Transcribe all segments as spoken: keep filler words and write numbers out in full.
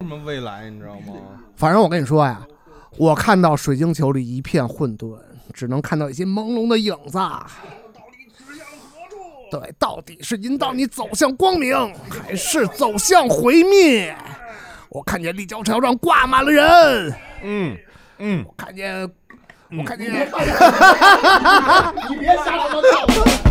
么未来，你知道吗？ 反正我跟你说呀，我看到水晶球里一片混沌，只能看到一些朦胧的影子。对，到底是引导你走向光明，还是走向毁灭？我看见立交桥上挂满了人。 嗯嗯， 我看见，我看见。 你别瞎他妈看。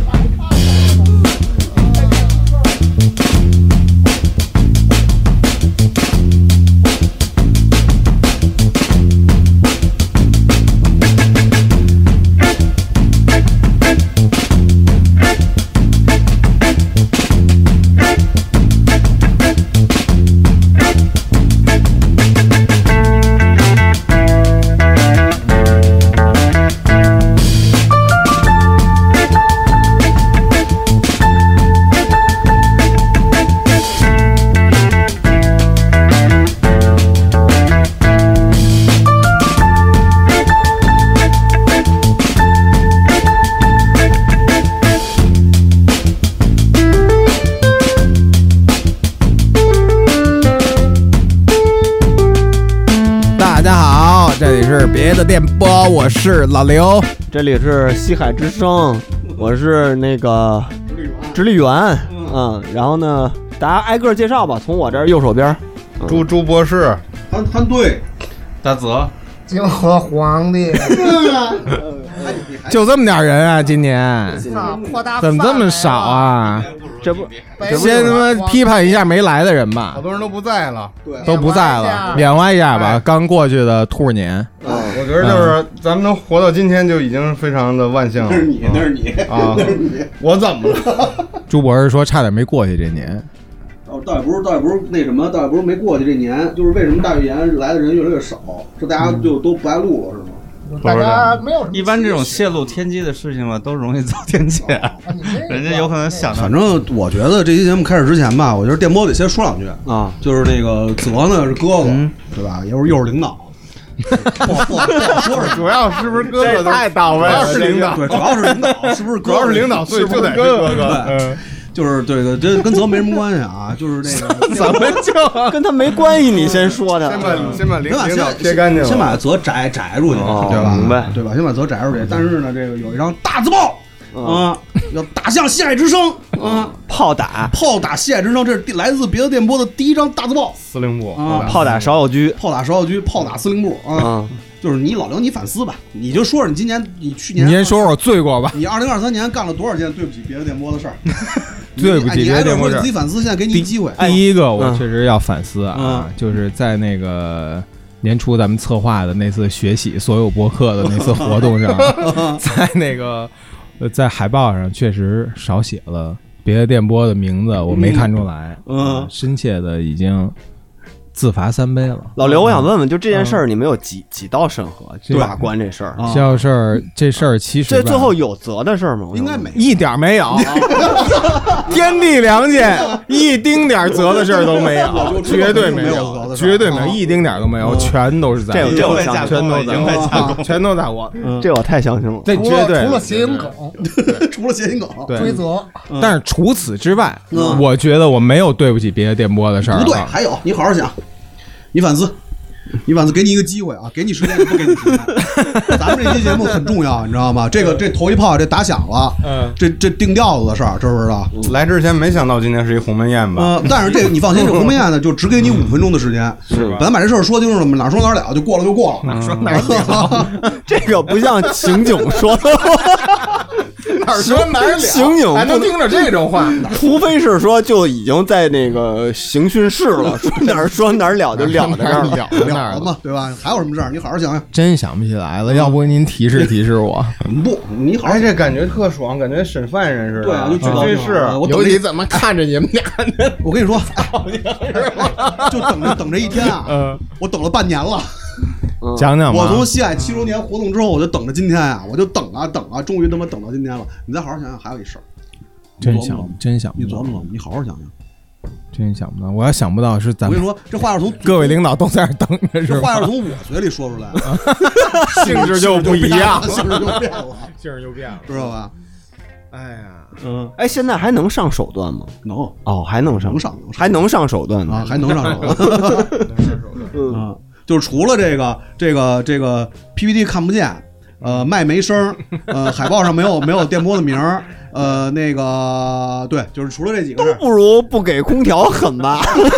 别的电波，我是老刘， 这里是西海之声，我是那个直立员，嗯，然后呢，大家挨个介绍吧，从我这儿右手边， 嗯、朱朱博士， 韩韩队， 大泽， 泾河皇帝， 就这么点人啊，今年怎么这么少啊？ 这不， 先他妈批判一下没来的人吧， 好多人都不在了， 对， 都不在了，缅怀一下吧，刚过去的兔年。 啊，我觉得就是咱们能活到今天就已经非常的万幸了。 那是你，那是你啊，那是你，我怎么了？ 朱博士说差点没过去这年。 哦，倒也不是，倒也不是那什么，倒也不是没过去这年，就是为什么大语言来的人越来越少，是大家就都不爱录了，是吗？ 大家没有什么。 一般这种泄露天机的事情嘛，都容易遭天谴。人家有可能想到。 反正我觉得这期节目开始之前吧，我觉得电波得先说两句啊，就是那个泽呢是哥哥，嗯、对吧？又是又是领导。不好说是主要是不是哥哥太到位了？ 主要是领导， 对，主要是领导，是不是？ 主要是领导，所以就得是哥哥。 嗯，就是对对，这跟泽没什么关系啊，就是那个怎么就跟他没关系？你先说的， 先把先把领领导撇干净了， 先把泽摘摘出去，对吧？ 明白， 对吧？先把泽摘出去。但是呢，这个有一张大字报啊，要打向西海之声啊， 炮打炮打西海之声，这是来自别的电波的第一张大字报。 司令部啊， 炮打芍药居， 炮打芍药居，炮打司令部啊。就是你老刘，你反思吧，你就说说你今年、你去年， 你先说说罪过吧。 你二零二三年干了多少件对不起别的电波的事儿？ 对不起别的电波的事儿， 你自己反思，现在给你一机会。 第一个，我确实要反思啊，就是在那个年初咱们策划的那次学习所有播客的那次活动上，在那个在海报上确实少写了别的电波的名字，我没看出来，嗯，深切的已经。自罚三杯了。 老刘，我想问问，就这件事儿，你没有几几道审核把关这事儿？ 这事儿，这事儿其实这最后有责的事儿吗？ 应该没， 一点没有。天地良心，一丁点责的事儿都没有，绝对没有，绝对没有，一丁点都没有，全都是在这这我相信， 全都在，全都在我， 这我太相信了。 这绝对除了谐音梗， 除了谐音梗追责， 但是除此之外，我觉得我没有对不起别的电波的事儿。 不对，还有，你好好想。你反思，你反思，给你一个机会啊，给你时间，不给你时间。咱们这期节目很重要，你知道吗？这个这头一炮这打响了，嗯，这这定调子的事儿，知不知道？ 来之前没想到今天是一鸿门宴吧？ 呃，但是这个你放心，这鸿门宴呢，就只给你五分钟的时间，是吧？咱把这事儿说清楚了，哪说哪了，就过了就过了， 哪说哪了。 这个不像刑警说的。 哪说哪了？ 刑警还能听着这种话， 除非是说就已经在那个刑讯室了，说哪儿说哪儿了就了在那儿了了嘛，对吧？还有什么事儿？你好好想想。 真想不起来了，要不您提示提示我？ 不，你好， 哎，这感觉特爽，感觉审犯人似的。 对啊，就举这是。 尤其怎么看着你们俩呢？ 我跟你说，就等着等这一天啊！嗯，我等了半年了。 讲讲吧。 我从西海七周年活动之后，我就等着今天啊，我就等啊等啊，终于他妈等到今天了。你再好好想想，还有一事儿， 真想真想， 你琢磨琢磨，你好好想想， 真想不到。我要想不到是咱们。 我跟你说，这话要从各位领导都在这等着，是吧？ 这话要从我嘴里说出来， 性质就不一样， 性质就变了， 性质就变了， 知道吧？ 哎呀， 嗯，哎，现在还能上手段吗？ 能哦，还能上， 能上， 还能上手段呢啊，还能上手段。嗯，就是除了这个这个这个 P P T 看不见，呃，麦没声，呃，海报上没有没有电波的名儿，呃，那个对，就是除了这几个都不如不给空调狠吧。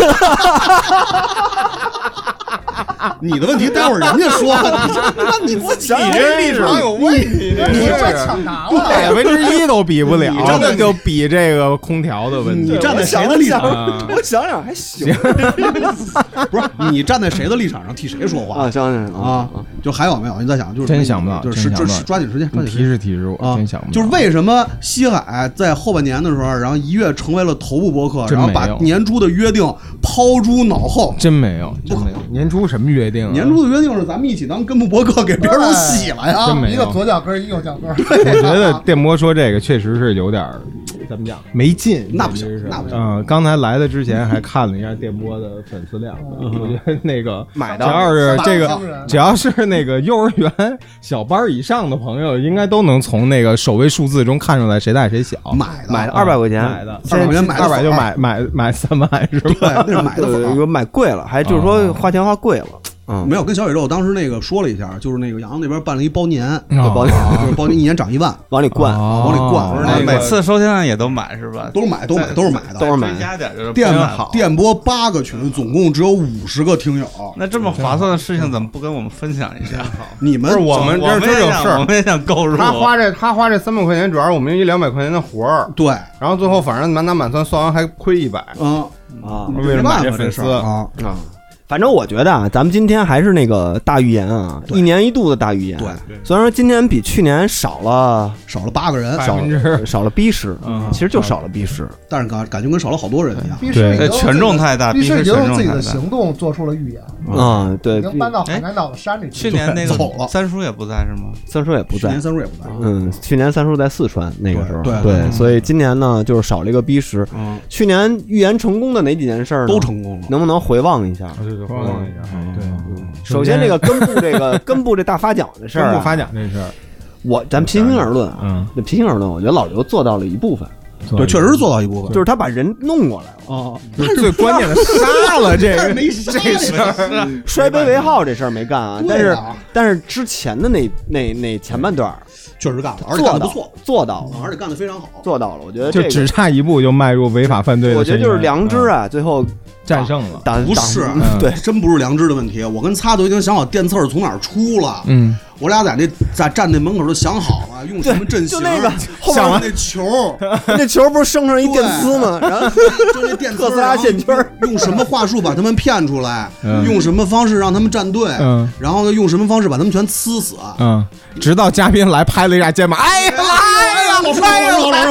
你的问题待会儿人家说，你你自己你这立场有问题，你被抢答了， 百分之一都比不了，真的就比这个空调的问题。 你站在谁的立场上？我想想还行， 不是你站在谁的立场上替谁说话啊？想想啊，就还有没有？你在想，就是真想不到， 就是就是抓紧时间，抓紧提示提示我，真想不到。 就是为什么西海在后半年的时候，然后一跃成为了头部播客，然后把年初的约定抛诸脑后？ 真没有，真没有。年初什么约定？ 年初的约定是咱们一起当根部博客，给别人都洗了呀。 真没有， 一个左脚跟，一个右脚跟。 我觉得电波说这个确实是有点怎么讲没劲， 那不行，那不行。 嗯，刚才来的之前还看了一下电波的粉丝量，我觉得那个买的， 只要是这个，只要是那个幼儿园小班以上的朋友，应该都能从那个首位数字中看出来谁大谁小。 买的， 买的二百块钱， 买的二百块钱买二百就买买买三万是吧？ 对，那是买的， 有买贵了，还就是说花钱花贵了。嗯， 没有跟小宇宙当时那个说了一下，就是那个杨那边办了一包年， 包年就是包年一年涨一万， 往里灌， 往里灌， 每次收听量也都买是吧？ 都是买，都买，都是买的， 都是买。 加点就是电电波八个群，总共只有五十个听友。 那这么划算的事情，怎么不跟我们分享一下？ 你们我们这这有事儿， 我们也想购入。 他花这他花这三百块钱，主要是我们一两百块钱的活儿。 对， 然后最后反正满打满算算完还亏一百。 嗯啊， 为什么这粉丝啊啊？反正我觉得啊，咱们今天还是那个大预言啊，一年一度的大预言。 对， 虽然说今年比去年少了少了八个人， 少少了逼十，其实就少了逼十， 但是感感觉跟少了好多人一样。 对， 权重太大， 逼十已经用自己的行动做出了预言啊，对， 已经搬到海南岛的山里去。去年那个三叔也不在是吗？ 三叔也不在， 去年三叔也不在。 嗯，去年三叔在四川那个时候， 对对，所以今年呢就是少了一个逼十。去年预言成功的哪几件事儿都成功了， 能不能回望一下？ 回望一下。对， 首先这个根部这个根部这大发奖的事儿， 根部发奖这事儿， 我咱平心而论啊， 嗯， 平心而论，我觉得老刘做到了一部分， 对，确实是做到一部分， 就是他把人弄过来了啊， 但是最关键的杀了这个这事儿， 摔杯为号这事儿没干啊，但是但是之前的那那那前半段确实干了，而且干得不错， 做到了， 而且干得非常好， 做到了，我觉得就只差一步就迈入违法犯罪的， 我觉得就是良知啊，最后。 战胜了， 不是， 对， 真不是良知的问题。我跟擦都已经想好电刺儿从哪儿出了， 嗯， 我俩在那在站那门口都想好了，用什么阵型， 就那个想完那球， 那球不是生成一电丝吗？然后就那电特斯拉线圈， 用什么话术把他们骗出来，用什么方式让他们站队，然后呢用什么方式把他们全呲死， 嗯，直到嘉宾来拍了一下肩膀，哎呀，来呀， 老师，老师，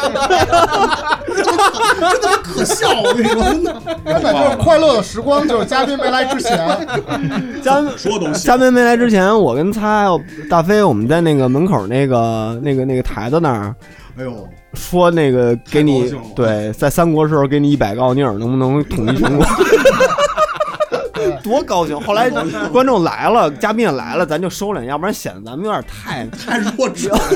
真他妈可笑！我跟你说，真的。 根本就是快乐的时光，就是嘉宾没来之前， 嘉说都嘉宾没来之前，我跟他还有大飞，我们在那个门口那个那个那个台子那儿， 哎呦， 说那个给你对，在三国时候给你一百个奥尼尔，能不能统一全国？多高兴！后来观众来了，嘉宾也来了，咱就收敛，要不然显得咱们有点太太弱智了。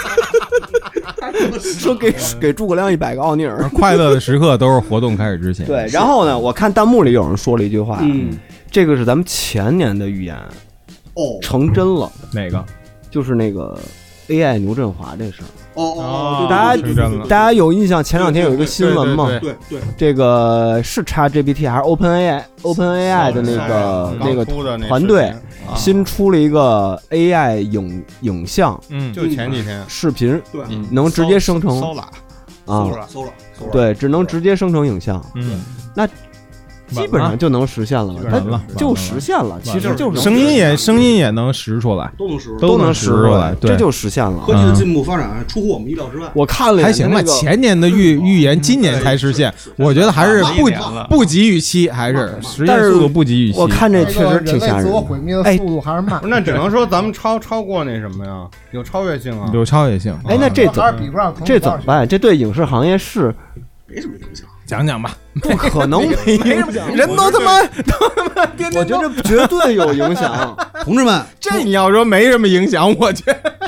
说给给诸葛亮一百个奥尼尔， 快乐的时刻都是活动开始之前。 对，然后呢，我看弹幕里有人说了一句话， 嗯， 这个是咱们前年的预言， 哦， 成真了。 哪个？ 就是那个 A I 牛振华这事儿。 哦哦， 大家大家有印象？前两天有一个新闻嘛？ 对对， 这个是 ChatGPT 还是 OpenAI OpenAI 的那个那个团队新出了一个 A I 影影像， 嗯，就前几天视频， 对， 能直接生成搜了啊， 搜了， 对，只能直接生成影像， 嗯， 那。基本上就能实现了吧？它就实现了，其实就是声音也声音也能识出来， 都能识都能识出来， 这就实现了。 科技的进步发展出乎我们意料之外。 我看了还行吧，前年的预预言今年才实现，我觉得还是不不及预期，还是实现速度不及预期。 我看这确实挺吓人。 自我毁灭的速度还是慢。 那只能说咱们超超过那什么呀？有超越性啊， 有超越性。 哎，那这怎么这怎么办？这对影视行业是没什么影响。 讲讲吧， 不可能没影响， 人都他妈都他妈天天， 我觉得绝对有影响。 同志们， 这你要说没什么影响，我觉得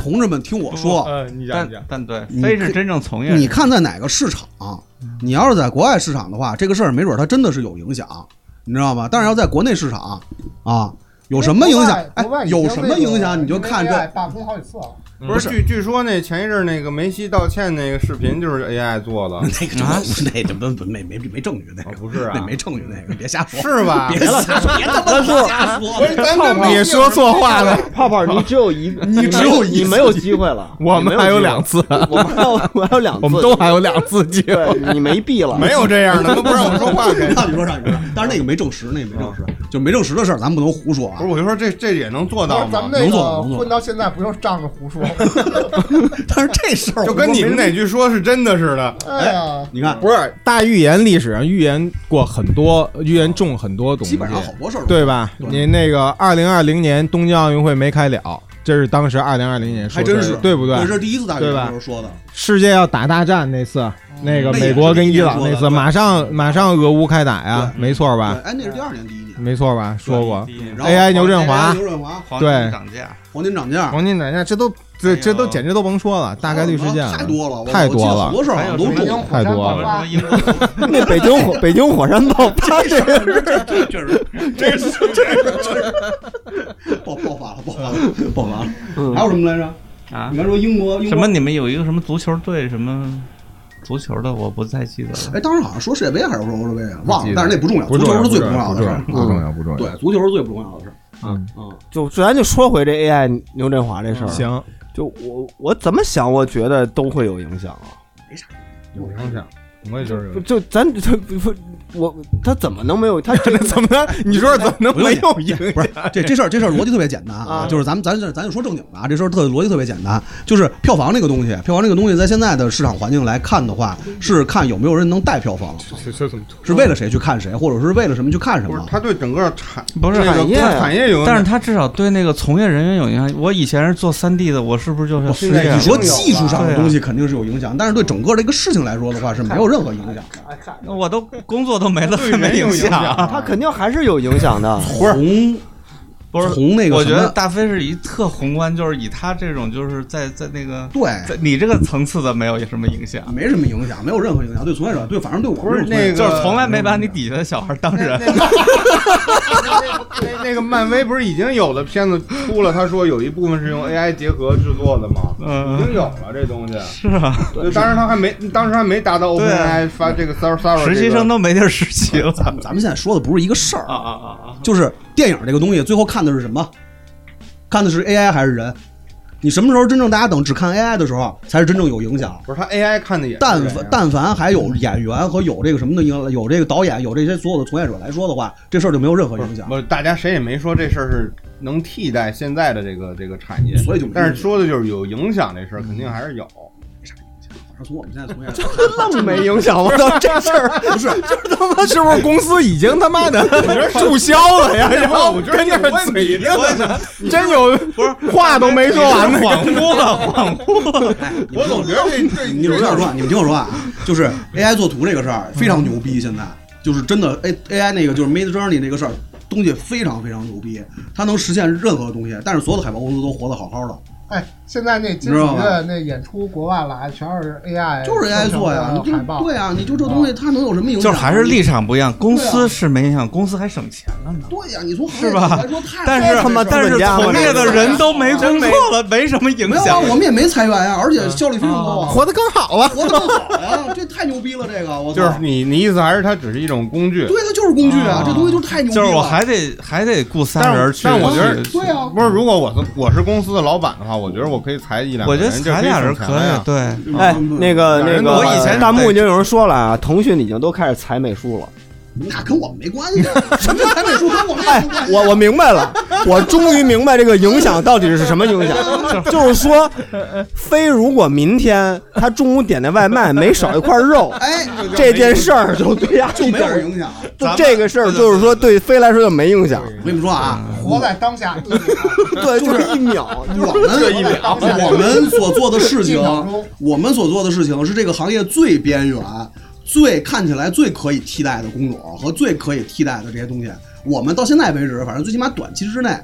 同志们听我说， 呃，你讲讲， 但对，非是真正从业人， 你看在哪个市场，你要是在国外市场的话，这个事儿没准它真的是有影响，你知道吗？但是要在国内市场啊，有什么影响？哎，有什么影响你就看这罢工好几次了。 不是，据据说那前一阵那个梅西道歉那个视频就是 A I 做的， 那个啊，那个不不没没没证据，那个不是啊， 那没证据，那个别瞎说， 是吧？ 别瞎说，别他妈瞎说， 咱们也说错话了。 泡泡，你只有一， 你只有你没有机会了， 我们还有两次， 我们还有我还有两次， 我们都还有两次机会， 你没币了， 没有这样的，都不让我说话， 让你说让你说，但是那个没证实，那个没证实，就没证实的事儿，咱不能胡说啊。 不是，我就说这这也能做到吗？ 咱们那个混到现在不用仗着胡说。 但是这事儿就跟你们哪句说是真的似的。 哎呀， 你看， 不是大预言历史上预言过很多，预言中很多东西， 基本上好多事儿， 对吧？你那个二零二零年东京奥运会没开了，这是当时二零二零年说的， 还真是对不对？ 这是第一次大预言时候说的。 世界要打大战那次，那个美国跟伊朗那次，马上马上俄乌开打呀，没错吧？ 哎，那是第二年第一年， 没错吧？说过 A I 牛振华， 牛振华， 对， 涨价， 黄金涨价， 黄金涨价，这都这这都简直都甭说了，大概率事件太多了， 太多了， 好多事儿都中， 太多了。 那北京火北京火山爆发， 这个这这是这是这是爆爆发了，爆发了，爆发了。还有什么来着？ 啊， 你刚说英国什么？你们有一个什么足球队什么？足球的我不太记得了。 哎，当时好像说世界杯还是说欧洲杯啊，忘了，但是那不重要， 足球是最不重要的事儿， 不重要，不重要。 对，足球是最不重要的事儿。 嗯嗯，就咱就说回这 A I 牛振华这事儿。 行， 就我我怎么想，我觉得都会有影响啊。 没啥， 有影响。我也就是就咱这不我他怎么能没有他这怎么能你说怎么能没有影响？ 不是这这事儿这事儿逻辑特别简单啊，就是咱们咱咱就说正经的啊，这事儿特逻辑特别简单，就是票房这个东西，票房这个东西在现在的市场环境来看的话，是看有没有人能带票房，是为了谁去看谁，或者是为了什么去看什么。 他对整个产不是产业产业有， 但是他至少对那个从业人员有影响。我以前是做三 D 的，我是不是就是失业？ 你说技术上的东西肯定是有影响，但是对整个这个事情来说的话是没有任何影响的。 我都工作都没了，还没影响， 他肯定还是有影响的。 不是从不是从那个， 我觉得大飞是一特宏观，就是以他这种就是在在那个对， 在你这个层次的没有什么影响， 没什么影响，没有任何影响。对从业者，对，反正对我不是那个， 就是从来没把你底下的小孩当人。 那那个漫威不是已经有的片子出了？他说有一部分是用 A I 结合制作的吗？ 嗯， 已经有了这东西。 是啊， 对，当时他还没，当时还没达到 OpenAI 发这个 Server， 实习生都没地儿实习了。 咱们咱们现在说的不是一个事儿啊啊啊啊！ 就是电影这个东西，最后看的是什么？看的是 A I 还是人？你什么时候真正大家等只看 A I 的时候，才是真正有影响？ 不是他 A I 看的也， 但凡但凡还有演员和有这个什么的，有这个导演，有这些所有的从业者来说的话，这事儿就没有任何影响。 不，大家谁也没说这事儿是能替代现在的这个这个产业， 所以就但是说的就是有影响这事儿，肯定还是有。 没啥影响，反正从我们现在从业者这么没影响吗？这事儿不是， 这他妈是不是公司已经他妈的注销了呀？然后我跟那儿嘴着呢，真有不是话都没说完呢， 恍惚了，恍惚了。 我总觉得这这， 你听我说，你们听我说啊，就是 A I 做图这个事儿非常牛逼，现在就是真的 A A I 那个就是 Mid Journey 那个事儿，东西非常非常牛逼，它能实现任何东西，但是所有的海报公司都活得好好的。 哎，现在那金曲乐那演出国外来，全是 A I， 就是 A I 做呀，你就对啊，你就这东西它能有什么影响？ 就是还是立场不一样，公司是没影响，公司还省钱了呢。 对呀，你从是吧？但是他妈但是从业的人都没工作了，没什么影响。 我们也没裁员呀，而且效率非常高啊， 活得更好了， 活得更好呀，这太牛逼了，这个我就是你你意思还是它只是一种工具？ 对，它就是工具啊，这东西就太牛逼了。 就是我还得还得雇三人去， 但我觉得对啊， 不是，如果我是我是公司的老板的话，我觉得我可以裁一两个人， 我觉得裁俩人可以。对， 哎，那个那个， 我以前弹幕已经有人说了啊，腾讯已经都开始裁美术了。 那跟我们没关系，什么裁美术跟我们哎，我我明白了，我终于明白这个影响到底是什么影响。就是说，非如果明天他中午点的外卖没少一块肉， 哎， 这件事儿就对呀就没有影响。 就这个事儿就是说对非来说就没影响。 我跟你们说啊， 活在当下， 对，就是一秒， 我们一秒，我们所做的事情，我们所做的事情是这个行业最边缘。最看起来最可以替代的工种和最可以替代的这些东西，我们到现在为止，反正最起码短期之内，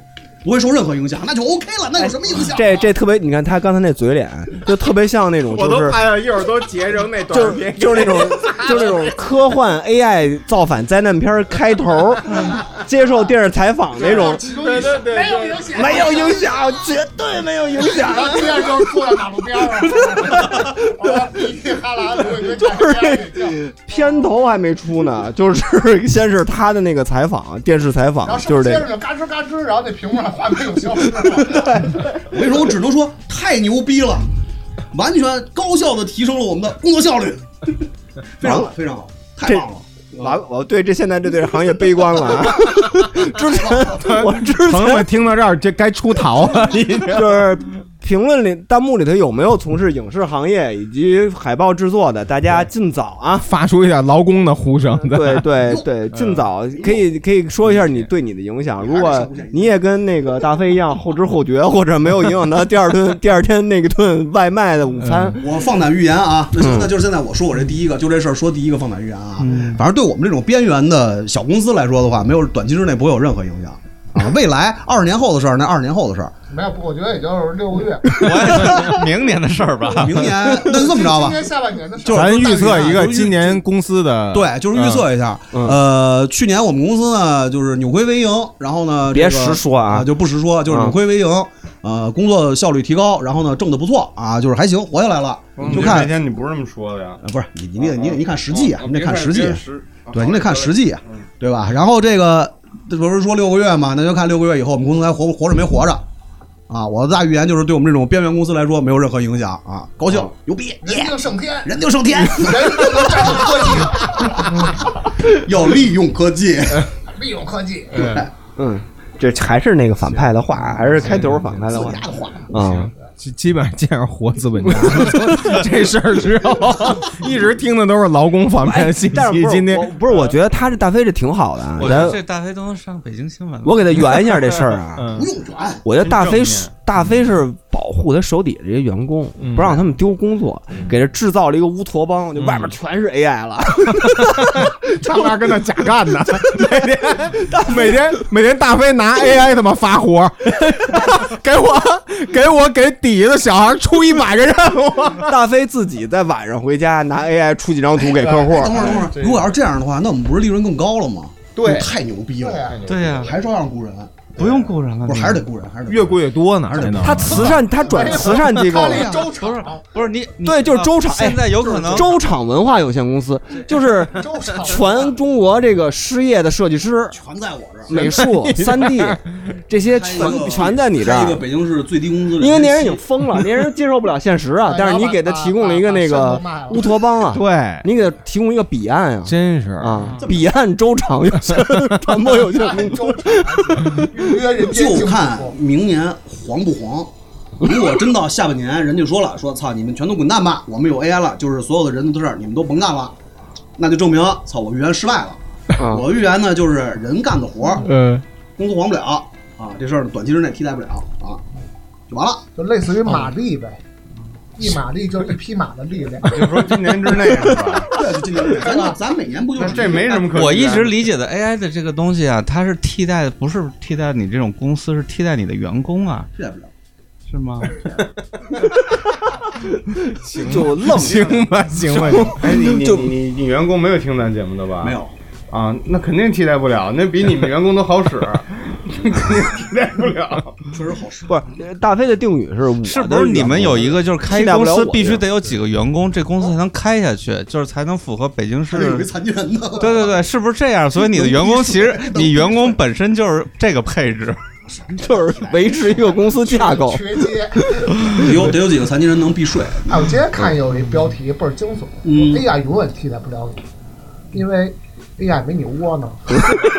不会受任何影响，那就 OK 了，那有什么影响、啊？ 这这特别，你看他刚才那嘴脸，就特别像那种，就是、 我都拍了，一会儿都截成那短视频， 就是那种，就是那种科幻 A I 造反灾难片开头，接受电视采访那种， 对对对， 没有影响， 没有影响，绝对没有影响。 然后第二就是坐在马路边上，鼻涕哈喇子， 就是片头还没出呢，就是先是他的那个采访，电视采访，就是这接着就嘎吱嘎吱，然后那屏幕上画面有消失了。 我跟你说，我只能说太牛逼了，完全高效的提升了我们的工作效率，非常好，非常好，太棒了。 完，我对这现在这对行业悲观了啊！之前我之前朋友们听到这儿，这该出逃了，已经就是评论里、弹幕里头有没有从事影视行业以及海报制作的？大家尽早啊， 发出一点劳工的呼声。 对对对，尽早可以可以说一下你对你的影响。如果你也跟那个大飞一样后知后觉，或者没有影响到第二顿第二天那个顿外卖的午餐， 我放胆预言啊，那那就是现在我说我这第一个就这事儿说第一个放胆预言啊。反正对我们这种边缘的小公司来说的话，没有短期之内不会有任何影响。啊，未来二十年后的事儿，那二十年后的事儿， 没有，我觉得也就是六个月。 我也是明年的事儿吧。 明年那就这么着吧。 今年下半年的事儿， 咱预测一个今年公司的， 对，就是预测一下。 嗯、 呃，去年我们公司呢，就是扭亏为盈，然后呢， 别实说啊， 啊就不实说，就是扭亏为盈。嗯、呃，工作效率提高，然后呢，挣得不错啊，就是还行，活下来了。 嗯、 就看那天你不是这么说的呀？ 呃、不是你，你得你得你看实际啊， 哦、 你得看实际，对，你得看实际啊， 嗯、 对吧？然后这个。这不是说六个月嘛？那就看六个月以后我们公司还活活着没活着啊！我的大预言就是对我们这种边缘公司来说没有任何影响啊！高兴，牛逼， 人定胜天， 人定胜天， 人不能战胜科技，要利用科技， 利用科技。 嗯，这还是那个反派的话，还是开头反派的话啊。 基本上见着活资本家这事儿之后，一直听的都是劳工方面的信息。今天不是，我觉得他这大飞这挺好的， 我觉得这大飞都能上北京新闻了。 我给他圆一下这事儿啊， 不用圆。 我觉得大飞是大飞是保护他手底下这些员工，不让他们丢工作，给他制造了一个乌托邦，就外面全是 A I 了， 他们跟那假干呢，每天每天每天大飞拿 A I 他妈发活，给我给我给底下的小孩出一百个任务。 大飞自己在晚上回家拿 A I 出几张图给客户。 等会儿等会儿，如果要是这样的话，那我们不是利润更高了吗？ 对， 太牛逼了。 对呀， 还照样雇人。 不用雇人了， 不是还是得雇人，还是越雇越多呢，真的。 他慈善，他转慈善机构了。 周场不是不是你， 对，就是周场。 现在有可能周场文化有限公司，就是全中国这个失业的设计师全在我这儿， 美术、三 D 这些全全在你这儿。 一个北京市最低工资， 因为那人已经疯了，那人接受不了现实啊。但是你给他提供了一个那个乌托邦啊， 对， 你给他提供一个彼岸啊， 真是啊，彼岸周场有限传播有限公司， 约人就看明年黄不黄。如果真到下半年，人家说了，说操你们全都滚蛋吧，我们有 A I 了，就是所有的人的事儿你们都甭干了，那就证明操我预言失败了。啊、我预言呢就是人干的活，嗯，公司黄不了啊，这事儿短期之内替代不了啊，就完了， 就类似于马力呗。一马力就是一匹马的力量， 就说今年之内是吧？ 对，就今年之内，咱咱每年不就是这没什么可。 我一直理解的 A I 的这个东西啊，它是替代的，不是替代你这种公司，是替代你的员工啊， 替代不了， 是吗？ 行，就愣行吧，行吧。 哎，你你你你员工没有听咱节目的吧？ 没有。 啊，那肯定替代不了，那比你们员工都好使，肯定替代不了， 确实好使。 不是大飞的定语是我， 是不是你们有一个就是开一公司必须得有几个员工，这公司才能开下去，就是才能符合北京市。 有一残疾人的。 对对对，是不是这样？所以你的员工其实你员工本身就是这个配置， 就是维持一个公司架构。 缺接， 得有得有几个残疾人能避税。 哎，我今天看有一标题倍儿惊悚， 嗯 ，A I 永远替代不了你，因为。A I 没你窝囊，是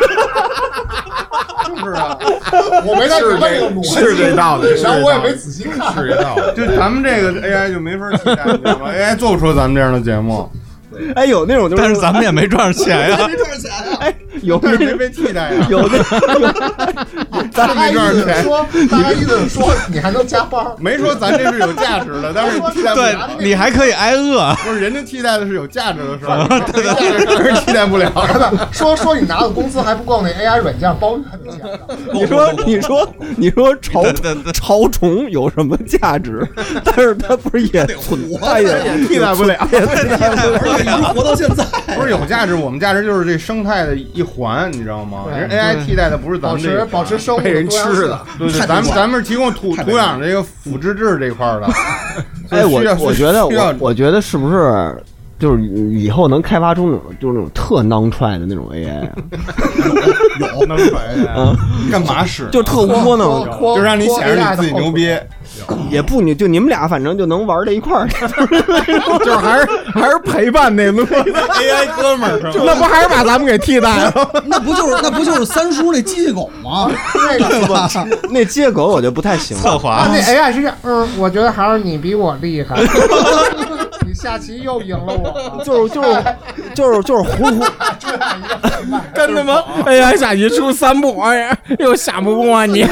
不是啊？我没太明白这个逻辑， 是这道理， 然后我也没仔细看， 是这道理。就咱们这个 A I 就没法替代，你知道吗 ？A I 做不出咱们这样的节目。 哎，有那种就是， 但是咱们也没赚着钱呀， 没赚着钱呀。 哎，有那没被替代呀。 有那有咱没赚钱。 说大概意思是说你还能加班， 没说咱这是有价值的，但是替代不对了。 你还可以挨饿， 不是人家替代的是有价值的事儿，对对对，替代不了。 说说你拿的工资还不够那 A I 软件包月的钱呢。 你说你说你说潮潮虫有什么价值？但是它不是也存在也替代不了， 一直活到现在。 不是有价值，我们价值就是这生态的一环，你知道吗？人 A I 替代的不是咱们这个保持保持生物被人吃的，对对，咱们咱们是提供土土壤这个腐殖质这块的。 哎，我我觉得我我觉得是不是就是以后能开发出那种就是那种特囊踹的那种 A I 啊？ 有囊踹 A I， 干嘛使？ 就特窝囊， 就让你显示你自己牛逼。 也不你就你们俩反正就能玩在一块儿， 就是还是还是陪伴那路 A I 哥们儿， 那不还是把咱们给替代了？ 那不就是那不就是三叔那机器狗吗？ 对吧？ 那接狗我就不太行。 侧滑， 那 A I 是这样，嗯，我觉得还是你比我厉害。你下棋又赢了我， 就是就是就是就是糊糊， 跟他妈 A I 下棋出三步，哎，又下不过你，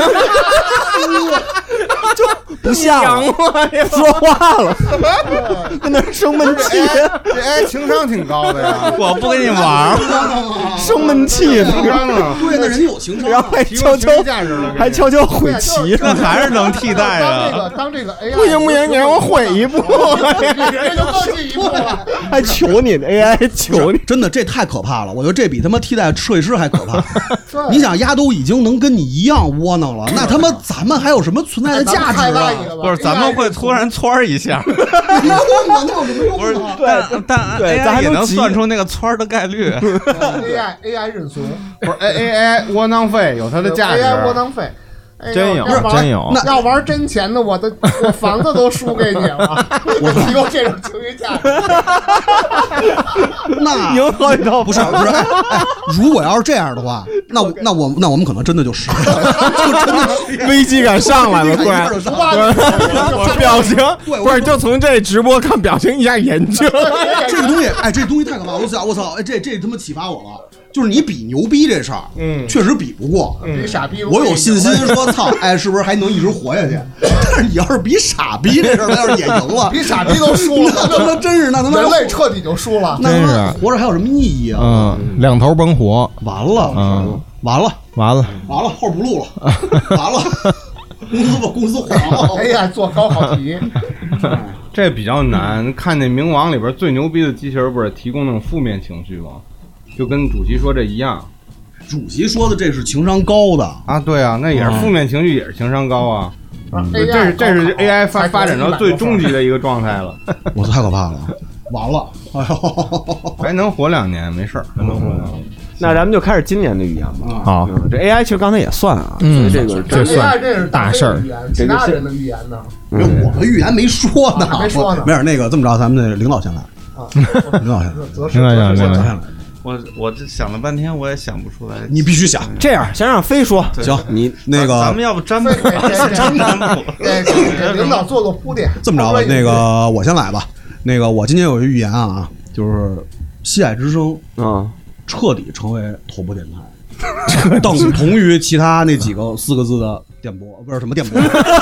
就不像了，说话了，跟那生闷气， 这 A I 情商挺高的呀。 我不跟你玩， 生闷气， 情商啊， 对，那人有情商， 然后还悄悄还悄悄毁棋， 那还是能替代啊。当这个 A I 不行不行，你让我毁一步， 人就更进一步了， 还求你 A I 求你， 真的这太可怕了！我觉得这比他妈替代设计师还可怕。你想，丫都已经能跟你一样窝囊了，那他妈咱们还有什么存在的价值啊？ 不是，咱们会突然窜一下，不是，但但 A I 也能算出那个窜的概率。 A I A I 认怂， 不是 A A I 窝囊废有它的价值 ，A I 窝囊废。 真有，真有！ 要玩真钱的，我的我房子都输给你了。我提供这种情绪价值， 那赢好几套不是不是、哎哎？如果要是这样的话，那那我那我们可能真的就失败了，就真的危机感上来了，突然表情不是就从这直播看表情一下研究这个东西，哎，这东西太可怕！我想，我操，哎，这这他妈启发我了。就是你比牛逼这事儿，嗯，确实比不过， 比傻逼。 我有信心说，操，哎，是不是还能一直活下去？但是你要是比傻逼这事儿，他要是也赢了， 比傻逼都输了， 那他妈真是，那他妈人类彻底就输了， 那他妈活着还有什么意义啊？ 嗯，两头崩活， 完了， 嗯， 完了， 完了， 完了，后边不录了，完了，公司把公司黄了。 哎呀，做高考题。 这比较难。看那冥王里边最牛逼的机器人，不是提供那种负面情绪吗？就跟主席说这一样， 主席说的这是情商高的啊，对啊，那也是负面情绪，也是情商高啊。 嗯、 这是这是 A I 发发展到最终极的一个状态了。 我太可怕了，完了，哎呦， 还能活两年，没事儿，还能活两年。 那咱们就开始今年的语言吧。 好， 嗯、这 A I 其实刚才也算啊， 嗯， 这个这算这是大事儿。 其他人的语言呢？ 我们语言没说呢， 没说呢。 没事，那个这么着，咱们那领导先来。啊，领导先来， 领导先来， 领导先来。 我我这想了半天，我也想不出来。 你必须想。 这样，先让飞说。 行，你那个咱们要不占卜？占卜。 给领导做做铺垫。 这么着吧，那个我先来吧。那个我今天有一预言啊，就是西海之声啊， 彻底成为头部电台，等同于其他那几个四个字的电波，不是什么电波，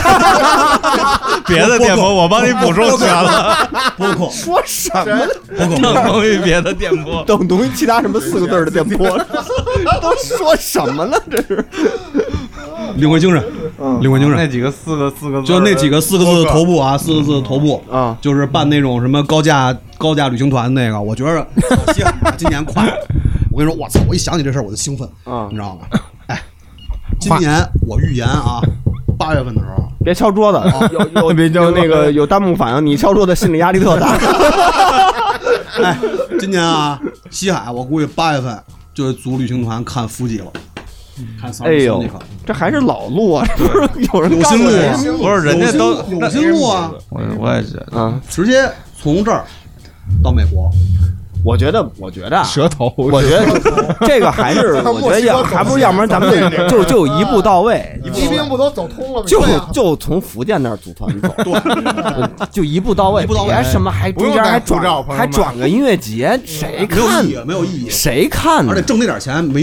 别的电波我帮你补充全了。 播客说什么？ 等同于别的电波， 等同于其他什么四个字的电波，都说什么呢？这是灵魂精神，灵魂精神。 那几个四个四个字， 就那几个四个字的头部啊，四个字的头部啊， 就是办那种什么高价高价旅行团那个，我觉得今年快。我跟你说，我操！我一想起这事儿我就兴奋啊，你知道吗？哎，今年我预言啊，八月份的时候， 别敲桌子，有有别就那个有弹幕反映你敲桌子心理压力特大。 哎，今年啊，西海我估计八月份就组旅行团看伏击了。看哎呦，这还是老路啊！是不是有人有新路啊？ 不是人家都有新路啊！ 我我也觉得啊， 直接从这儿到美国。 我觉得，我觉得舌头， 我觉得这个还是，我觉得要还不如要不然咱们就就一步到位， 骑兵不都走通了吗？ 就就从福建那儿组团走，对，就一步到位，别什么还中间还转还转个音乐节，谁看没有意义， 谁看？ 而且挣那点钱没用，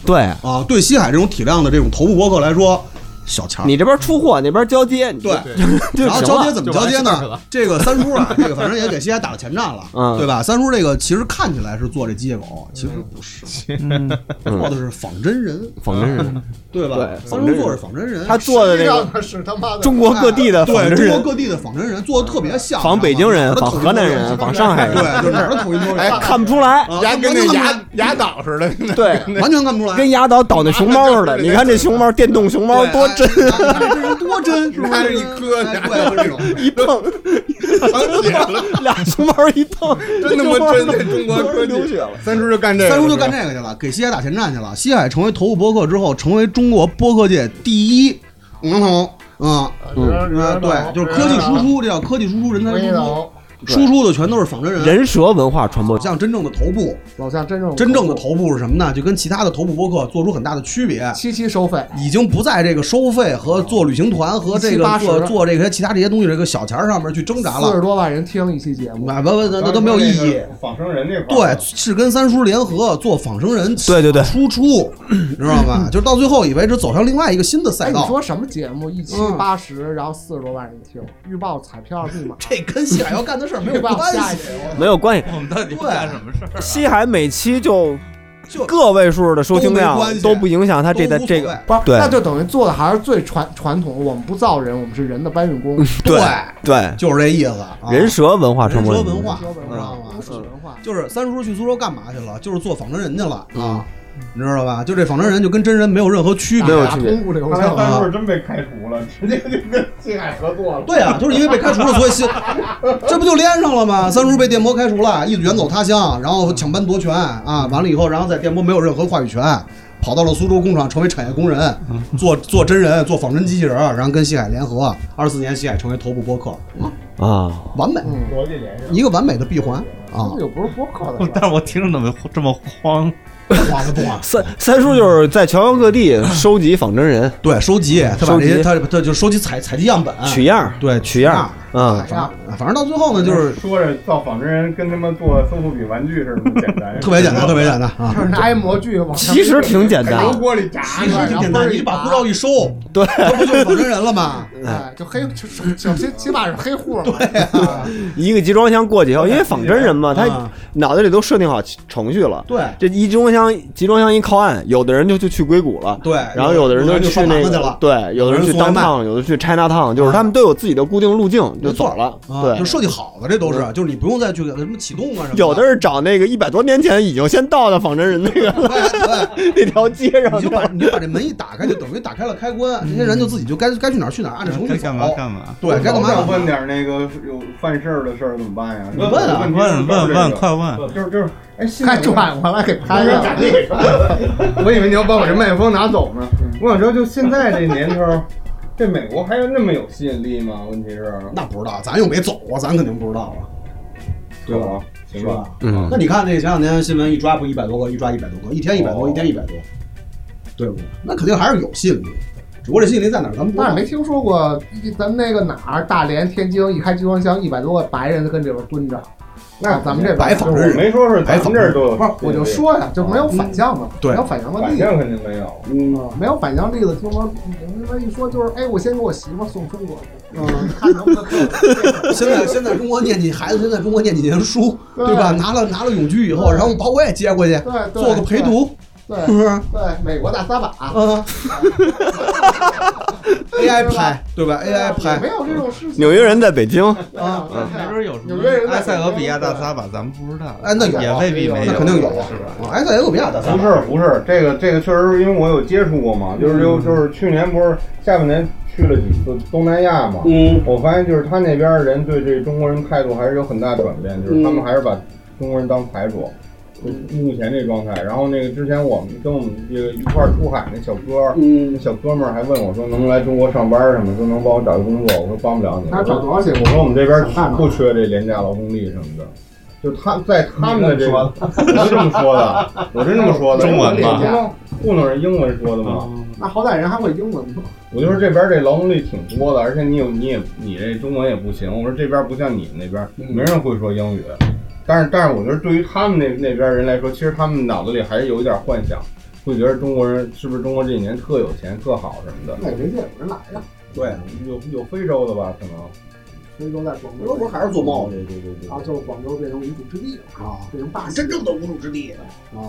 对啊，对西海这种体量的这种头部播客来说。小钱， 你这边出货，那边交接， 对，然后交接怎么交接呢？这个三叔啊，这个反正也给西海打了前站了，嗯，对吧？三叔这个其实看起来是做这机械狗，其实不是，嗯、做的是仿真人， 仿真人， 对吧？对，三叔做的是仿真人， 他做的这个是他妈的中国各地的仿真人， 对，中国各地的仿真人做的特别像， 仿北京人，仿河南人，仿上海人， 对，就哪儿的口音都哎看不出来， 牙跟那牙牙岛似的， 对， 完全看不出来， 跟牙岛倒那熊猫似的。你看这熊猫，电动熊猫多真。 这人多真，是不是？ 一磕， 对，这种一碰， 淌血了， 俩熊猫一碰， 真他妈真在中国科流血了。 三叔就干这个， 三叔就干这个去了，给西海打前站去了。西海成为头部播客之后，成为中国播客界第一龙头，嗯嗯，对，就是科技输出，这叫科技输出，人才输出。输出的全都是仿真人， 人蛇文化传播， 像真正的头部， 老像真正真正的头部是什么呢？就跟其他的头部播客做出很大的区别。 七期收费， 已经不在这个收费和做旅行团和这个做做这些其他这些东西这个小钱上面去挣扎了。 四十多万人听一期节目， 不不，那都没有意义。 仿生人这块， 对，是跟三叔联合做仿生人， 对对对， 输出，知道吧？就是到最后以为是走向另外一个新的赛道。 你说什么节目一期八十，然后四十多万人听，预报彩票密码， 这跟西海要干的事儿没有关系。 没有关系， 我们到底干什么事儿？ 西海每期就就个位数的收听量都不影响他这的这个， 不是，那就等于做的还是最传传统。我们不造人，我们是人的搬运工。 对对， 就是这意思。 人蛇文化传播， 人蛇文化， 知道吗？文化就是三叔去苏州干嘛去了？就是做仿真人去了啊。你知道吧？就这仿真人就跟真人没有任何区别， 没有区别。 看来三叔真被开除了，直接就跟西海合作了。 对啊，就是因为被开除了，所以西这不就连上了吗？三叔被电波开除了，一远走他乡，然后抢班夺权啊！完了以后，然后在电波没有任何话语权，跑到了苏州工厂成为产业工人，做做真人，做仿真机器人，然后跟西海联合。二十四年，西海成为头部播客啊， 完美，一个完美的闭环啊！ 又不是播客的， 但是我听着怎么这么慌？ 三三叔就是在全国各地收集仿真人， 对，收集，他把这些他他就收集采采集样本， 取样， 对，取样， 嗯， 反正到最后呢，就是说着造仿真人跟他们做搜索比玩具似的，那么简单， 特别简单，特别简单啊， 就是拿一模具往其实挺简单， 油锅里炸， 其实挺简单，你把护照一收， 对， 这不就是仿真人了吗？ 哎，就黑，就起起码是黑户了， 对啊， 一个集装箱过去以后，因为仿真人嘛，他脑袋里都设定好程序了， 对， 这一集装箱集装箱一靠岸，有的人就就去硅谷了， 对， 然后有的人就去那个，对，有的人去当趟，有的去 China Town，就是他们都有自己的固定路径就走了，对， 就设计好的，这都是，就是你不用再去给他什么启动啊什么。 有的是找那个一百多年前已经先到的仿真人那个那条街上， 你就把你就把这门一打开，就等于打开了开关，这些人就自己就该该去哪儿去哪儿，按照程序干嘛干嘛。 对，该干嘛干嘛。 问点那个有犯事儿的事儿怎么办呀？ 你问啊， 问问问，快问！ 就是就是，哎， 还转过来给拍了。 我以为你要把我这麦克风拿走呢。我想知道，就现在这年头，这美国还有那么有吸引力吗？问题是， 那不知道，咱又没走过，咱肯定不知道啊，对吧？ 行吧？ 嗯。那你看那前两天新闻一抓不一百多个，一抓一百多个，一天一百多，一天一百多，对不对？那肯定还是有吸引力。只不过这吸引力在哪儿，咱们不知道。 但是没听说过，咱们那个哪儿，大连、天津一开集装箱，一百多个白人跟这边蹲着。那咱们这白仿真人没说是咱们这儿都有， 不是，我就说呀，就没有反向的， 对， 没有反向的例子， 反向肯定没有， 嗯，没有反向例子。听说你们一说就是，哎，我先给我媳妇送中国去，嗯，看能不能。 现在现在中国念几孩子，现在中国念几年书，对吧？拿了拿了永居以后，然后把我也接过去， 对， 做个陪读。 对， 是不是？ 对，美国大撒把， 嗯 ，A I 拍，对吧 ？A I 拍， 没有这种事情。 纽约人在北京啊， 没准有什纽约人埃塞俄比亚大撒把，咱们不知道。 哎，那也未必没有， 那肯定有， 是吧？ 埃塞俄比亚大撒把不是不是，这个这个确实，因为我有接触过嘛，就是就就是去年不是下半年去了几次东南亚嘛， 嗯， 我发现就是他那边人对这中国人态度还是有很大转变，就是他们还是把中国人当财主。目前这状态，然后那个之前我们跟我们这个一块儿出海那小哥，嗯，那小哥们儿还问我说能不能来中国上班什么，说能帮我找个工作，我说帮不了你。 他找多少钱？ 我说我们这边不缺这廉价劳动力什么的，就他在他们的这个，我是这么说的，我是这么说的， 中文吧， 不能是英文说的吗？ 那好歹人还会英文吗？ 我就说这边这劳动力挺多的，而且你有你也你这中文也不行，我说这边不像你们那边，没人会说英语。但是，但是我觉得对于他们那那边人来说，其实他们脑子里还是有一点幻想， 会觉得中国人是不是中国这几年特有钱、特好什么的？ 那没见有人来呀。 对，有有非洲的吧？可能非洲在广州， 不是还是做贸易？ 对对对对。 啊，就是广州变成无主之地了啊， 变成巴西真正的无主之地啊。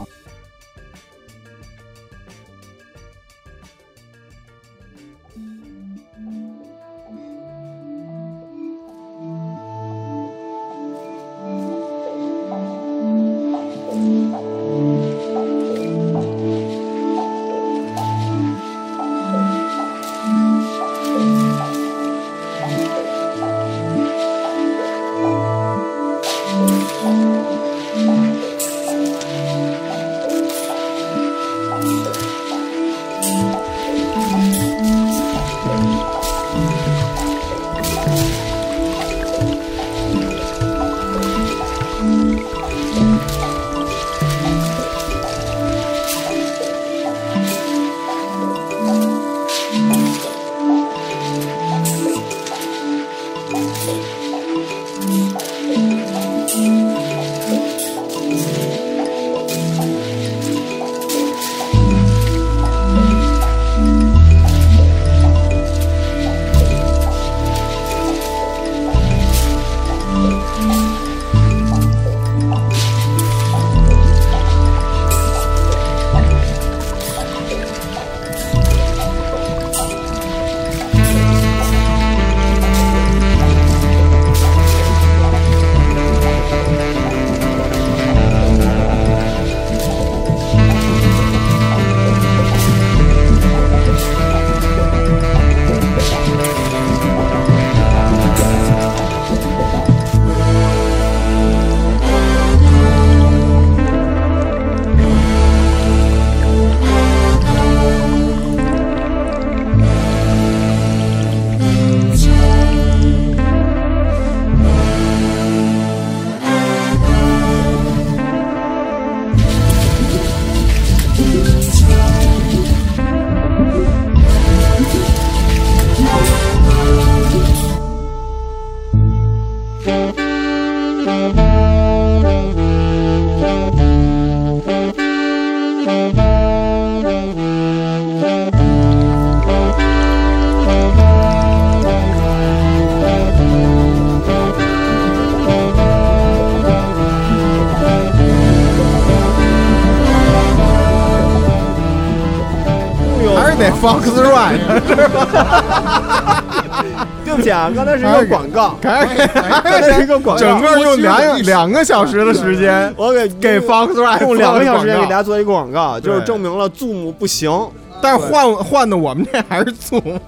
Fox Ride 是吧？ 对不起啊，刚才是一个广告， 刚才是一个广告， 整个用两两个小时的时间， 我给给 Fox Ride 用两个小时间给大家做一个广告，就是证明了 Zoom 不行， 但是换换的我们这还是 Zoom。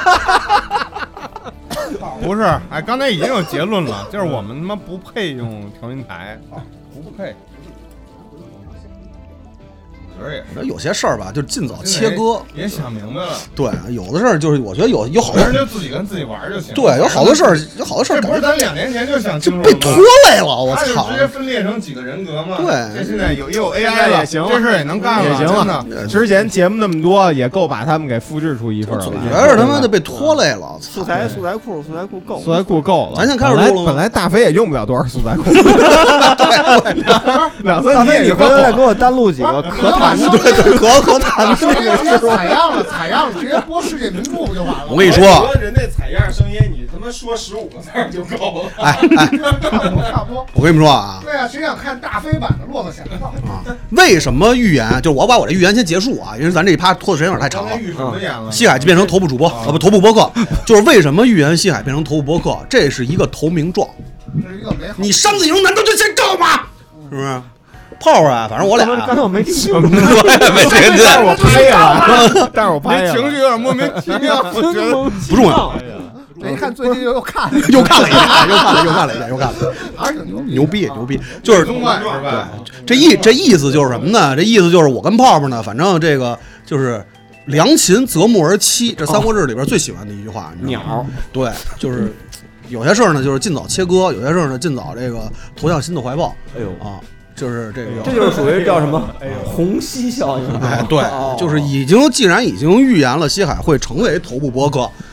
不是，哎，刚才已经有结论了，就是我们他妈不配用调音台，不配。 有些事儿吧，就是尽早切割。 也想明白了。 对，有的事儿就是我觉得有有好多人就自己跟自己玩就行。 对，有好多事儿，有好多事儿。 这不是咱两年前就想清楚被拖累了，我操！ 直接分裂成几个人格嘛。 对， 这现在有也有 A I 了， 也行， 这事也能干了， 也行了。之前节目那么多，也够把他们给复制出一份了。 总觉得他妈的被拖累了， 素材素材库素材库够， 素材库够了。 咱先开始录了。 本来大飞也用不了多少素材库。两三天你回头再给我单录几个可谈的， 对对，可可谈。 咱们直接采样了，采样直接播世界名著不就完了？ 我跟你说， 人那采样声音，你他妈说十五个字就够了。 哎哎， 差不多差不多。 我跟你们说啊， 对啊，谁想看大飞版的骆驼响啊？ 为什么预言？就是我把我这预言先结束啊，因为咱这一趴拖的时间有点太长了。西海变成头部主播啊，不头部播客，就是为什么预言西海变成头部播客？这是一个投名状。你伤子以容，难道就先告吗？是不是？泡啊，反正我俩刚才我没听清， 没听见， 但是我拍了，但是我拍了， 情绪有点莫名其妙，我觉得不重要。 没看最近又又看了， 又看了一下，又看了，又看了一下，又看了， 还是牛牛逼牛逼，就是动漫是吧？ 这意这意思就是什么呢？这意思就是我跟泡泡呢，反正这个就是良禽择木而栖，这《三国志》里边最喜欢的一句话，你知道吗？鸟，对，就是。有些事儿呢，就是尽早切割；有些事儿呢，尽早这个投向新的怀抱。 哎呦啊，就是这个， 这就是属于叫什么？哎呦，虹吸效应。 哎，对，就是已经既然已经预言了西海会成为头部播客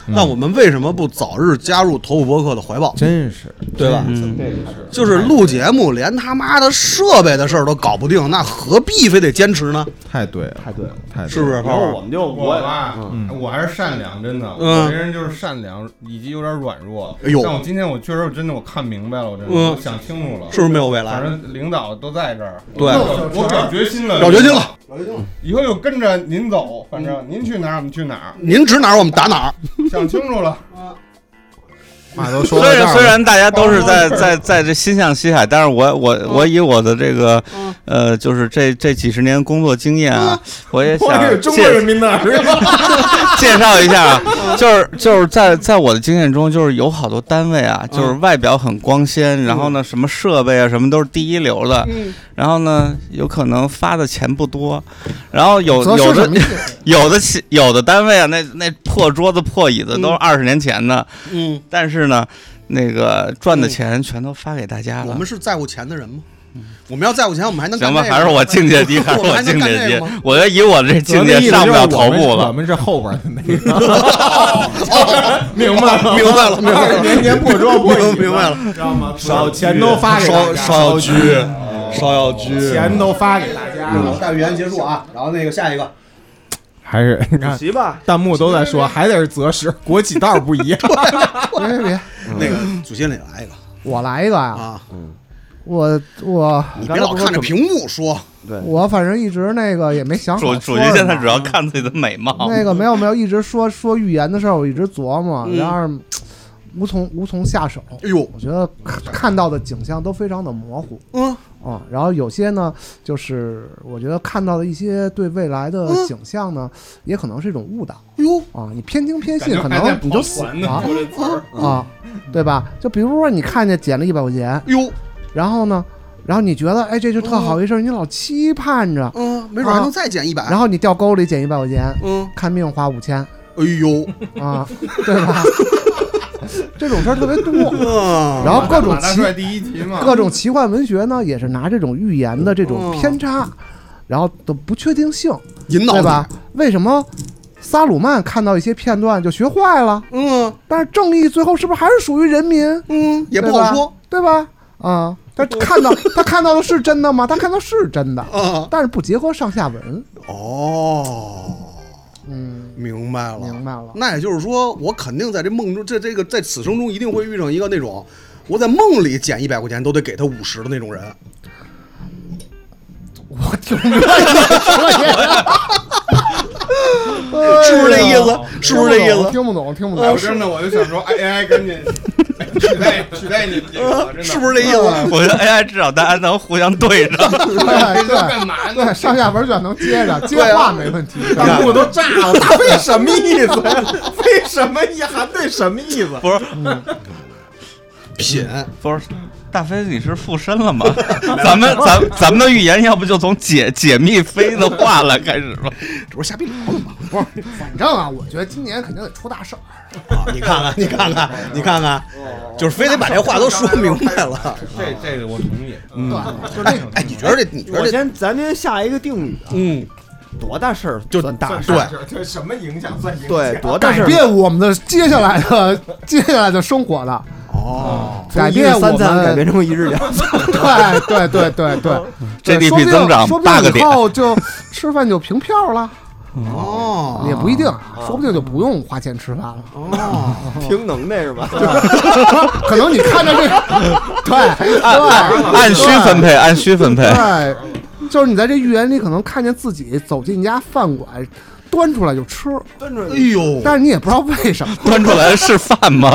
那我们为什么不早日加入头部播客的怀抱？ 真是， 对吧？ 嗯， 就是录节目连他妈的设备的事儿都搞不定，那何必非得坚持呢？ 太对了， 太对了， 太对了， 是不是？ 然后我们就我我吧， 嗯我还是善良，真的。 嗯我这人就是善良，以及有点软弱。 哎呦但我今天我确实真的我看明白了，我真的、 嗯我想清楚了， 是不是没有未来反？正领导都在这儿， 对我我表决心了， 表决心了， 以后就跟着您走，反正您去哪儿我们去哪儿， 您指哪儿我们打哪儿。 想清楚了。 话都说到虽这儿了， 然虽然大家都是在在在这心向西海，但是我我我以我的这个呃，就是这这几十年工作经验啊，我也想中国人民的介绍一下啊，就是就是在在我的经验中，就是有好多单位啊，就是外表很光鲜，然后呢，什么设备啊，什么都是第一流的，然后呢，有可能发的钱不多，然后有有的有的有的单位啊，那那破桌子破椅子都是二十年前的， 嗯， 但是呢，那个赚的钱全都发给大家了。 我们是在乎钱的人吗？我们要在乎钱，我们还能干行吧？ 这个还是我境界低，还是我境界低？我觉得以我这境界意思上不了就是我们头部了。 我们是后边的那个， 明白了，明白了，明白了， 年年破桌破椅， 明白了， 知道吗？少钱都发给大烧家， 烧药居，烧药居， 钱都发给大家。 大语言结束啊，然后那个下一个， 还是你看， 行吧， 弹幕都在说，还得是择时，国企道不一样。 别别别， 那个祖先里来一个我来一个呀！ 啊， 我我你别老看着屏幕说， 对， 我反正一直那个也没想好主说主席现在什么主要看自己的美貌。 那个没有没有，一直说说预言的事儿，我一直琢磨， 嗯然而无从无从下手。 哎呦， 我觉得看看到的景象都非常的模糊嗯啊，然后有些呢，就是我觉得看到的一些对未来的嗯景象呢，也可能是一种误导哟， 啊。你偏听偏信，可感觉还在能你就死跑船呢了说这词儿啊，对吧？就比如说你看见捡了一百块钱， 哟， 然后呢，然后你觉得哎这就特好一事儿，你老期盼着， 嗯，没准还能再减一百， 然后你掉沟里捡一百块钱， 嗯， 看病花五千哎呦， 啊，对吧？这种事儿特别多， 嗯， 然后各种奇马大帅第一题嘛， 各种奇幻文学呢，也是拿这种预言的这种偏差，然后的不确定性， 引导对吧？为什么萨鲁曼看到一些片段就学坏了？ 嗯但是正义最后是不是还是属于人民？ 嗯，也不好说， 对吧？啊，他看到他看到的是真的吗？他看到是真的， 啊， 但是不结合上下文。 哦， 嗯， 明白了， 明白了。 那也就是说，我肯定在这梦中，这这个在此生中一定会遇上一个那种，我在梦里捡一百块钱都得给他五十的那种人。 我听不明白你说是不是这意思？是不是这意思？ 听不懂，听不哎， 懂我。真的我就想说，A I 赶紧取代取代你们这个，真的是不是这意思？ 我觉得 A I 至少大家能互相对上。 对这对干嘛呢？ 对，上下文卷能接着，接话没问题。 弹幕都炸了，大飞什么意思呀？飞什么意涵对什么意思？ 不是品， 不是，大飞你是附身了吗？咱们咱咱们的预言，要不就从解解密飞的话来开始吧。 这不是瞎逼聊的吗？ 不是，反正啊，我觉得今年肯定得出大事儿。 啊，你看看，你看看，你看看，就是非得把这话都说明白了。 这这个我同意， 嗯， 就那哎，你觉得这？你觉得这？ 我先咱先下一个定语啊， 嗯， 多大事儿就算大事对儿？ 这什么影响算影响？ 对，多大事儿？ 改变我们的接下来的接下来的生活的， 哦， 改从一日变我们三餐改变成一日两餐。 对对对对对 G D P 说不定增长说不八个点定以后就吃饭就凭票了， 哦， 也不一定，说不定就不用花钱吃饭了。 哦， 凭能耐是吧？ 可能你看着这，对按对， 按需分配，按需分配。 对，就是你在这预言里可能看见自己走进一家饭馆，端出来就吃， 端出来哎呦， 但是你也不知道为什么。 端出来的是饭吗？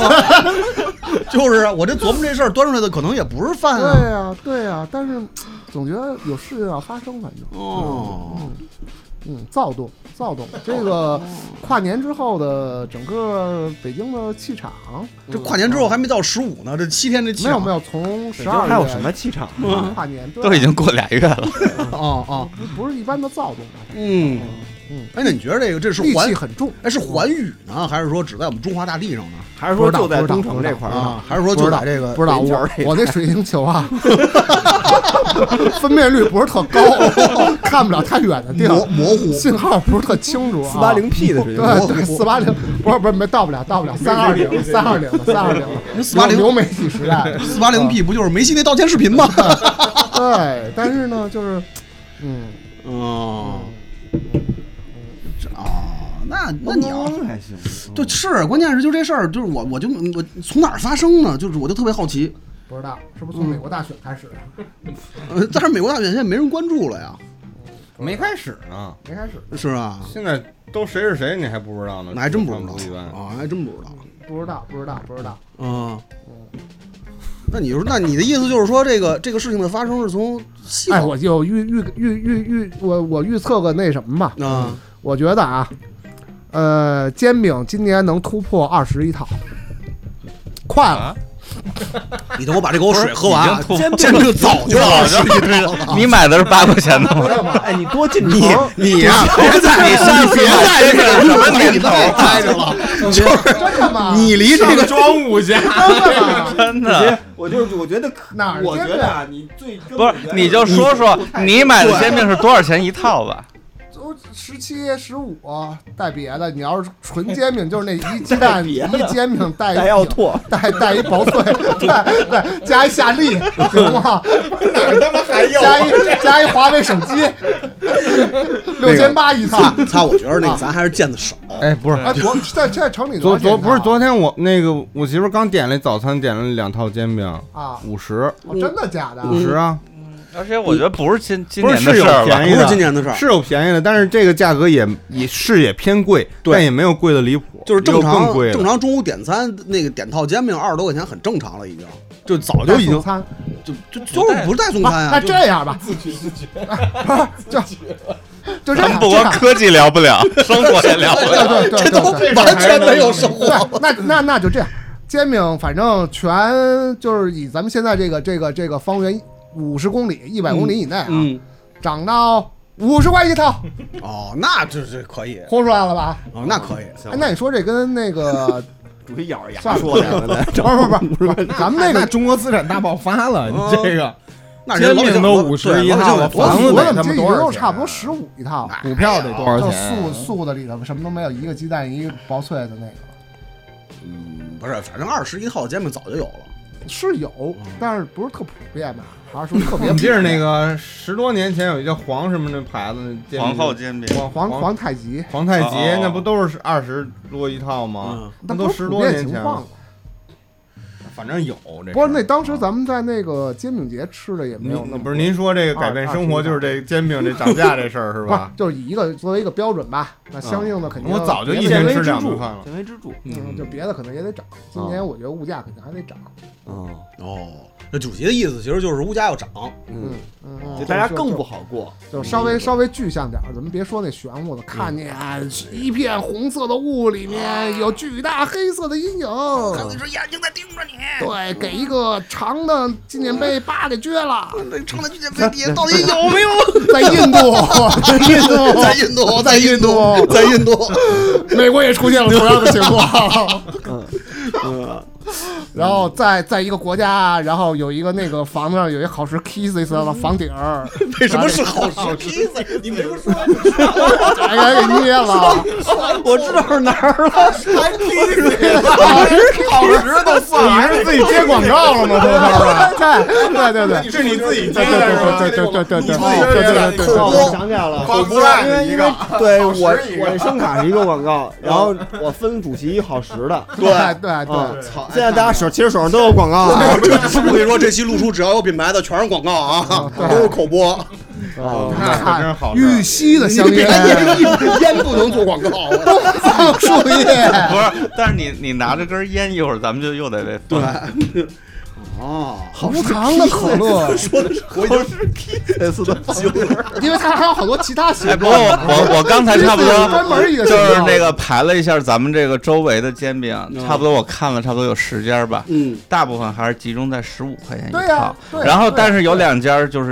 就是我这琢磨这事儿，端出来的可能也不是饭对啊。 呀、对呀、但是总觉得有事情要发生，反正哦， 嗯，躁动，躁动。这个跨年之后的整个北京的气场， 这跨年之后还没到十五呢，这七天这气有， 没有没有，从北十二京还有什么气场？ 跨年对都已经过俩月了。 哦哦， 不不是一般的躁动了。 嗯， 嗯， 哎，那你觉得这个这是戾环气很重？ 哎，是环宇呢，还是说只在我们中华大地上呢？ 还是说就在东城这块儿啊？还是说就在这个不知道我我那水晶球啊，分辨率不是特高，看不了太远的地儿， 模模糊， 信号不是特清楚。 四八零 P 的水晶球， 对对，四八零不是不是没到不了到不了三二零三二零三二零， 四八零流媒体时代， 四八零 P 不就是梅西那道歉视频吗？ 对，但是呢，就是嗯嗯。哦，那那你要还行， 对是，关键是就这事儿，就是我我就我从哪儿发生呢？就是我就特别好奇， 不知道是不是从美国大选开始？ 呃，但是美国大选现在没人关注了呀， 没开始呢， 没开始是吧？ 现在都谁是谁，你还不知道呢？ 那还真不知道一般啊，还真不知道， 不知道不知道不知道。 嗯，那你说，那你的意思就是说，这个这个事情的发生是从西哎，我就预预预预预我我预测个那什么吧， 啊。 我觉得啊，呃，煎饼今年能突破二十一套，快了。 你等我把这口水喝完， 煎饼早就二十一套了。 你买的是八块钱的吗？ 哎，你多进你你呀，别在你上次别在这个什么年头待着了，就是真的吗？ 你离这个装武侠， 真的。 我就是我觉得哪儿我觉得啊，你最不是，你就说说你买的煎饼是多少钱一套吧？ 十七、十五带别的，你要是纯煎饼，就是那一鸡蛋一煎饼带带要拓， 带带一薄脆，对对，加一夏利，行吗？ 哪他妈还有？ 加一加一华为手机，六千八一套。 他我觉得那个咱还是见的少。 哎，不是， 哎，昨在在城里昨昨不是昨天我那个我媳妇刚点了早餐，点了两套煎饼啊， 五十， 真的假的？ 五十啊。 而且我觉得不是今今年的事儿吧， 不是今年的事儿， 是有便宜的，但是这个价格也也是也偏贵，但也没有贵的离谱， 就是正常贵正常中午点餐那个点套煎饼二十多块钱很正常了，已经就早就已经餐就就就是不是带送餐啊。 那这样吧，自取自取，就就这样。 不光科技聊不了，生活也聊不了， 对对对， 这都完全没有生活。 那那那就这样，煎饼反正全就是以咱们现在这个这个这个方圆。五十公里、一百公里以内啊， 嗯， 涨到五十块一套。 哦，那这这可以， 豁出来了吧？ 哦，那可以。 哎，那你说这跟那个主要咬着牙说的， 不是不是，咱们那个中国资产大爆发了，你这个那煎饼都五十一套了，房子得他妈多少钱？ 差不多十五一套， 股票得多少钱？ 素素的里头什么都没有，一个鸡蛋一个薄脆的那个。 嗯，不是，反正二十一套煎饼早就有了， 是有，但是不是特普遍吧？还是说特别？ 你记着那个十多年前有一叫黄什么的牌子， 皇后煎饼， 黄黄皇太极， 皇太极那不都是二十多一套吗？那都十多年前了。反正有这。 不是，那当时咱们在那个煎饼节吃的也没有那么。 不是您说这个改变生活就是这煎饼这涨价这事儿是吧？ 就是以一个作为一个标准吧。那相应的肯定。 我早就一天吃两顿饭了。 见微知著。 嗯，就别的可能也得涨。今年我觉得物价肯定还得涨。 哦哦。这主席的意思其实就是物价要涨， 嗯嗯， 就大家更不好过， 就稍微稍微具象点，咱们别说那玄乎的，看见一片红色的雾里面有巨大黑色的阴影， 看那只眼睛在盯着你。 对，给一个长的纪念碑，叭给撅了。 那长的纪念碑底下到底有没有？ 在印度，在印度， 在印度，在印度，在印度， 美国也出现了同样的情况。嗯嗯。然后在在一个国家，然后有一个那个房子上有一好时 kisses 的房顶儿， 为什么是好时 kisses？ 你没说， 哎呀，给捏了， 我知道是哪儿了， 还 kisses， 好时都算， 你是自己接广告了吗？ 对对对对， 是你自己接的是吧？ 对对对对对对对对对， 我想起来了， 口播因为因为对我我这声卡是一个广告，然后我分主席一好时的， 对对对， 操！现在大家手其实手上都有广告啊！ 我跟你说，这期露出只要有品牌的全是广告啊，都是口播。 哦，那真好。 玉溪的香烟， 烟不能做广告， 放树叶。 不是，但是你你拿着根烟，一会儿咱们就又得对。哦， 无糖的可乐， 说的是我就是这次的酒， 因为它还有好多其他形状。 哎，不过我我我刚才差不多专门一个就是那个排了一下咱们这个周围的煎饼，差不多我看了差不多有十家吧， 嗯， 大部分还是集中在十五块钱一套。对呀， 然后但是有两家就是有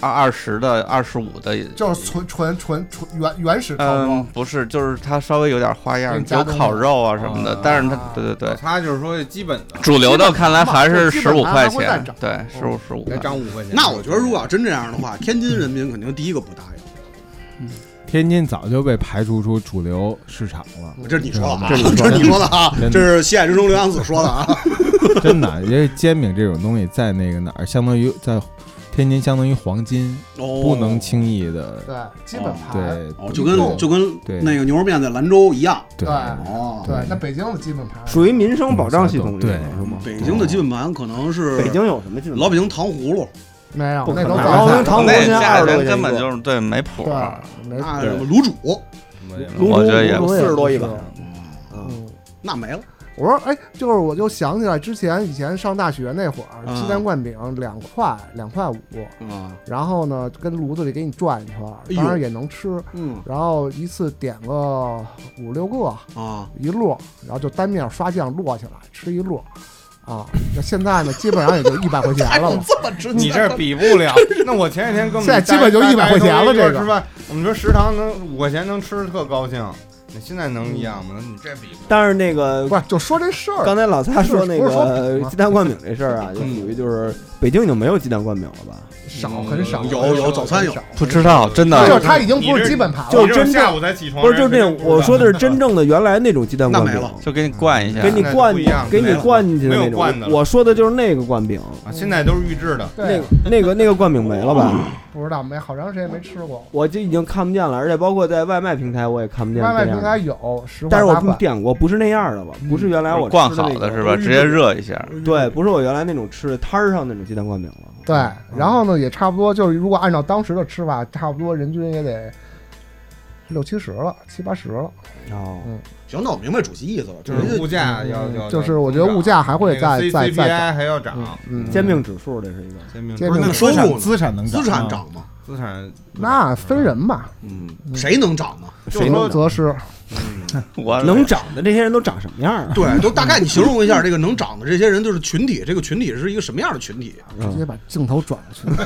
二二十的、二十五的， 就是纯纯纯纯原原始烤肉、 嗯，不是，就是它稍微有点花样，有烤肉啊什么的，但是它，对对对， 它就是说基本的主流的看来还是十五块钱，对，十五十五， 再涨五块钱。 那我觉得如果要真这样的话，天津人民肯定第一个不答应。 嗯，天津早就被排除出主流市场了。 这是你说的啊，这是你说的啊，这是西海之中刘洋子说的啊。 真的，因为煎饼这种东西在那个哪儿，相当于在。天津相当于黄金， 哦、 不能轻易的对基本盘， 对、 哦，就跟就跟那个牛肉面在兰州一样， 对， 哦， 对，那北京的基本盘属于民生保障系统， 对， 是吗？ 北京的基本盘可能是北京有什么基本盘？ 老北京糖葫芦， 没有，那都老北京糖葫芦那价钱根本就是对没谱， 对，没那什么卤煮， 我觉得也四十多一把， 嗯， 那没了。 我说，哎，就是我就想起来之前以前上大学那会儿，鸡蛋灌饼两块两块五， 嗯， 然后呢跟炉子里给你转一圈，当然也能吃， 嗯， 然后一次点个五六个啊， 一摞，然后就单面刷酱摞起来吃一摞。啊，那现在呢，基本上也就一百块钱了。 这么值钱？ 你这比不了。那我前几天跟我们现在基本就一百块钱了。这个吃饭，我们说食堂能五块钱能吃特高兴。那现在能一样吗？你这比不。 但是那个不是，就说这事儿。 刚才老蔡说那个鸡蛋灌饼这事儿啊，就属于就是北京已经没有鸡蛋灌饼了吧？ 少，很少。 有有早餐有， 不知道，真的。 就是它已经不是基本盘了， 就是真下午才起床。 不是，就是那我说的是真正的原来那种鸡蛋灌饼， 就给你灌一下， 给你灌，给你灌进去的那种。我说的就是那个灌饼啊，现在都是预制的。 那个那个那个灌饼没了吧？ 不知道，没好长时间没吃过。 我就已经看不见了，而且包括在外卖平台我也看不见。 外卖平台有， 但是我点过，不是那样的了，不是原来我灌好的是吧？直接热一下。 对，不是我原来那种吃的摊儿上那种鸡蛋灌饼了。 对，然后呢，也差不多，就是如果按照当时的吃法，差不多人均也得六七十了，七八十了。 哦， 嗯， 行，那我明白主席意思了， 就是物价要要， 就是我觉得物价还会再再再涨， 还要涨。 嗯， 煎饼指数这是一个煎饼， 煎饼收入资产能资产涨吗？ 资产那分人吧， 嗯，谁能涨呢？ 谁能则是。 我能涨的这些人都长什么样啊？ 对，都大概你形容一下这个能涨的这些人，就是群体，这个群体是一个什么样的群体？ 直接把镜头转过去。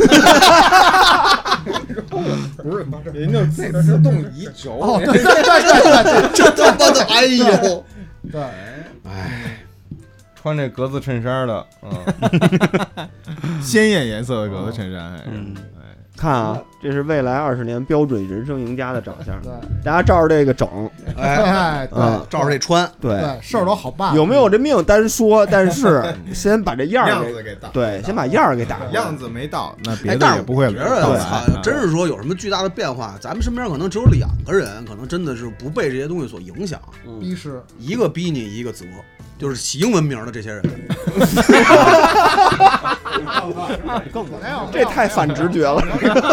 不是，人家自动移轴。 哦，对对对对对， 这他妈的，哎呦， 对， 哎， 穿这格子衬衫的，嗯，鲜艳颜色的格子衬衫，还是。 看啊，这是未来二十年标准人生赢家的长相。 对， 大家照着这个整， 哎， 对，照着这穿， 对， 事儿都好办。 有没有这命单说，但是先把这样子给打， 对，先把样儿给打。 样子没到，那别的也不会来。我操，真是说有什么巨大的变化，咱们身边可能只有两个人，可能真的是不被这些东西所影响。 逼是一个逼你，一个责，就是起英文名的这些人。 更这太反直觉了。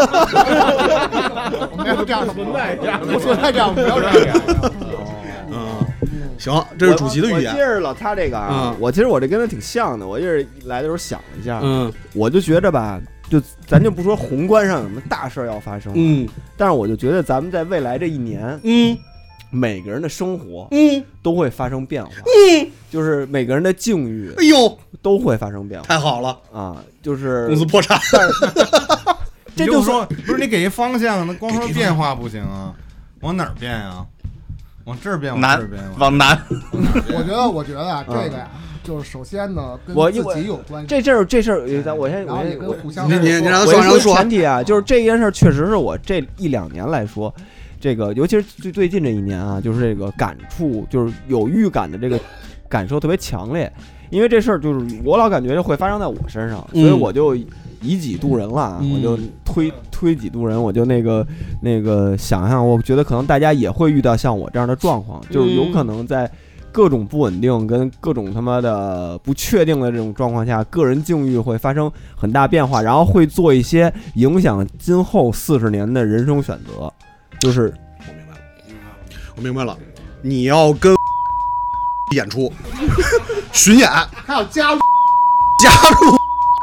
没有这样的存在，不存在这样，不要这样。 嗯，行，这是主席的语言。 我接着老他这个啊，我其实我这跟他挺像的。我也是来的时候想了一下， 嗯， 我就觉着吧，就咱就不说宏观上有什么大事要发生， 嗯， 但是我就觉得咱们在未来这一年， 嗯。 每个人的生活， 嗯， 都会发生变化， 嗯， 就是每个人的境遇， 哎呦， 都会发生变化。 太好了啊，就是公司破产， 这就说不是你给一方向，那光说变化不行啊，往哪儿变啊？往这儿变，往这儿变， 往南。 我觉得，我觉得啊，这个呀，就是首先呢，跟自己有关系。 这事儿，这事儿，咱我先，我先， 跟互相， 你你你让他说， 让他说。 前提啊，就是这件事确实是我这一两年来说。这个尤其是最最近这一年啊，就是这个感触，就是有预感的这个感受特别强烈，因为这事儿就是我老感觉会发生在我身上，所以我就以己度人了， 嗯、 我就推推己度人，我就那个那个想象，我觉得可能大家也会遇到像我这样的状况，就是有可能在各种不稳定跟各种他妈的不确定的这种状况下，个人境遇会发生很大变化，然后会做一些影响今后四十年的人生选择。就是我明白了，我明白了，你要跟演出巡演， 还要加入加入，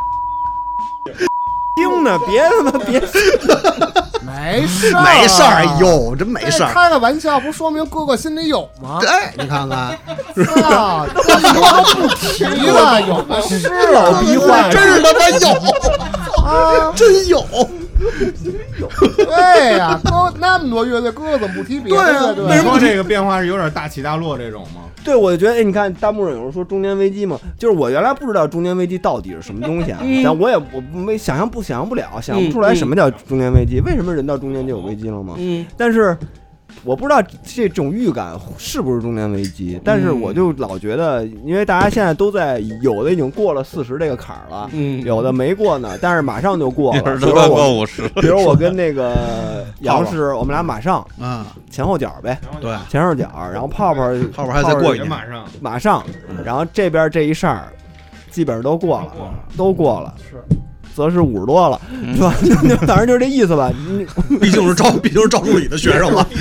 听呢，别他妈别， 没事儿， 没事儿，哎呦，真没事儿， 开个玩笑，不说明哥哥心里有吗？ 对，你看看， 是啊，哥哥不提了，有的是， 逼坏，真是他妈有啊，真有。 对呀，都那么多乐队，哥怎么不提别的乐队？ 你说这个变化是有点大起大落这种吗？ 对，我就觉得，哎，你看弹幕上有人说中年危机嘛，就是我原来不知道中年危机到底是什么东西啊， 嗯、 但我也我没想象不想象不了，想不出来什么叫中年危机，嗯、为什么人到中年就有危机了吗？ 嗯， 但是。我不知道这种预感是不是中年危机，但是我就老觉得，因为大家现在都在，有的已经过了四十这个坎儿了，嗯，有的没过呢，但是马上就过了，比如过五十， 比如我跟那个杨师，我们俩马上， 嗯， 前后脚呗， 对， 前后脚，然后泡泡泡泡还再过一年， 马上马上，然后这边这一扇儿基本上都过了，都过了， 是。 则是五十多了，是吧？反正就是这意思吧。 毕竟是赵，毕竟是赵助理的学生嘛。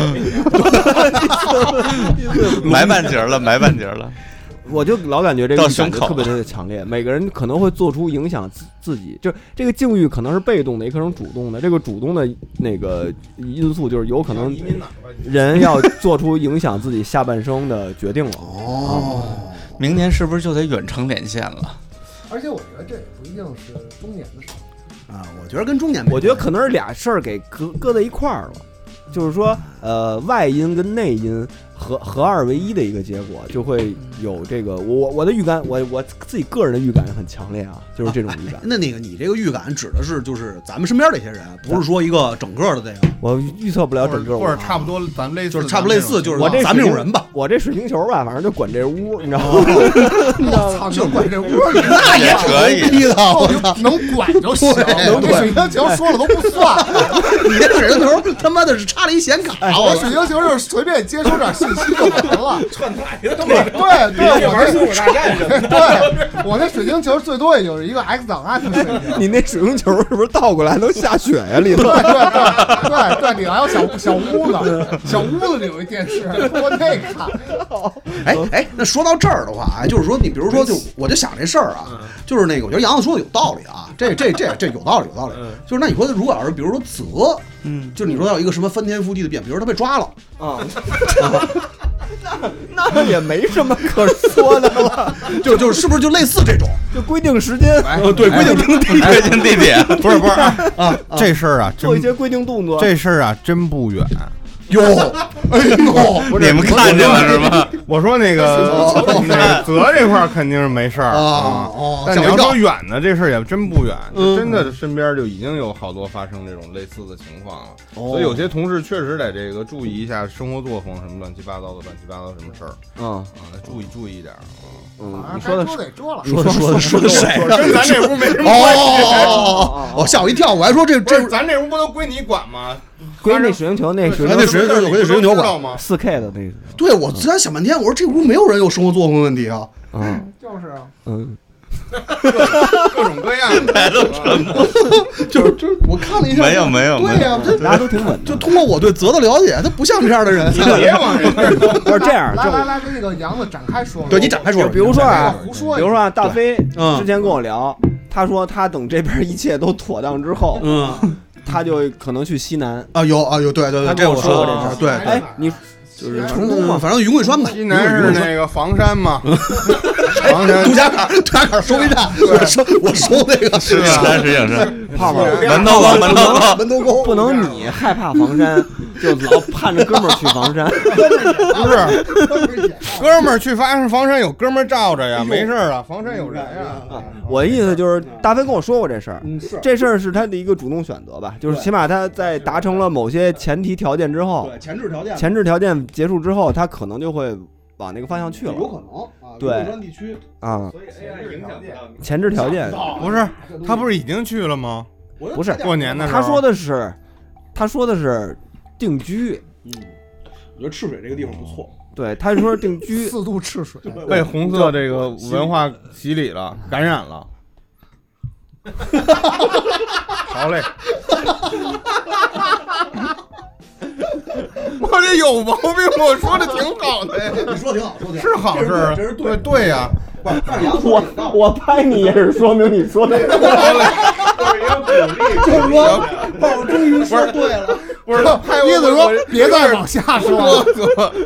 埋半截了，埋半截了。 我就老感觉这个感觉特别的强烈，每个人可能会做出影响自自己，就这个境遇可能是被动的，也可能是主动的。这个主动的那个因素就是有可能人要做出影响自己下半生的决定了。 哦， 明年是不是就得远程连线了？ 而且我觉得这也不一定是中年的事啊，我觉得跟中年， 我觉得可能是俩事儿给搁搁在一块儿了，就是说，呃，外因跟内因合合二为一的一个结果，就会有这个我我的预感，我我自己个人的预感很强烈啊，就是这种预感。 啊、那那个你这个预感指的是就是咱们身边这些人，不是说一个整个的这个。 我预测不了整个， 或者差不多，咱类似就是差不多类似，就是我这咱们这种人吧。 我这水晶球吧，反正就管这屋，你知道吗？ 我操，就管这屋， 那也可以的， 我能管就行。我这水晶球说了都不算， 你这水晶球他妈的是插了一显卡， 我水晶球就是随便接收点信息就完了。 串台对对对，我玩星火大战似的。对，我那水晶球最多也就是一个 X 档案的水平。 你那水晶球是不是倒过来能下雪呀？里头？ 对对对对对，里头还有小小屋子，小屋子里有一电视，我那看。 哎哎，那说到这儿的话，就是说你比如说，就我就想这事儿啊，就是那个我觉得杨子说的有道理啊，这这这这有道理有道理。就是那你说如果要是比如说泽，嗯，就是你说要一个什么翻天覆地的变，比如说他被抓了啊。那那也没什么可说的了， 就就是不是就类似这种， 就规定时间， 呃，对，规定地点， 规定地点， 不是不是啊，这事儿啊， 做一些规定动作， 这事儿啊真不远。 哟，哎呦， 你们看见了是吧？ 我说那个那个泽这块肯定是没事儿啊，但你要说远的这事儿也真不远，就真的身边就已经有好多发生这种类似的情况了，所以有些同事确实得这个注意一下生活作风什么乱七八糟的乱七八糟什么事儿，嗯啊，注意注意一点。 嗯，你说的说得说了， 说的说的说的谁？ 跟咱这屋没什么关系。 哦，我吓我一跳，我还说这这咱这屋不都归你管吗？ 归那水晶球那水晶那水晶球归水晶球管吗？ 四 K 的那个。 对，我自然想半天，我说这屋没有人有生活作风问题啊。 嗯， 就是啊， 嗯。 各种各样的， 就是就是我看了一下， 没有没有， 对呀， 大家都挺稳。 就通过我对泽的了解，他不像这样的人。 你别往人这儿， 不是这样。 来来来，跟那个杨子展开说。 对你展开说， 比如说啊， 胡说。 比如说啊，大飞之前跟我聊，他说他等这边一切都妥当之后，嗯，他就可能去西南啊，有啊有，对对对， 他跟我说过这事儿。 对， 哎，你。 就是成都嘛，反正云贵川吧。 西南是那个房山嘛，房山杜家坎，杜家坎收费站，我收我收那个是是是是， 泡泡门头沟门头沟门头沟， 不能你害怕房山，就老盼着哥们儿去房山。 不是，哥们儿去房山，房山有哥们儿罩着呀，没事啊，房山有人呀。 我的意思就是，大飞跟我说过这事儿，这事儿是他的一个主动选择吧，就是起码他在达成了某些前提条件之后， 对前置条件， 前置条件。结束之后，他可能就会往那个方向去了， 有可能啊。 对， 地区啊， 所以 A I 影响不到前置条件不是他不是已经去了吗？ 不是过年的时候， 他说的是，他说的是定居。 嗯，我觉得赤水这个地方不错。 对，他说定居， 四渡赤水， 被红色这个文化洗礼了，感染了。好嘞。我这有毛病，我说的挺好的呀。 你说的挺好，说的是好事儿， 这是对对呀。 我我拍你也是说明你说的对了，就是一个鼓励。 就是说，豹终于说对了。 不是， 意思说别再往下说。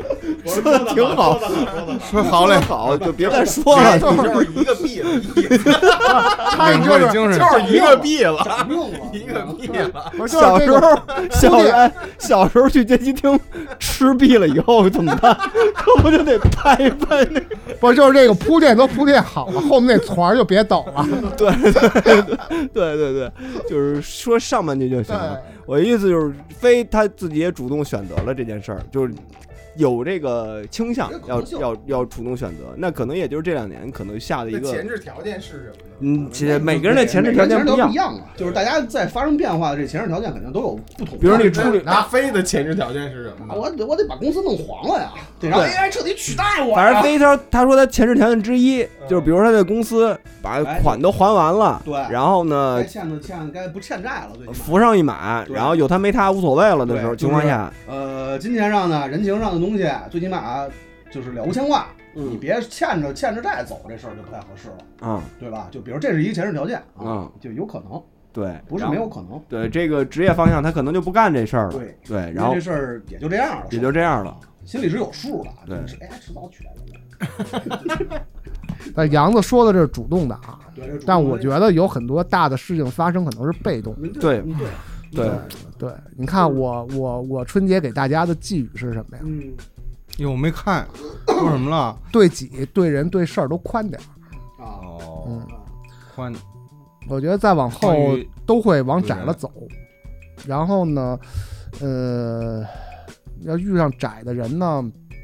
说的挺好， 说好嘞， 好，就别再说了， 就是一个币的意思。 他就是就是一个币了，一个币了。 小时候，小哎，小时候去街机厅吃币了以后怎么办？可不就得拍一拍那？ 不就是这个铺垫都铺垫好了，后面那团就别抖了。 对对对对对对，就是说上半句就行了。我的意思就是，非他自己也主动选择了这件事儿，就是。有这个倾向要要要主动选择，那可能也就是这两年可能下的一个前置条件是什么呢？ 嗯，其实每个人的前置条件不一样， 不一样啊，就是大家在发生变化的这前置条件肯定都有不同。 比如你处理拿飞的前置条件是什么？ 我我得把公司弄黄了呀，得让 A I 彻底取代我。 反正飞他他说他前置条件之一就是，比如说他的公司把款都还完了， 对， 然后呢， 该欠的欠，该不欠债了，最起码扶上一马，然后有他没他无所谓了的时候情况下， 呃，金钱上的、人情上的东西，最起码就是了无牵挂。嗯、你别欠着欠着债走，这事儿就不太合适了， 嗯， 对吧？就比如这是一个前置条件啊， 嗯， 就有可能， 对， 不是没有可能， 对这个职业方向他可能就不干这事儿了， 对对，然后这事儿也就这样了， 也就这样了， 心里是有数的， 对， 哎，迟早取代的。 但杨子说的这是主动的啊， 对， 但我觉得有很多大的事情发生可能是被动的， 对对对对，你看我我我春节给大家的寄语是什么呀？ 嗯。 哟，我没看，说什么了？ 对己、对人、对事儿都宽点儿啊， 嗯， 宽。 我觉得再往后都会往窄了走。然后呢，呃，要遇上窄的人呢，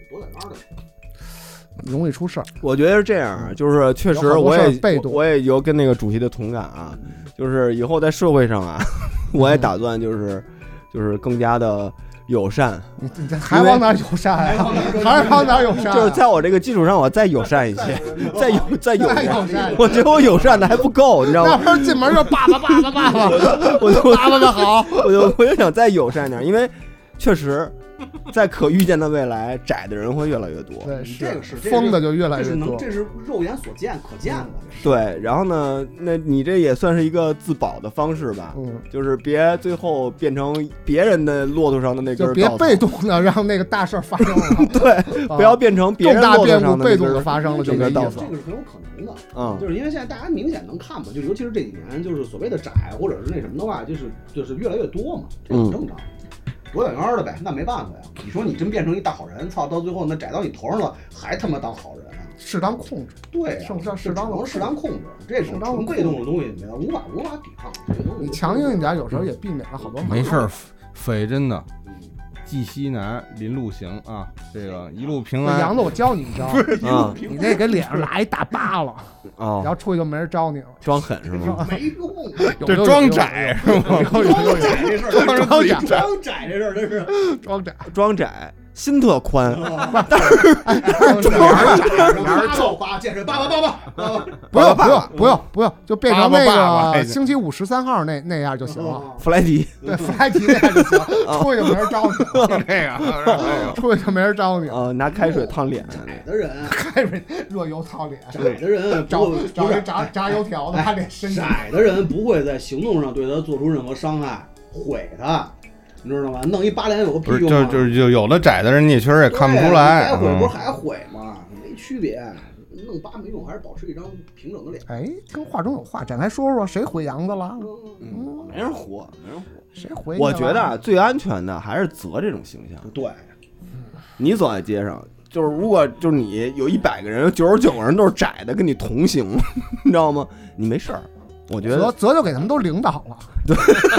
容易出事儿。 我觉得是这样，就是确实我也被动， 我也有跟那个主席的同感啊，就是以后在社会上啊，我也打算就是就是更加的。友善， 你你还往哪友善啊？还是往哪友善、啊？ 就是在我这个基础上，我再友善一些，再友再友善。我觉得我友善的还不够，你知道吗？ 那不是进门就爸爸爸爸爸爸， 我就爸爸爸好， 我就我就想再友善点，因为确实。在可预见的未来，窄的人会越来越多。 对， 是这个是疯的就越来越多， 这是能，这是肉眼所见、可见的。 对，然后呢，那你这也算是一个自保的方式吧？ 嗯， 就是别最后变成别人的骆驼上的那根稻草， 就别被动的让那个大事发生了。 对，不要变成别人骆驼上的那根被动的发生了， 这个稻草， 这个是很有可能的。 嗯， 就是因为现在大家明显能看嘛，就尤其是这几年，就是所谓的窄或者是那什么的话，就是就是越来越多嘛，这很正常。躲远远的呗，那没办法呀。你说你真变成一大好人，操，到最后那窄到你头上了，还他妈当好人啊？ 适当控制， 对、啊， 适当适当能适当控制，这种纯被动的东西没有，无法无法抵抗。 你强硬一点，有时候也避免了好多麻烦。 没事儿，匪真的。记西南临路行啊，这个一路平安。 杨子，我教你一招， 啊， 你那给脸上拿一大疤了， 哦， 然后出去就没人招你了， 装狠是吗？ 没用， 这装窄是吗？ 装窄这事儿，装窄装窄这事儿真是装窄装窄。心特宽， 但是装窄，哪儿造疤见识，爸爸爸爸， 不用不用不用不用，就变成那个星期五十三号那那样就行了。 弗莱迪， 对，弗莱迪那样就行，出去就没人招你。 这个， 出去就没人招你。 呃，拿开水烫脸， 窄的人， 开水热油烫脸。 窄的人找找人炸炸油条的，把脸伸进去。 窄的人不会在行动上对他做出任何伤害，毁他。你知道吗？弄一八连有个屁用啊！就就就有的窄的人，你确实也看不出来。 该毁不是还毁吗？没区别，弄疤没用，还是保持一张平整的脸。 哎，跟话中有话，展开说说，谁毁杨子了？ 嗯，没人活，没人活。 谁毁？ 我觉得最安全的还是泽这种形象。 对， 你走在街上，就是如果就是你有一百个人，有九十九个人都是窄的，跟你同行，你知道吗？你没事儿。我觉得泽泽就给他们都领导了。对。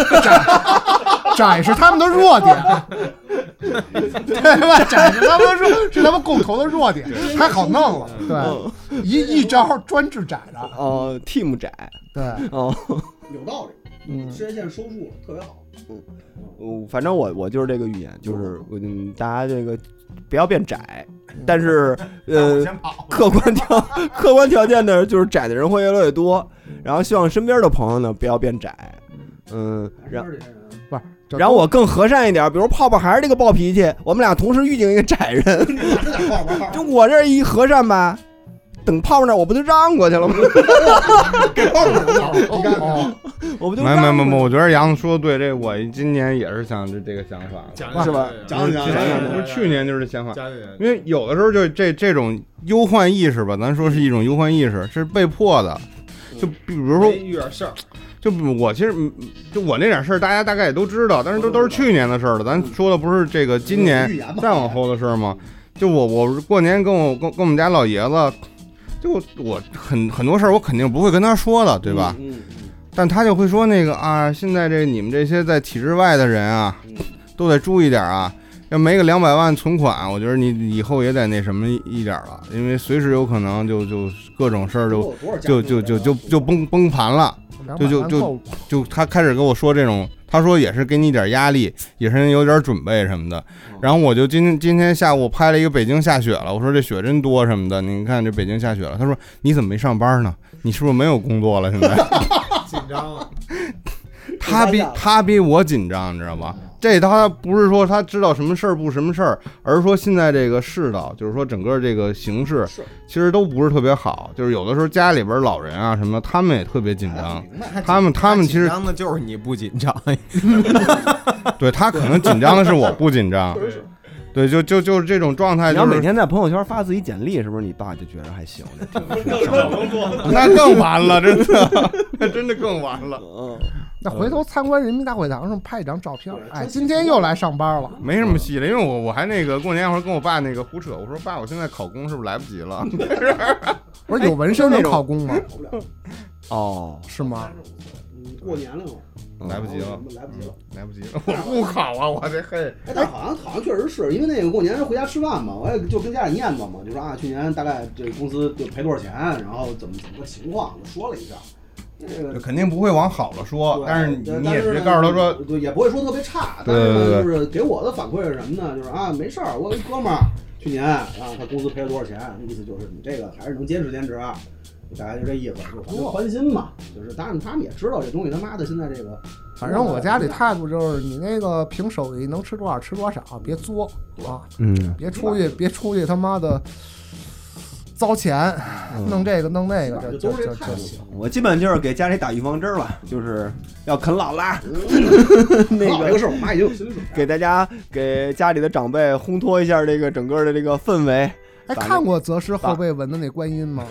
窄是他们的弱点，对吧？窄是他们弱，是他们共同的弱点，还好弄了。对，一一招专治窄的。 哦 ，team 窄。 对， 哦，有道理。嗯，事业线收束了，特别好。 嗯，反正我我就是这个预言，就是嗯，大家这个不要变窄，但是呃，客观条客观条件呢，就是窄的人会越来越多，然后希望身边的朋友呢不要变窄。嗯，然不是。 然后我更和善一点，比如泡泡还是这个暴脾气，我们俩同时预警一个窄人，就我这一和善吧， 等泡泡那我不就让过去了吗？ 给泡泡呢，你看看，我不就没没没没，我觉得杨子说的对，这我今年也是想这这个想法， 是吧？ 讲讲讲， 不是去年就是想法，因为有的时候就这这种忧患意识吧，咱说是一种忧患意识，是被迫的。就比如说遇点事儿， 就我其实就我那点事儿，大家大概也都知道，但是都都是去年的事儿了。咱说的不是这个今年再往后的事儿吗？就我我过年跟我跟跟我们家老爷子，就我很很多事儿我肯定不会跟他说的，对吧？ 嗯， 但他就会说那个啊，现在这你们这些在体制外的人啊，都得注意点啊。要没个两百万存款，我觉得你以后也得那什么一点了，因为随时有可能就就各种事儿就就就就就就崩崩盘了，就就就就他开始跟我说这种，他说也是给你点压力，也是有点准备什么的。然后我就今天今天下午拍了一个北京下雪了，我说这雪真多什么的，你看这北京下雪了。他说你怎么没上班呢？你是不是没有工作了？现在紧张了。 他比他比我紧张，你知道吧？这他不是说他知道什么事儿不什么事儿，而是说现在这个世道，就是说整个这个形势，其实都不是特别好。就是有的时候家里边老人啊什么，他们也特别紧张。他们他们其实紧张的就是你不紧张， 对他可能紧张的是我不紧张。对，就就就是这种状态、就是。 你要每天在朋友圈发自己简历，是不是你爸就觉得还行？ 那更完了，真的，那真的更完了。 嗯，那回头参观人民大会堂上拍一张照片，哎，今天又来上班了。 没什么戏了，因为我我还那个过年那会儿跟我爸那个胡扯，我说爸，我现在考公是不是来不及了？ 我说有纹身能考公吗？ 哦， 是吗？ 过年了吗？ 来不及了， 来不及了， 来不及了！我不考啊，我这嘿。 哎，但好像好像确实是因为那个过年回家吃饭嘛，我也就跟家里念叨嘛，就说啊，去年大概这公司就赔多少钱，然后怎么怎么个情况，就说了一下。这个肯定不会往好了说，但是你也别告诉他说， 对，也不会说特别差。但是呢，就是给我的反馈是什么呢？就是啊，没事儿，我有一哥们儿去年啊，他公司赔了多少钱，意思就是你这个还是能坚持坚持啊。大概就这意思，就是宽心嘛，就是当然他们也知道这东西他妈的现在这个， 反正我家里态度就是你那个凭手艺能吃多少吃多少，别作啊， 嗯， 别出去别出去他妈的糟钱，弄这个弄那个，这都是这态度。 我基本就是给家里打预防针了，就是要啃老啦。那个这个事儿，我妈已经有心理准备， 给大家给家里的长辈烘托一下这个整个的这个氛围。 哎，看过泽师后背纹的那观音吗？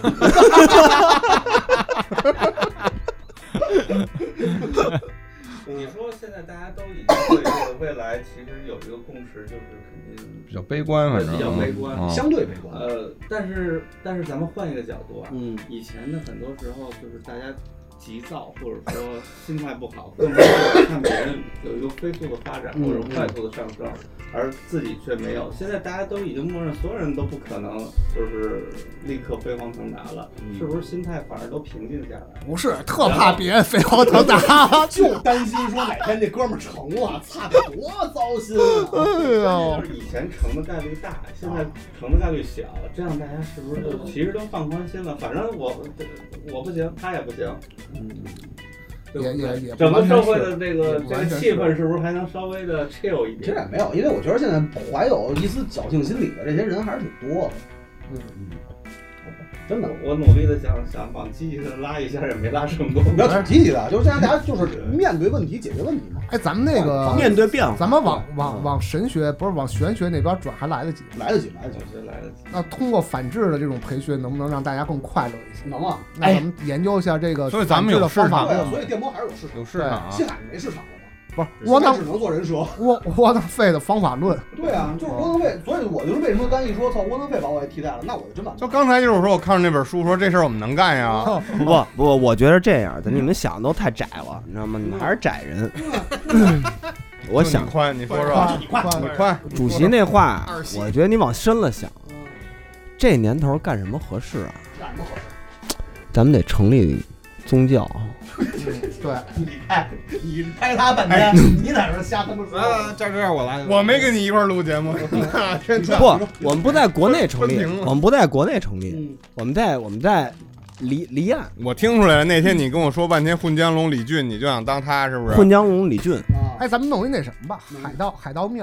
你说现在大家都已经对这个未来其实有一个共识，就是肯定比较悲观，反正比较悲观， 嗯、 相对悲观。 呃，但是但是咱们换一个角度啊， 嗯， 以前的很多时候就是大家急躁或者说心态不好，更多的看别人有一个飞速的发展或者快速的上升，而自己却没有。现在大家都已经默认所有人都不可能就是立刻飞黄腾达了，是不是心态反而都平静下来？ 不是，特怕别人飞黄腾达， 就担心说哪天这哥们儿成了，操，多糟心啊！ 哎呦，以前成的概率大，现在成的概率小，这样大家是不是就其实都放宽心了？反正我我不行，他也不行。 嗯，也也也整个社会的这个这个气氛是不是还能稍微的 chill 一点？ 其实也没有，因为我觉得现在怀有一丝侥幸心理的这些人还是挺多的。 嗯嗯，真的， 我努力的想想往积极的拉一下，也没拉成功。 不要挺积极的，就是现在大家就是面对问题解决问题嘛。 哎，咱们那个面对变化， 咱们往往往神学不是往玄学那边转还来得及？ 来得及，来得及， 来得及。 那通过反制的这种培训，能不能让大家更快乐一些？ 能啊。 那咱们研究一下这个， 所以咱们有方法论，所以电波还是有市场， 有市场。 西海没市场了。 不是窝囊， 只能做人蛇。 窝窝囊废的方法论。 对啊，就是窝囊废，所以我就是为什么刚一说操窝囊废把我给替代了，那我就真完了。 就刚才就是说我看着那本书说这事儿我们能干呀。 不不不，我觉得这样的你们想的都太窄了，你知道吗？你们还是窄人。我想宽，你说说， 你宽， 你宽。 主席那话，我觉得你往深了想，这年头干什么合适啊？ 干什么合适？ 咱们得成立宗教。 对， 你拍你拍他半天，你在这瞎他妈说。 啊，这这我来， 我没跟你一块儿录节目。 不，我们不在国内成立，我们不在国内成立，我们在我们在离离岸。 我听出来了，那天你跟我说半天混江龙李俊，你就想当他是不是？ 混江龙李俊。 哎，咱们弄一那什么吧，海盗海盗庙。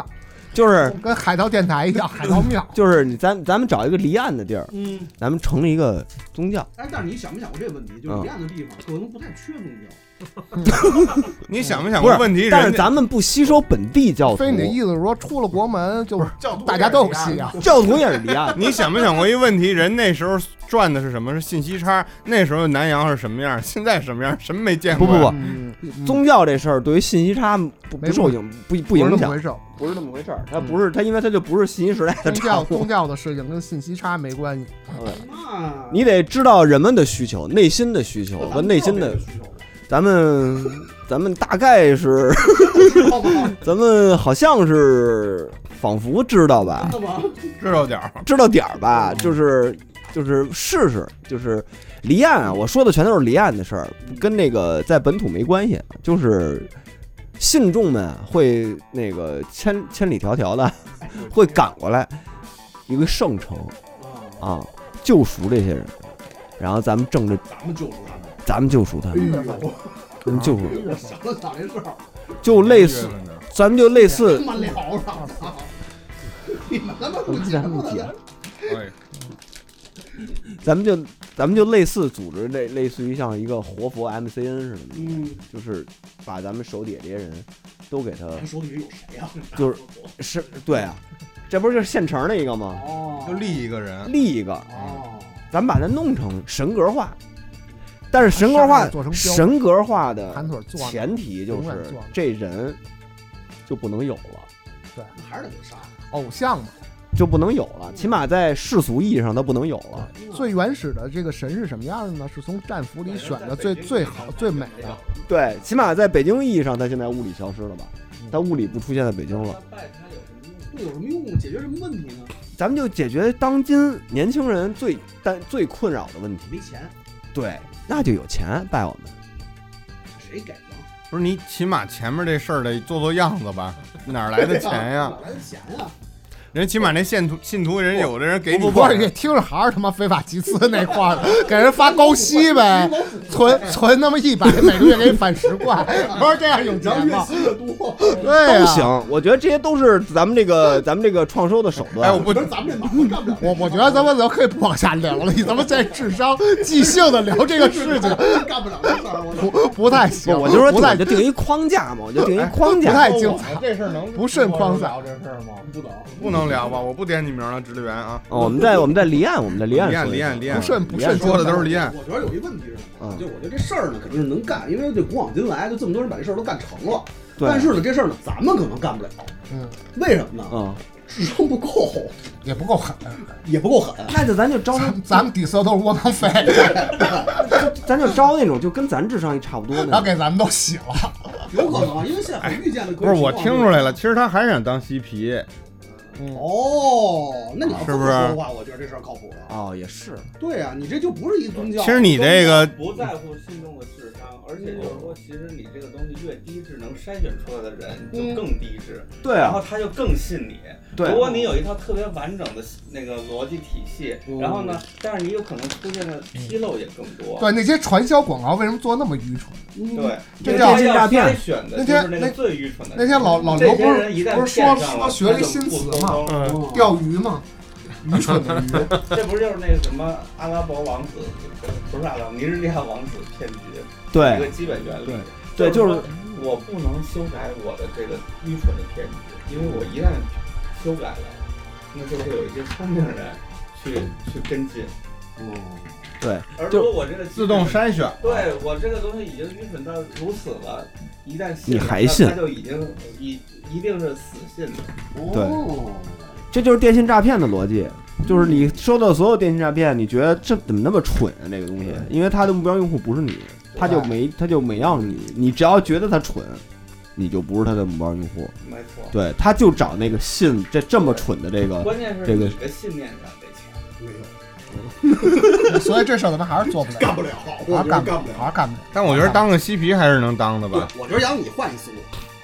就是跟海盗电台一样，海盗庙。 就是你咱咱们找一个离岸的地儿， 嗯， 咱们成立一个宗教。 哎，但是你想没想过这个问题？就是离岸的地方可能不太缺宗教。 你想没想过问题？ 但是咱们不吸收本地教徒。 非你的意思是说，出了国门就是大家都有信仰， 教徒也是离岸。 你想没想过一个问题？人那时候赚的是什么？是信息差。那时候南洋是什么样？现在什么样？什么没见过？ 不不不， 嗯嗯、 宗教这事儿对于信息差不不受影不不影响， 不是那么回事。 不是那么回事儿，它不是它，因为它就不是信息时代的宗教宗教的事情跟信息差没关系。 你得知道人们的需求、内心的需求和内心的。咱们咱们大概是，咱们好像是仿佛知道吧？ 知道点儿， 知道点儿吧？就是就是试试，就是离岸啊！我说的全都是离岸的事儿，跟那个在本土没关系。就是信众们会那个千千里迢迢的会赶过来一个圣城啊，救赎这些人，然后咱们挣着， 咱们救赎他们。 咱们救赎他们，咱们救赎， 想了想这事儿， 就类似，咱们就类似， 他妈聊上了，你们他妈不讲不讲？ 哎， 咱们就咱们就类似组织类类似于像一个活佛 M C N 似的，嗯，就是把咱们手底下这些人都给他， 他手底下有谁呀？ 就是是，对啊，这不是就是现成的一个吗？ 哦， 就立一个人， 立一个， 哦， 咱们把它弄成神格化。但是神格化，神格化的前提就是这人就不能有了， 对， 还是得给杀， 偶像嘛， 就不能有了，起码在世俗意义上他不能有了。 最原始的这个神是什么样的呢？是从战俘里选的最最好最美的。 对，起码在北京意义上，他现在物理消失了吧？他物理不出现在北京了。 对，有什么用？解决什么问题呢？ 咱们就解决当今年轻人最但最困扰的问题。 没钱。 对。那就有钱拜我们， 谁给呢？ 不是你起码前面这事儿得做做样子吧？哪来的钱呀？ 哪来的钱呀？ 人起码那信徒信徒人有的人给你， 不是你听着还是他妈非法集资那块的，给人发高息呗，存存那么一百，每个月给你返十块，不是这样有钱吗？对啊，都行。我觉得这些都是咱们这个咱们这个创收的手段。 哎，我不， 咱们这马干不了。 我我觉得咱们咱可以不往下聊了，你咱们在智商即兴的聊这个事情， 干不了这事儿， 不不太行。 我就说我就定一框架嘛，我就定一框架， 不太精彩。 这事儿能不甚框架这事儿吗？ 不能， 不能聊吧？我不点你名了，指导员啊。 哦，我们在我们在离岸，我们在离岸， 离岸，离岸，离岸， 不甚不甚说的都是离岸。 我觉得有一问题是什么？就我觉得这事儿呢肯定是能干，因为这古往今来就这么多人把这事儿都干成了。但是呢，这事儿呢咱们可能干不了。 嗯， 为什么呢？ 嗯， 智商不够， 也不够狠， 也不够狠。 那就咱就招咱咱们底色都是窝囊废， 咱就招那种就跟咱智商一差不多的， 然后给咱们都洗了。 有可能，因为现在很遇见的不是我听出来了，其实他还想当嬉皮。 哦，那你要这么说的话， 是我觉得这事儿靠谱了。 哦，也是。 对啊，你这就不是一宗教。 其实你这个不在乎信众的智商，而且就是说，其实你这个东西越低质，能筛选出来的人就更低质。 对啊， 然后他就更信你。 对， 如果你有一套特别完整的那个逻辑体系，然后呢，但是你有可能出现的纰漏也更多。 对，那些传销广告为什么做那么愚蠢？ 对， 这叫诈骗。那天那最愚蠢的。 那天老老刘不是不是说说学了一新词吗？嗯，钓鱼嘛，愚蠢的鱼。 这不是就是那个什么阿拉伯王子，不是阿拉伯尼日利亚王子骗局？ 对， 一个基本原理。 对，就是我不能修改我的这个愚蠢的骗局，因为我一旦修改了，那就会有一些聪明人去去跟进。 嗯， 对。 而如果我这个自动筛选， 对我这个东西已经愚蠢到如此了，一旦信你还信， 他就已经一一定是死信的。 对，这就是电信诈骗的逻辑，就是你收到所有电信诈骗，你觉得这怎么那么蠢啊？这个东西，因为他的目标用户不是你，他就没他就没让你，你只要觉得他蠢，你就不是他的目标用户。 没错， 对，他就找那个信这这么蠢的这个， 关键是这个你的信念上这钱没有。 所以这事儿咱们还是做不了， 干不了， 还是干不了， 还是干不了。 但我觉得当个嬉皮还是能当的吧。 对，我觉得杨你换一思路，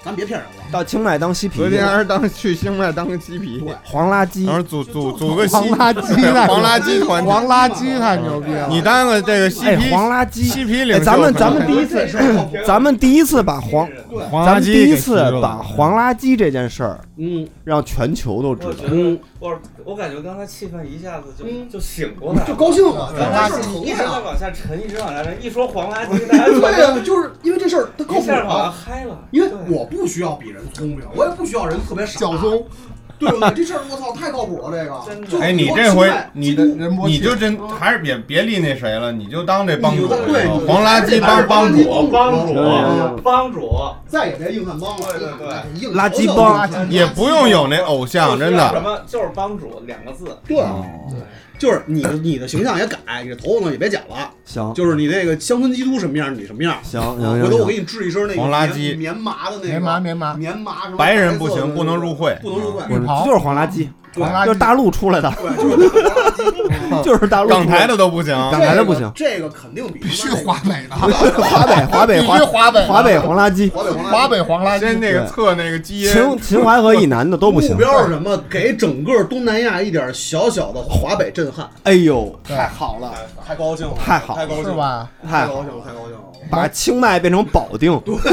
咱别骗人了。 到清迈当嬉皮， 昨天还是当去清迈当个嬉皮， 黄垃圾， 然后组组组个黄垃圾， 黄垃圾团， 黄垃圾太牛逼了。 你当个这个嬉皮黄垃圾嬉皮领袖， 咱们咱们第一次，咱们第一次把黄黄垃圾， 咱们第一次把黄垃圾这件事儿， 嗯， 让全球都知道。 嗯，我我感觉刚才气氛一下子就就醒过来了， 就高兴了。 黄垃圾一直在往下沉，一直往下沉。一说黄垃圾，大家对呀，就是因为这事儿它靠谱啊，嗨了。 因为我不需要比人聪明，我也不需要人特别傻， 小松， 对不对？这事儿我操太靠谱了，这个。 哎，你这回你你就真还是别别理那谁了，你就当这帮主，黄垃圾帮帮主， 帮主，帮主， 再也别硬汉帮了，对对对， 垃圾帮也不用有那偶像，真的。 什么就是帮主两个字， 对。就是你的你的形象也改，你的头发呢也别剪了， 行。 就是你那个乡村基督什么样，你什么样， 行行。 回头我给你制一身那个黄垃圾棉麻的那个棉麻棉麻棉麻什么。 白人不行，不能入会， 不能入会。 浴袍就是黄垃圾，就是大陆出来的， 对， 就是大陆。 港台的都不行， 港台的不行， 这个肯定比必须华北的， 华北华北必须华北华北黄垃圾， 华北黄垃圾。 先那个测那个基因， 秦秦淮河以南的都不行。 目标是什么？给整个东南亚一点小小的华北震撼。 哎呦， 太好了，太高兴了， 太好， 太高兴是吧？ 太高兴了，太高兴了。 把清迈变成保定，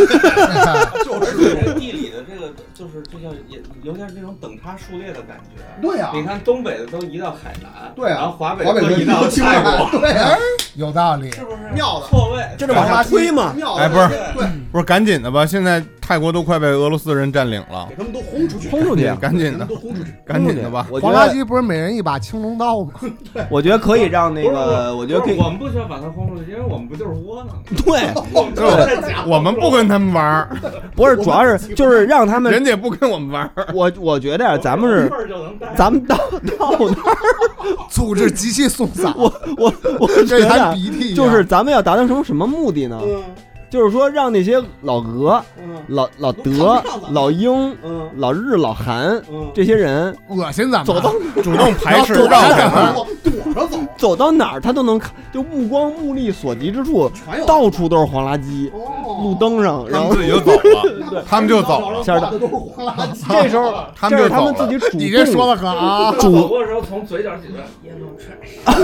就是地理的这个，就是这叫也有点这种等差数列的感觉。 对呀， 你看东北的都移到海南， 对啊， 然后华北华北都移到泰国， 对呀， 有道理， 是不是？ 妙的错位， 这是往下推嘛？ 哎，不是， 对， 不是，赶紧的吧！现在泰国都快被俄罗斯人占领了， 给他们都轰出去， 轰出去， 赶紧的， 都轰出去， 赶紧的吧！ 黄垃圾不是每人一把青龙刀吗？ 对， 我觉得可以让那个，我觉得可以， 我们不需要把它轰出去，因为我们不就是窝囊？ 对， 我们不跟他们玩， 不是，主要是就是让他们， 人家也不跟我们玩。 我我觉得咱们是，咱们到到那儿组织集体送伞， 我我我这还鼻涕， 就是咱们要达成什么什么目的呢？就是说让那些老俄、老老德、老英、老日、老韩这些人恶心咱们， 走到主动排斥绕开他， 躲着走， 走到哪儿他都能看，就目光目力所及之处，到处都是黄垃圾，路灯上，然后自己就走了，他们就走了。 下都是黄垃圾， 这时候他们就他们自己主动， 你这说的可啊， 主走过的时候从嘴角起来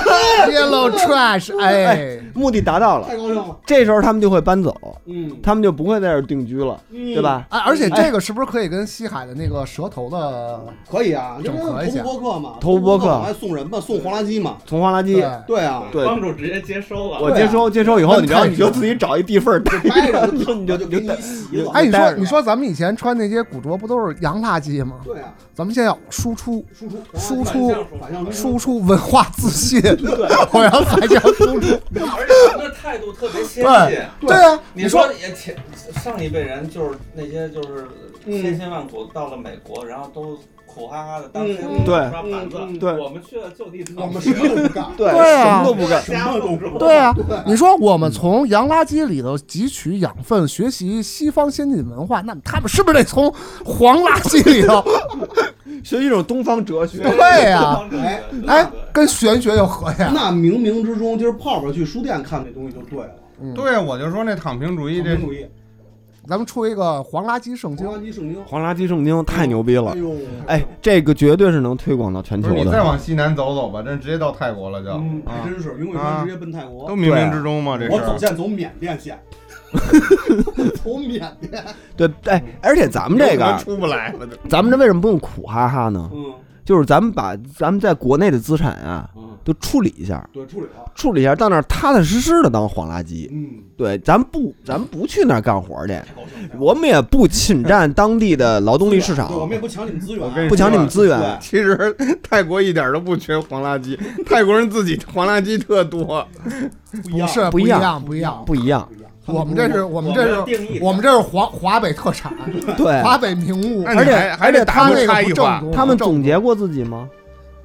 yellow trash， 哎， 目的达到了， 太高兴了。 这时候他们就会搬走， 嗯， 他们就不会在这儿定居了，对吧？ 哎，而且这个是不是可以跟西海的那个蛇头的可以啊？ 整合一下？ 头部播客嘛， 头部播客还送人嘛，送黄垃圾嘛， 送黄垃圾， 对啊， 对， 帮主直接接收了， 我接收接收以后，你知道你就自己找一地缝待着，你就你就给你洗了。 哎，你说你说咱们以前穿那些古着不都是洋垃圾吗？ 对啊， 咱们现在要输出输出输出输出文化自信，我要反向输出， 而且咱们的态度特别先进。 对啊， 你说也前上一辈人就是那些就是千辛万苦到了美国，然后都苦哈哈的当黑工刷盘子， 对， 我们去了就地正我们什么都不干， 对，什么都不干， 对啊，你说我们从洋垃圾里头汲取养分，学习西方先进文化，那他们是不是得从黄垃圾里头学一种东方哲学？ 对呀，哎哎，跟玄学有合呀。 那冥冥之中，今儿泡泡去书店看那东西就对了。 对啊，我就说那躺平主义，这主义。 咱们出一个黄垃圾圣经， 黄垃圾圣经， 黄垃圾圣经太牛逼了！哎，这个绝对是能推广到全球的。 你再往西南走走吧，这直接到泰国了，就还真是云贵川直接奔泰国， 都冥冥之中嘛。这我走线走缅甸线，走缅甸。 对，哎，而且咱们这个出不来了， 咱们这为什么不用苦哈哈呢？ 嗯， 就是咱们把咱们在国内的资产啊，都处理一下， 对，处理了， 处理一下，到那儿踏踏实实的当黄垃圾。 嗯， 对，咱不，咱不去那儿干活去，我们也不侵占当地的劳动力市场， 我们也不抢你们资源， 不抢你们资源。 其实泰国一点都不缺黄垃圾，泰国人自己黄垃圾特多， 不一样， 不一样，不一样， 不一样。 我们这是我们这是我们这是华华北特产， 对， 华北名物， 而且而且他那个不正宗， 他们总结过自己吗？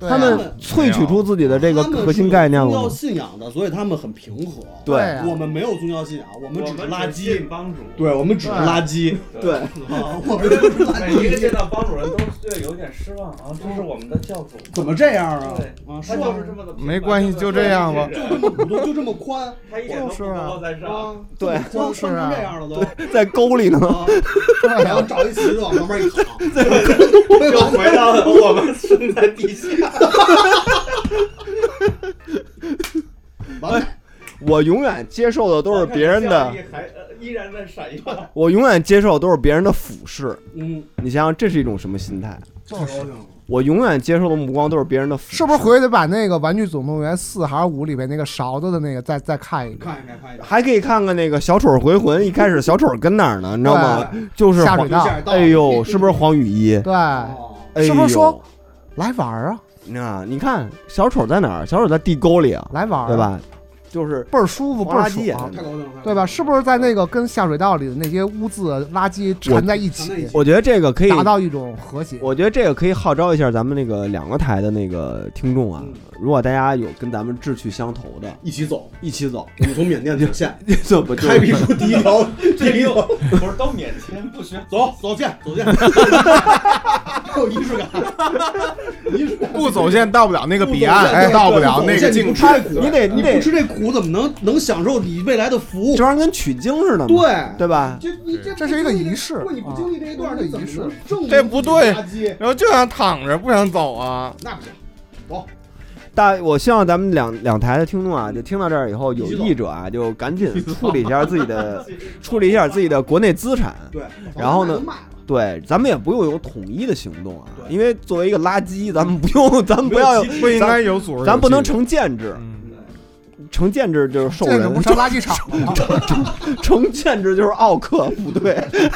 他们萃取出自己的这个核心概念了。 宗教信仰的，所以他们很平和。 对， 我们没有宗教信仰，我们只是垃圾帮主。 对，我们只是垃圾。 对， 我们都是垃圾。 每一个见到帮主人都对有点失望啊，这是我们的教主。 怎么这样啊？ 对啊， 他就是这么的。 没关系，就这样吧。 就这么普通，就这么宽， 他一点都不高在上。 对， 宽宽成这样了都， 在沟里呢。 然后找一旗子往旁边一躺， 又回到了我们身在地下。 完了， 我永远接受的都是别人的， 还依然在闪耀。 我永远接受都是别人的俯视。 嗯， 你想想，这是一种什么心态？ 就是我永远接受的目光都是别人的俯视。 是不是回去把那个《玩具总动员》四还是五里边那个勺子的那个再再看一看一看，看一看， 还可以看看那个小丑回魂。一开始小丑跟哪儿呢？你知道吗？就是下水道。 哎呦，是不是黄雨一？ 对， 哎、 是不是说来玩啊？ 啊，你看小丑在哪儿？小丑在地沟里啊， 来玩， 对吧？就是倍儿舒服，倍儿爽，对吧？是不是在那个跟下水道里的那些污渍、垃圾缠在一起？ 我觉得这个可以达到一种和谐。 我觉得这个可以号召一下咱们那个两个台的那个听众啊，如果大家有跟咱们志趣相投的， 一起走， 一起走。 我们从缅甸走线， 这不开辟出第一条，第一条不是都免签不学， 走走线，走线，有仪式感，仪式感。 不走线到不了那个彼岸，哎，到不了那个境界。 你得你得不吃这苦，怎么能能享受你未来的福？ 这玩意儿跟取经似的嘛， 对对吧？ 这你这这是一个仪式。 如果你不经历这一段，你怎么能证明这不对？然后就想躺着，不想走啊。 那不行，走。 大，我希望咱们两两台的听众啊，就听到这儿以后，有意者啊，就赶紧处理一下自己的，处理一下自己的国内资产。 对， 然后呢？对，咱们也不用有统一的行动啊，因为作为一个垃圾，咱们不用，咱们不要有， 不应该有组织， 咱不能成建制。成建制就是兽人， 不上垃圾场了。 成建制就是奥克部队，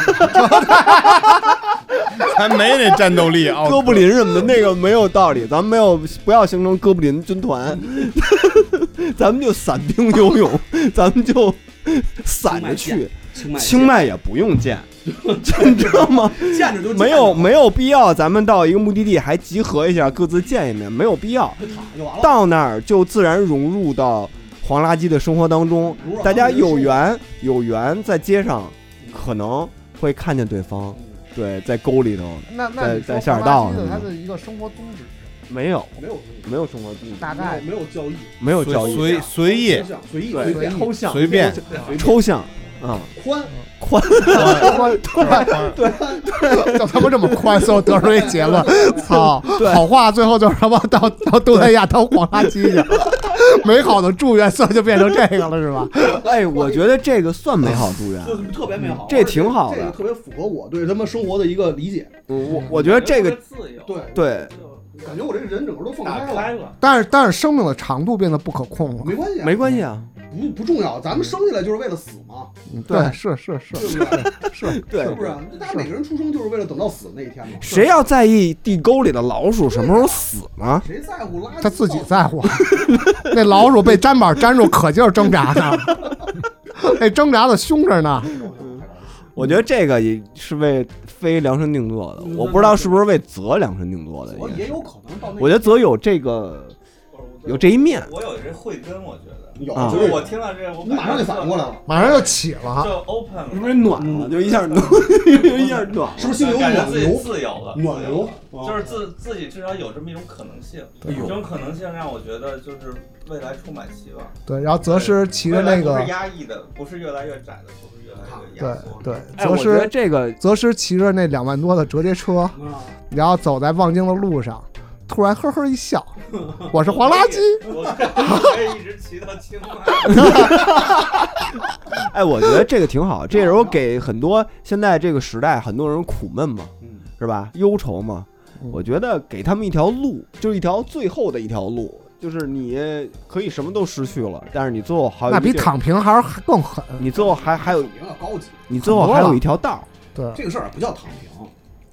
咱没那战斗力。 哥布林什么的那个没有道理，咱们没有不要形成哥布林军团，咱们就散兵游勇，咱们就散着去，清迈也不用建。你知道吗？没有没有必要，咱们到一个目的地还集合一下，各自见一面，没有必要。到那儿就自然融入到黄垃圾的生活当中，大家有缘有缘在街上可能会看见对方，对，在沟里头， 那那在在下水道上，它的一个生活宗旨没有没有没有生活宗旨， 大概没有教义， 没有教义， 随随意随意对抽象随便抽象啊宽。 宽宽宽，对对，就他妈这么宽，最后得出一结论，操，好话最后就是他妈到到东南亚当黄垃圾去，美好的祝愿算就变成这个了，是吧？ 哎，我觉得这个算美好祝愿， 特别美好， 这挺好的， 这个特别符合我对他们生活的一个理解。 我我觉得这个对对。 感觉我这个人整个都放开了， 但是但是生命的长度变得不可控了， 没关系， 没关系啊， 不不重要，咱们生下来就是为了死嘛， 对，是是是， 对不对？ 是，对， 是不是？大家每个人出生就是为了等到死那一天嘛。 谁要在意地沟里的老鼠什么时候死呢？ 谁在乎垃圾？ 他自己在乎，那老鼠被砧板粘住，可劲儿挣扎呢，那挣扎的凶着呢。 我觉得这个也是为非量身定做的，我不知道是不是为泽量身定做的， 也有可能到那。 我觉得泽有这个有这一面， 我有这慧根，我觉得有， 就是我听到这个，我马上就反应过来了， 马上就起了， 就 open 了， 是不是暖了？就一下暖，就一下暖， 是不是心里有暖流？ 自由了， 暖流， 就是自自己至少有这么一种可能性，这种可能性让我觉得就是未来充满希望。 对，然后泽师骑着那个不是压抑的，不是越来越窄的，不是越来越压缩。 对对， 哎，我觉得这个泽师骑着那两万多的折叠车，然后走在望京的路上。突然呵呵一笑，我是黄垃圾， 我可以一直骑到清迈。 哎，我觉得这个挺好，这也是我给很多现在这个时代很多人苦闷嘛，是吧？忧愁嘛，我觉得给他们一条路，就是一条最后的一条路，就是你可以什么都失去了，但是你最后还有那比躺平还是更狠， 你最后还还有要高级， 你最后还有一条道。 对， 这个事儿不叫躺平。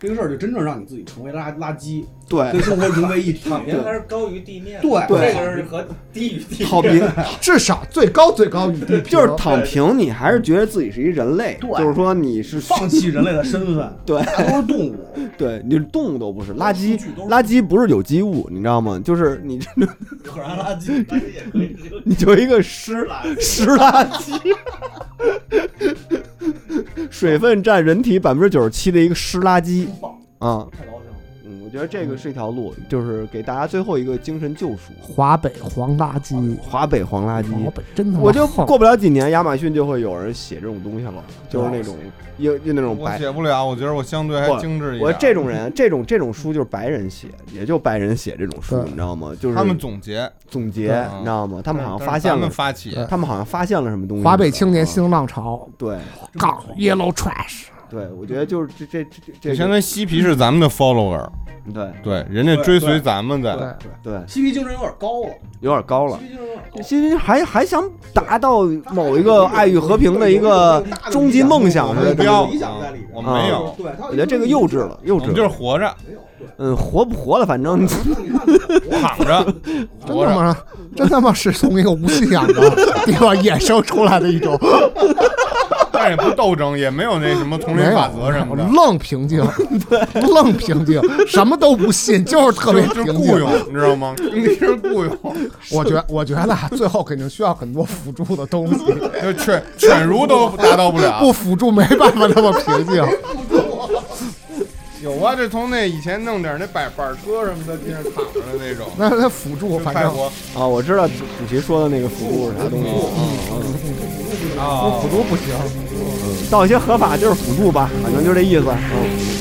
这个事儿就真正让你自己成为垃垃圾， 对， 跟生活融为一体。 躺平还是高于地面， 对， 对， 这个是和低于地面。 躺平， 至少最高最高于地平。 就是躺平，你还是觉得自己是一人类，就是说你是放弃人类的身份， 对， 大家都是动物， 对，你是动物都不是，垃圾，垃圾不是有机物，你知道吗？就是你真的可燃垃圾， 你就一个湿湿垃圾。水分占人体百分之九十七的一个湿垃圾啊！ 太高兴了。 嗯，我觉得这个是一条路，就是给大家最后一个精神救赎。 华北黄垃圾， 华北黄垃圾， 华北真的， 我就过不了几年，亚马逊就会有人写这种东西了，就是那种就就那种白。 我写不了，我觉得我相对还精致一点。 我这种人，这种这种书就是白人写，也就白人写这种书，你知道吗？就是他们总结总结，你知道吗？他们好像发现了， 发起， 他们好像发现了什么东西。 华北青年新浪潮， 对， 杠 Yellow Trash。 对，我觉得就是这这这这， 相当于嬉皮是咱们的 follower， 对对，人家追随咱们的， 对对， 嬉皮精神有点高了， 有点高了，嬉皮还还想达到某一个爱与和平的一个终极梦想目标， 我们没有， 对， 我觉得这个幼稚了，幼稚， 就是活着， 嗯，活不活了，反正躺着， 真他妈真他妈是从一个无信仰的地方衍生出来的一种。 但也不斗争，也没有那什么丛林法则什么的， 愣平静，愣平静，什么都不信，就是特别平静。 雇佣，你知道吗？你是雇佣。 我觉我觉得最后肯定需要很多辅助的东西， 就犬犬儒都达到不了， 不辅助没办法那么平静。 有啊，这从那以前弄点那板板车什么的，地上躺着的那种。 那那辅助，反正啊，我知道主主席说的那个辅助是啥东西。 啊，辅助不行， 到一些合法就是辅助吧，反正就这意思。嗯。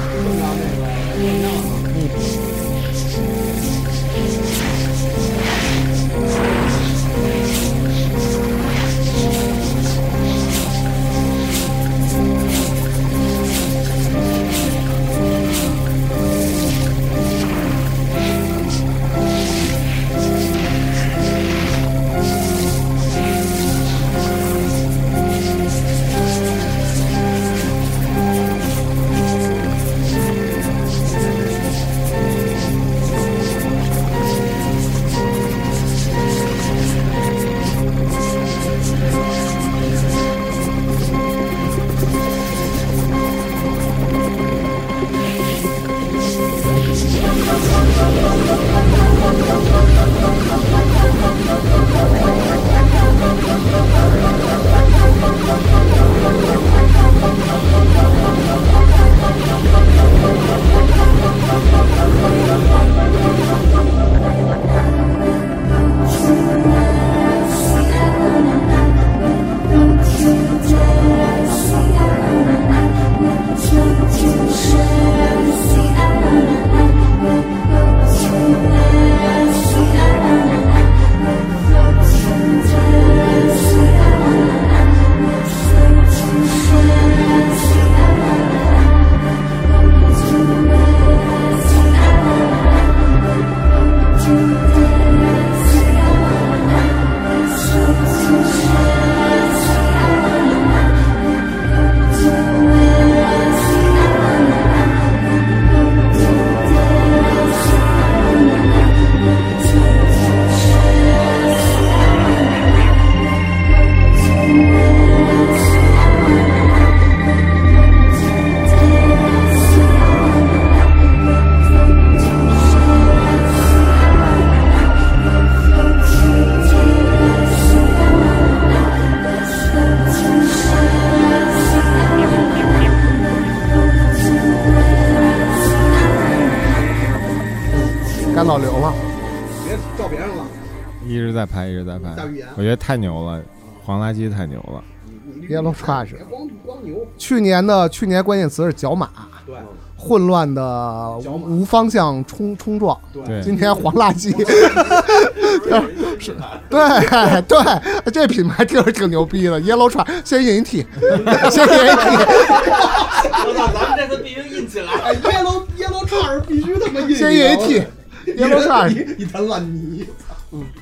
干老刘了， 别照别人了， 一直在拍，一直在拍，我觉得太牛了，黄垃圾太牛了。 Yellow Trash， 去年的去年关键词是角马， 对， 混乱的无方向冲冲撞， 对， 今天黄垃圾，是，对对，这品牌听着挺牛逼的 ，Yellow Trash， 先印一 T， 先印一 T， 我操，咱们这次必须印起来 ，Yellow Yellow Trash 必须他妈印， 先印一 T，Yellow Trash， 一滩烂泥， 嗯，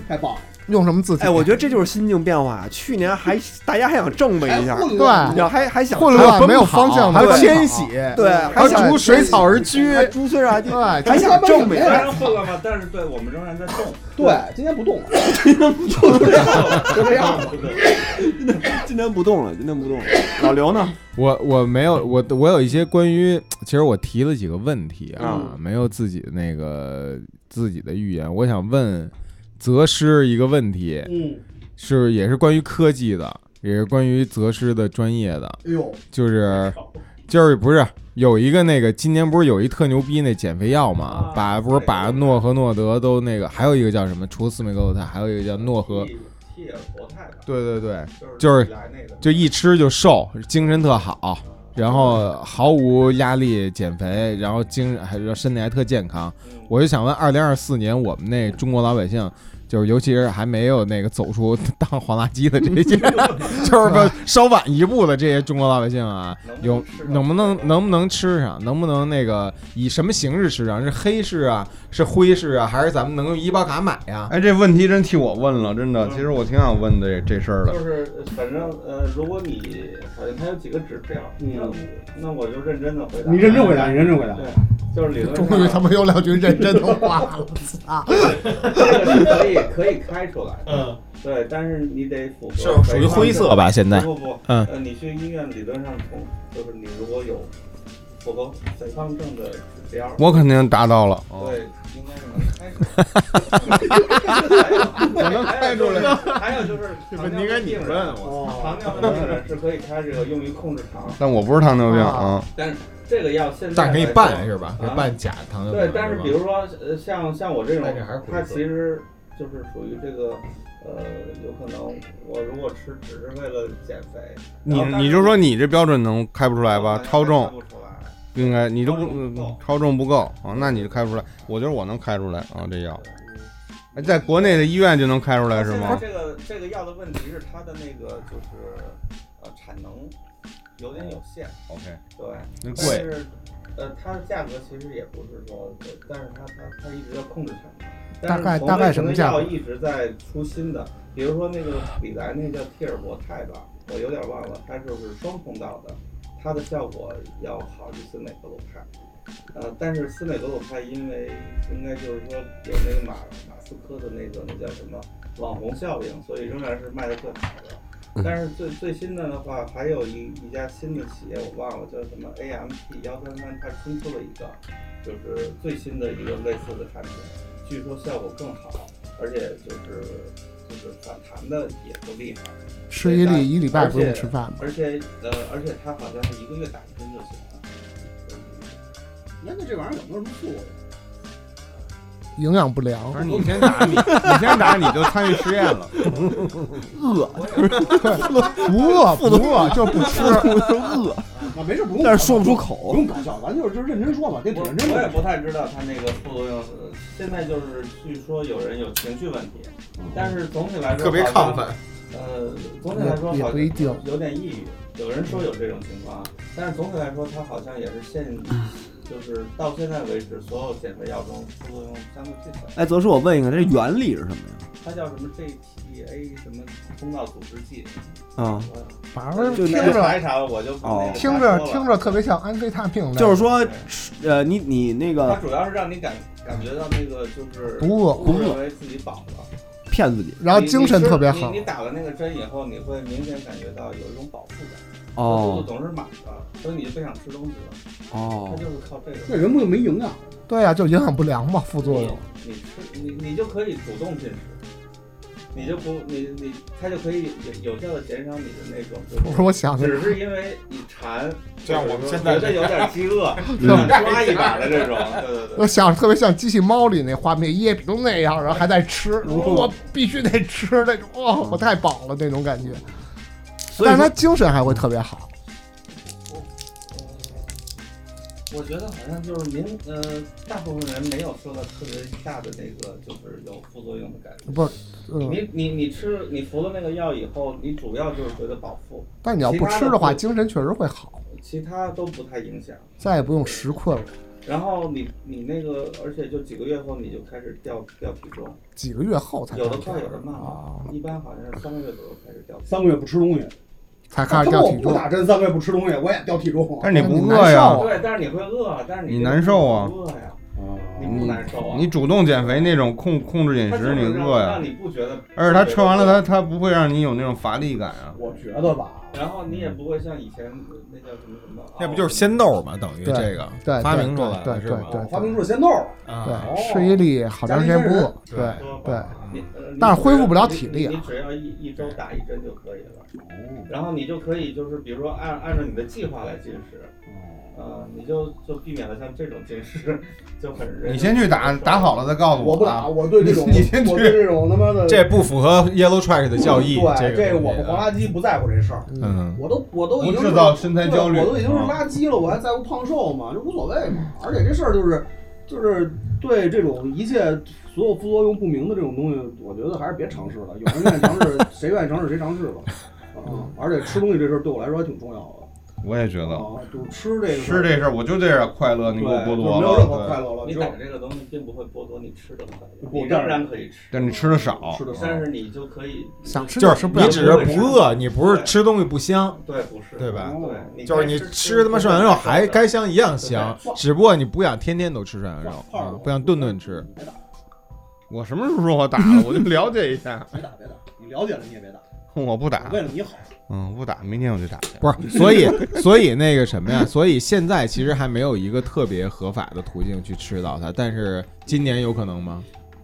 太棒了。 用什么字体？ 哎，我觉得这就是心境变化。去年还大家还想挣吧一下， 对， 要还还想混乱，没有方向， 还有迁徙， 对， 还想逐水草而居， 逐水草而居， 对， 还想挣吧一下。 虽然混乱吧，但是对我们仍然在动。 对，今天不动了，今天不动了，就这样吧。 今天不动了，今天不动了。老刘呢？ 我我没有我我有一些关于，其实我提了几个问题啊， 嗯、 没有自己的那个自己的预言。我想问泽师一个问题， 嗯， 是也是关于科技的，也是关于泽师的专业的。 哎呦， 就是就是不是有一个那个今年不是有一特牛逼那减肥药嘛？把不是把诺和诺德都那个，还有一个叫什么？除了司美格鲁肽，还有一个叫诺和。对对对，就是就一吃就瘦，精神特好，然后毫无压力减肥，然后精还身体还特健康。我就想问，二零二四年我们那中国老百姓，就是尤其是还没有那个走出当黄垃圾的这些，就是说稍晚一步的这些中国老百姓啊，有能不能能不能吃上？能不能那个以什么形式吃上？是黑市啊，是灰市啊，还是咱们能用医保卡买呀？ 哎，这问题真替我问了，真的，其实我挺想问这这事儿的。 就是反正呃，如果你好像它有几个指标，嗯，那我就认真的回答。 你认真回答，你认真回答。 对，就是理论上。 终于他们有两句认真的话了，操！ 这个是可以可以开出来的，嗯，对，但是你得符合。 是属于灰色吧？现在不不不，嗯，呃，你去医院理论上从就是你如果有符合肥胖症的指标， 我肯定达到了。 对，应该是能开出来。我能开出来。还有就是糖尿病病人，糖尿病病人是可以开这个用于控制糖。 但我不是糖尿病啊。 但是这个药现在但可以办是吧？可以办假糖尿病。 对，但是比如说呃，像像我这种，它其实就是属于这个。呃，有可能我如果吃只是为了减肥， 你你就说你这标准能开不出来吧？超重应该你都不超重不够啊，那你就开不出来。我觉得我能开出来啊，这药，在国内的医院就能开出来是吗？ 这个这个药的问题是它的那个就是呃产能有点有限。 OK， 对， 那贵。 但是呃，它的价格其实也不是说，但是它它它一直要控制产能。 大概大概什么价格？ 药一直在出新的，比如说那个比来那个叫替尔博泰吧，我有点忘了，它就是双通道的，它的效果要好于司美格鲁肽。呃，但是司美格鲁肽因为应该就是说有那个马马斯克的那个那叫什么网红效应，所以仍然是卖的特好的。但是最最新的的话，还有一一家新的企业我忘了叫什么 A M P 幺三三，它新出了一个，就是最新的一个类似的产品。据说效果更好，而且就是就是反弹的也不厉害。 吃一粒一礼拜不用吃饭， 而且呃，而且它好像是一个月打一针就行了。 那那这玩意儿有没有什么副作用？ 营养不良。 不是你先打你，你先打你就参与实验了。 饿， 不饿不饿就不吃， 饿。 啊，没事不用， 但是说不出口， 不用搞笑，咱就是就是认真说嘛，得挺认真。 我也不太知道它那个副作用，现在就是据说有人有情绪问题，但是总体来说特别亢奋。 呃，总体来说也不一定， 有点抑郁。有人说有这种情况，但是总体来说，它好像也是现，就是到现在为止，所有减肥药中副作用相对最小。 哎，泽叔，我问一个，这原理是什么呀？ 它叫什么 G T A 什么通道阻滞剂啊？反正就听着查一查，我就哦， 听着听着特别像安非他命。 就是说，呃，你你那个， 它主要是让你感感觉到那个就是不饿不饿， 认为自己饱了。 骗自己， 然后精神特别好。 你, 你, 你打了那个针以后，你会明显感觉到有一种饱腹感， 哦， 肚子总是满的，所以你就不想吃东西了。 哦， 它就是靠这个。 那人不就没营养？ 对呀、啊，就营养不良嘛，副作用。 你吃你你就可以主动进食，你就不你你它就可以有有效的减少你的那种。 不是我想的， 只是因为你馋， 这样我们现在觉得有点饥饿，想抓一把的这种。对对对。 我想特别像机器猫里那画面，叶比都那样，然后还在吃，我必须得吃那种，哦，我太饱了那种感觉。但是他精神还会特别好。 我觉得好像就是您呃，大部分人没有受到特别大的那个就是有副作用的感觉。 不是，嗯、 你你你吃你服了那个药以后，你主要就是觉得饱腹。 但你要不吃的话，精神确实会好。 其他都不太影响。 再也不用食困了。 然后你你那个，而且就几个月后你就开始掉掉体重， 几个月后才有的快有的慢啊，一般好像是三个月左右开始掉。 三个月不吃东西才开始掉体重， 不打针三个月不吃东西我也掉体重。 但是你不饿呀？ 对，但是你会饿，但是你难受啊。 饿呀。你不难受啊？ 你主动减肥那种控控制饮食，你饿呀？ 让你不觉得？ 而且它吃完了，它它不会让你有那种乏力感啊。 我觉得吧。 然后你也不会像以前那叫什么什么， 那不就是鲜豆嘛？等于这个对发明出来的是吧？ 发明出鲜豆啊，对，吃一粒好长时间不饿，对对，但是恢复不了体力啊。 你只要一一周打一针就可以了，然后你就可以就是比如说按按照你的计划来进食。呃，你就就避免了像这种近视，就很人。 你先去打，打好了再告诉我。我不打，我对这种， 你先去。 我对这种他妈的， 这不符合 Yellow Track 的教义。 对， 这个我们黄垃圾不在乎这事儿。 嗯， 我都我都已经制造身材焦虑， 我都已经是垃圾了，我还在乎胖瘦嘛？这无所谓嘛。而且这事儿就是就是对这种一切所有副作用不明的这种东西，我觉得还是别尝试了。有人愿意尝试，谁愿意尝试谁尝试吧。啊，而且吃东西这事儿对我来说还挺重要的。 我也觉得， 哦、就吃这个吃这事儿，我就这点快乐，你给我剥夺了， 没有任何快乐了。 你打这个东西并不会剥夺你吃的快乐， 你当然可以吃， 但你吃的少， 吃的少， 但是你就可以想吃就是你只是不饿，你不是吃东西不香， 对，不是， 对吧？ 对， 就是你吃他妈涮羊肉还该香一样香，只不过你不想天天都吃涮羊肉，啊，不想顿顿吃。 我什么时候说我打了？我就了解一下。 别打，别打，你了解了你也别打。 我不打， 为了你好。 嗯，不打，明天我就打去。 不是，所以所以那个什么呀？所以现在其实还没有一个特别合法的途径去吃到它，但是今年有可能吗？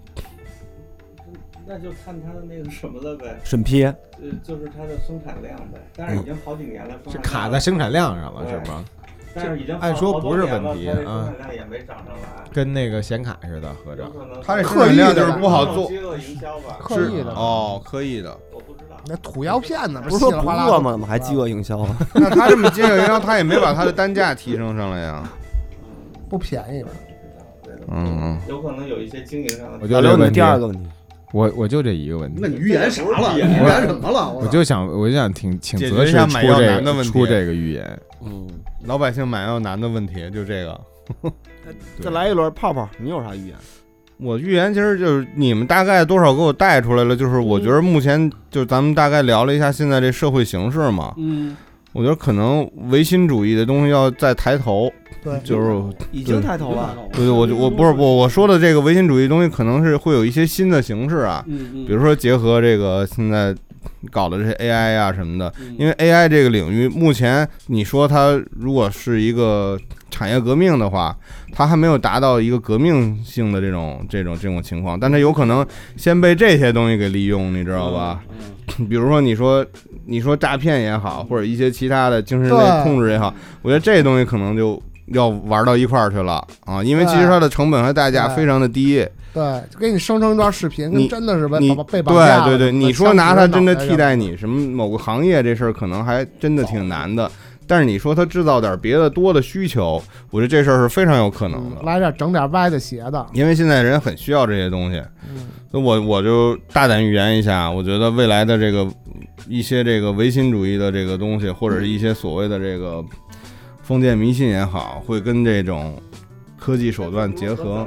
那就看它的那个什么了呗。 审批。 呃，就是它的生产量呗。但是已经好几年了， 是卡在生产量上了，是吗？ 但是已经按说不是问题啊， 生产量也没涨上来， 跟那个显卡似的，合着。 它这生产量就是不好做， 刻意的哦，刻意的。 我不知道。 那土药片呢？ 不是说不饿吗？怎么还饥饿营销啊？ 那他这么饥饿营销，他也没把他的单价提升上来呀。 不便宜吧？ 嗯嗯。 有可能有一些经营上的。 我就这问题。 第二个问题。 我我就这一个问题。 那你预言啥了？你预言什么了？ 我就想，我就想请请泽师出这个出这个预言。 嗯，老百姓买药难的问题就这个。 再来一轮泡泡，你有啥预言？ 我预言其实就是你们大概多少给我带出来了，就是我觉得目前就咱们大概聊了一下现在这社会形势嘛。 嗯。 我觉得可能唯心主义的东西要再抬头， 对， 就是已经抬头了。 对对，我我不是我我说的这个唯心主义东西，可能是会有一些新的形式啊，比如说结合这个现在搞的这些 A I 啊什么的，因为 A I 这个领域目前你说它如果是一个产业革命的话，它还没有达到一个革命性的这种这种这种情况，但它有可能先被这些东西给利用，你知道吧？比如说你说你说诈骗也好，或者一些其他的精神类控制也好，我觉得这东西可能就要玩到一块儿去了啊，因为其实它的成本和代价非常的低。 对，就给你生成一段视频，跟真的是被被绑架。对对对，你说拿它真的替代你什么某个行业这事儿，可能还真的挺难的。但是你说它制造点别的多的需求，我觉得这事儿是非常有可能的。 来点整点歪的邪的， 因为现在人很需要这些东西。嗯，所以我我就大胆预言一下，我觉得未来的这个一些这个唯心主义的这个东西，或者是一些所谓的这个封建迷信也好，会跟这种科技手段结合。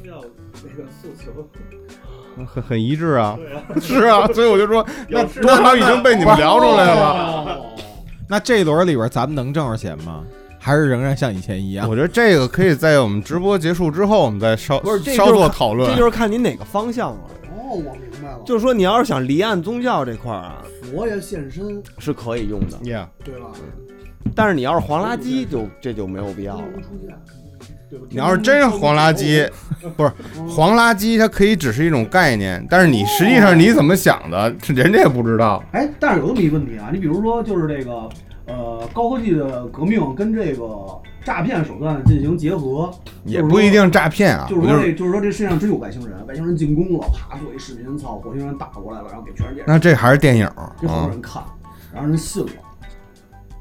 很很一致啊，是啊，所以我就说，那多少已经被你们聊出来了。 那这一轮里边，咱们能挣着钱吗？还是仍然像以前一样？ 我觉得这个可以在我们直播结束之后，我们再稍稍作讨论。 这就是看你哪个方向了。 哦，我明白了。 就是说，你要是想离岸宗教这块儿啊， 佛爷现身是可以用的， yeah， 对吧？ 但是你要是黄垃圾，就这就没有必要了。 你要是真黄垃圾，不是黄垃圾，它可以只是一种概念，但是你实际上你怎么想的，人家也不知道。 哎，但是有这么一个问题啊，你比如说就是这个呃高科技的革命跟这个诈骗手段进行结合， 也不一定诈骗啊。 就是说这就是说这世界上真有外星人，外星人进攻了，啪做一视频，操，火星人打过来了，然后给全世界。 那这还是电影， 给好多人看，然后人信了。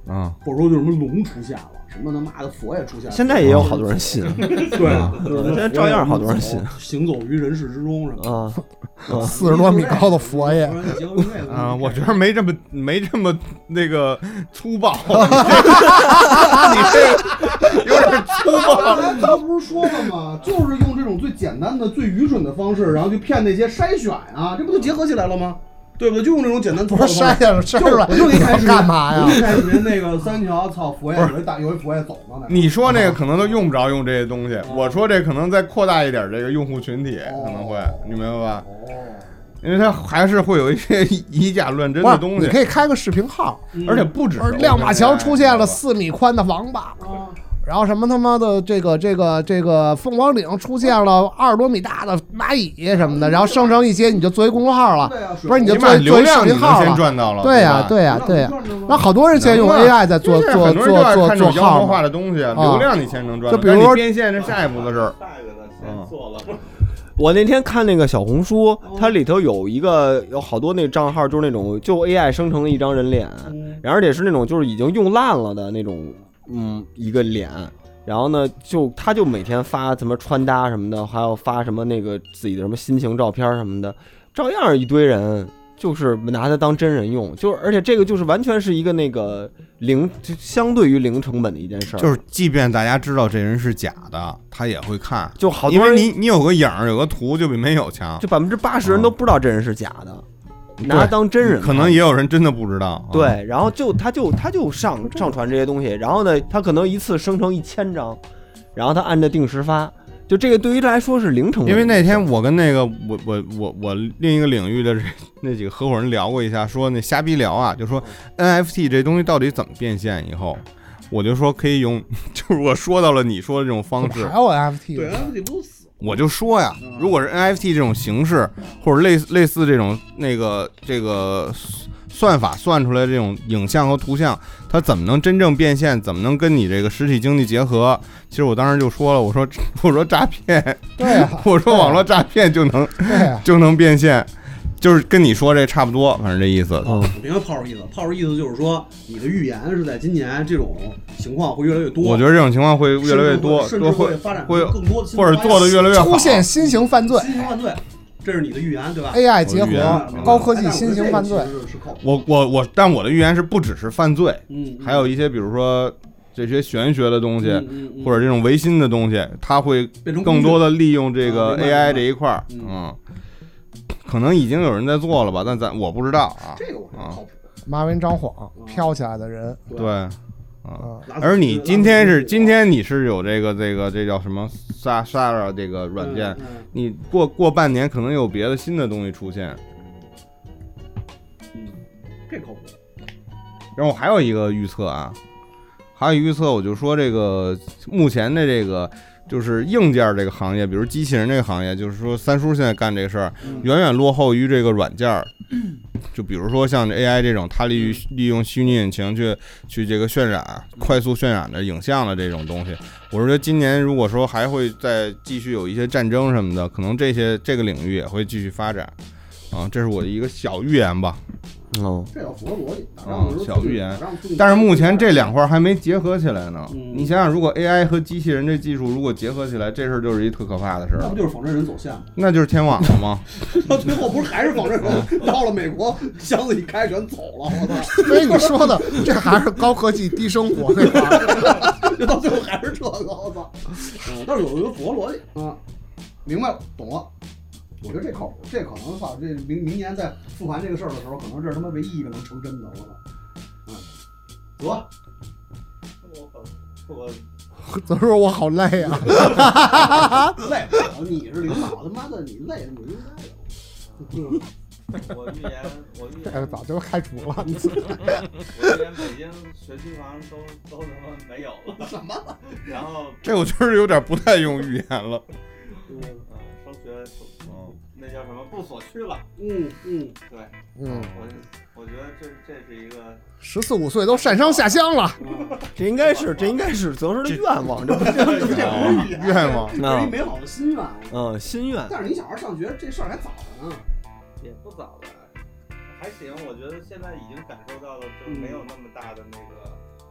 啊， 或者说就什么龙出现了，什么他妈的佛也出现了， 现在也有好多人信， 对啊， 现在照样好多人信， 行走于人世之中什么的，四十多米高的佛爷啊，我觉得没这么没这么那个粗暴， 你这有点粗暴。他不是说了吗？就是用这种最简单的、最愚蠢的方式，然后去骗那些筛选啊，这不就结合起来了吗？对不对？就用这种简单粗暴的方式。 筛了筛了， 我就一开始干嘛呀？ 一开始那个三条，操佛爷有一大有一佛爷走呢。 你说那个可能都用不着用这些东西，我说这可能再扩大一点这个用户群体，可能会，你明白吧？因为它还是会有一些以假乱真的东西。 你可以开个视频号， 而且不止亮马桥出现了四米宽的王八。然后什么他妈的这个这个这个凤凰岭出现了二十多米大的蚂蚁什么的，然后生成一些你就作为公众号了，不是你就做做视频号先赚到了， 对呀对呀对呀。那好多人现在用 A I 在做做做做做号化的东西，流量你先能赚。 就比如说变现是下一步的事儿。 嗯，做了。 我那天看那个小红书，它里头有一个有好多那账号，就是那种就 A I 生成的一张人脸，然后而且是那种就是已经用烂了的那种。嗯，一个脸，然后呢，就他就每天发什么穿搭什么的，还有发什么那个自己的什么心情照片什么的，照样一堆人就是拿它当真人用，就是而且这个就是完全是一个那个零，就相对于零成本的一件事儿。 就是即便大家知道这人是假的，他也会看， 就好多人因为你你有个影儿有个图就比没有强， 就百分之八十人都不知道这人是假的。拿它当真人， 可能也有人真的不知道。 对，啊、然后就他就他就上上传这些东西，然后呢，他可能一次生成一千张，然后他按着定时发，就这个对于他来说是零成本。 因为那天我跟那个我我我我另一个领域的那几个合伙人聊过一下，说那瞎逼聊啊，就说 N F T 这东西到底怎么变现以后。我就说可以用，就是我说到了你说的这种方式。 还有 N F T， 对 N F T 不死。 我就说呀，如果是 N F T 这种形式，或者类似类似这种那个这个算法算出来这种影像和图像，它怎么能真正变现？怎么能跟你这个实体经济结合？其实我当时就说了，我说我说诈骗， 对啊， 我说网络诈骗就能对啊就能变现。就是跟你说这差不多，反正这意思。 嗯，我明白炮儿意思。炮儿意思就是说，你的预言是在今年这种情况会越来越多。 我觉得这种情况会越来越多， 甚至会发展会更多的， 或者做的越来越好。 出现新型犯罪， 新型犯罪，这是你的预言，对吧 ？A I 结合高科技新型犯罪。 我我我，但我的预言是不只是犯罪， 嗯， 还有一些比如说这些玄学的东西， 嗯嗯嗯、 或者这种唯心的东西，它会更多的利用这个 A I 这一块儿，嗯。可能已经有人在做了吧，但咱我不知道啊。 这个我靠谱。 马文张晃飘起来的人， 对，啊。而你今天是今天你是有这个这个这叫什么 Sara 这个软件，你过过半年可能有别的新的东西出现。 嗯，这靠谱。 然后还有一个预测啊，还有一个预测，我就说这个目前的这个。就是硬件这个行业，比如机器人这个行业，就是说三叔现在干这个事儿，远远落后于这个软件。就比如说像 A I 这种，它利利用虚拟引擎去去这个渲染、快速渲染的影像的这种东西，我是觉得今年如果说还会再继续有一些战争什么的，可能这些这个领域也会继续发展。啊，这是我的一个小预言吧。 哦， 这要符合逻辑。 嗯，小预言。但是目前这两块还没结合起来呢。嗯、你想想，如果 A I 和机器人这技术如果结合起来，这事儿就是一特可怕的事儿。 那不就是仿真人走线吗？ 那就是天网了吗？ 到最后不是还是仿真人？到了美国，箱子一开全走了，我操！ 所以你说的这还是高科技低生活那块儿， 就到最后还是这个，我操！嗯，但是有一个符合逻辑啊，明白了，懂了。我觉得这靠谱，这可能操，这明明年在复盘这个事儿的时候，可能这是他妈唯一一个能成真的，我操！嗯，得， 我我怎么说我好累啊？ 累不了，你是领导，他妈的你累，你应该有。 我预言，我预言， 哎，早就开除了。 我预言北京学区房都都他妈没有了， 什么？ 然后这我觉得有点不太用预言了。 嗯，升学，嗯，那叫什么不锁区了？ 嗯嗯， 对， 嗯， 我我觉得这这是一个十四五岁都上山下乡了， 这应该是这应该是泽师的愿望，这不是愿望， 这是一美好的心愿。 嗯，心愿。 但是你小孩上学这事儿还早着呢， 也不早的，还行。我觉得现在已经感受到了，就没有那么大的那个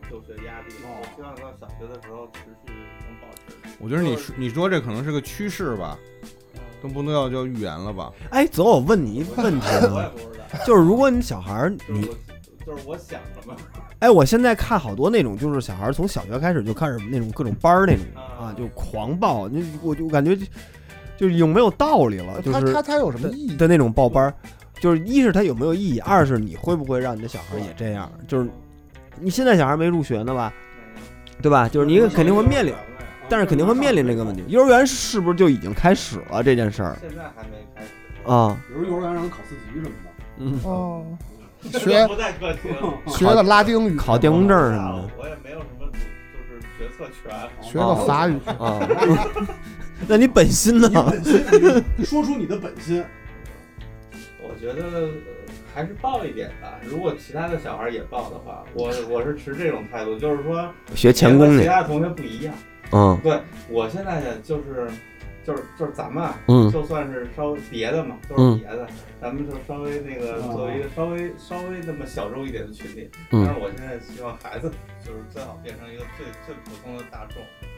就学压力，我希望到小学的时候持续能保持。 我觉得你说你说这可能是个趋势吧，都不能叫叫预言了吧？ 哎，走，我问你一个问题啊，就是如果你小孩儿你就是我想什么？ 哎，我现在看好多那种，就是小孩从小学开始就开始那种各种班儿那种啊，就狂报，那我就感觉就是有没有道理了，就是他他他有什么意义的那种报班儿，就是一是他有没有意义，二是你会不会让你的小孩也这样？就是你现在小孩没入学呢吧，对吧？就是你肯定会面临，但是肯定会面临这个问题。幼儿园是不是就已经开始了这件事儿？ 现在还没开始啊。 比如幼儿园让人考四级什么的， 嗯哦。学不太客气， 学个拉丁语， 考电工证什么的。 我也没有什么就是决策权。 学个法语啊。那你本心呢？ 你本心，你说出你的本心。 我觉得还是报一点吧。如果其他的小孩也报的话，我我是持这种态度，就是说学前功， 其他同学不一样。 嗯， 对我现在就是。就是就是咱们啊， 嗯， 就算是稍微别的嘛，都是别的，嗯、咱们就稍微那个作为一个稍微稍微那么小众一点的群体。 嗯、 但是我现在希望孩子就是最好变成一个最最普通的大众。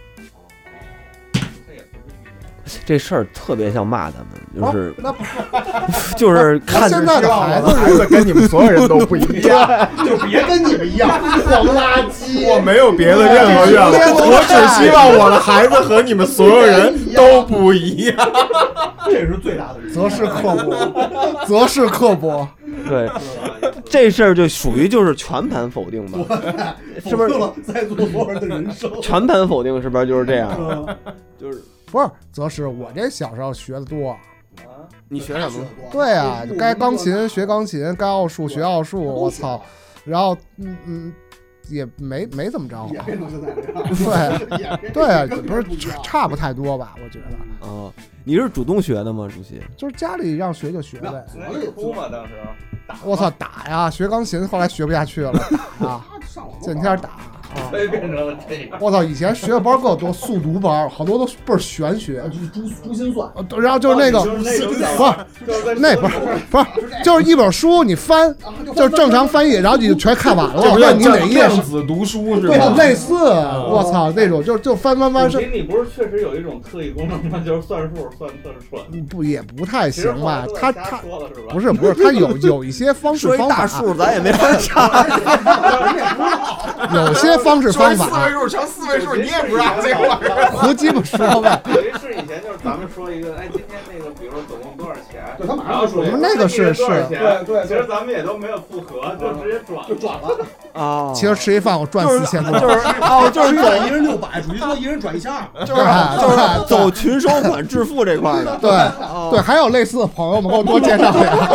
这也不是这事儿特别像骂他们，就是、 哦、 就是看现在的孩子孩子跟你们所有人都不一样， 就别跟你们一样黄垃圾。 我没有别的任何愿望，我只希望我的孩子和你们所有人都不一样。 这是最大的择是刻薄，择是刻薄。 对，这事儿就属于就是全盘否定吧，是不是？ 在座所有人的人生全盘否定，是不是就是这样？就是不是？则是我这小时候学的多。 你学什么？ 对啊，该钢琴学钢琴，该奥数学奥数。我操！然后嗯嗯，也没没怎么着。 也变成现在这样。对对啊，不是差不太多吧？我觉得。 哦，你是主动学的吗，主席？ 就是家里让学就学呗。 那你哭吗？当时？ 我操，打呀！学钢琴后来学不下去了，打啊，见天打。啊！ 变成了这样。 我操！以前学的班够多，速读班好多都倍儿玄学， 就是珠珠心算。 然后就是那个，不是那不是不是，就是一本书你翻，就是正常翻译，然后你就全看完了。问你哪一页？ 电子读书是吧？ 对，类似。我操，那种就就翻翻翻是。 你不是确实有一种特异功能吗？就是算数算特准。 不也不太行吧？他他不是不是，他有有一些方式方法。 大数咱也没法查。 有些。方式方法， 四位数乘四位数，你也不知道这玩意儿， 胡鸡巴说呗。 有一是以前就是咱们说一个，哎，今天那个，比如说总共多少钱？ 对，他马上就说， 我们那个是是， 对对， 其实咱们也都没有复核，就直接转就转了啊。 其实吃一饭我赚四千多， 就是哦，就是走一人六百，主席说一人转一千二， 就是就是走群收款致富这块的。 对对，还有类似的朋友们给我多介绍呀。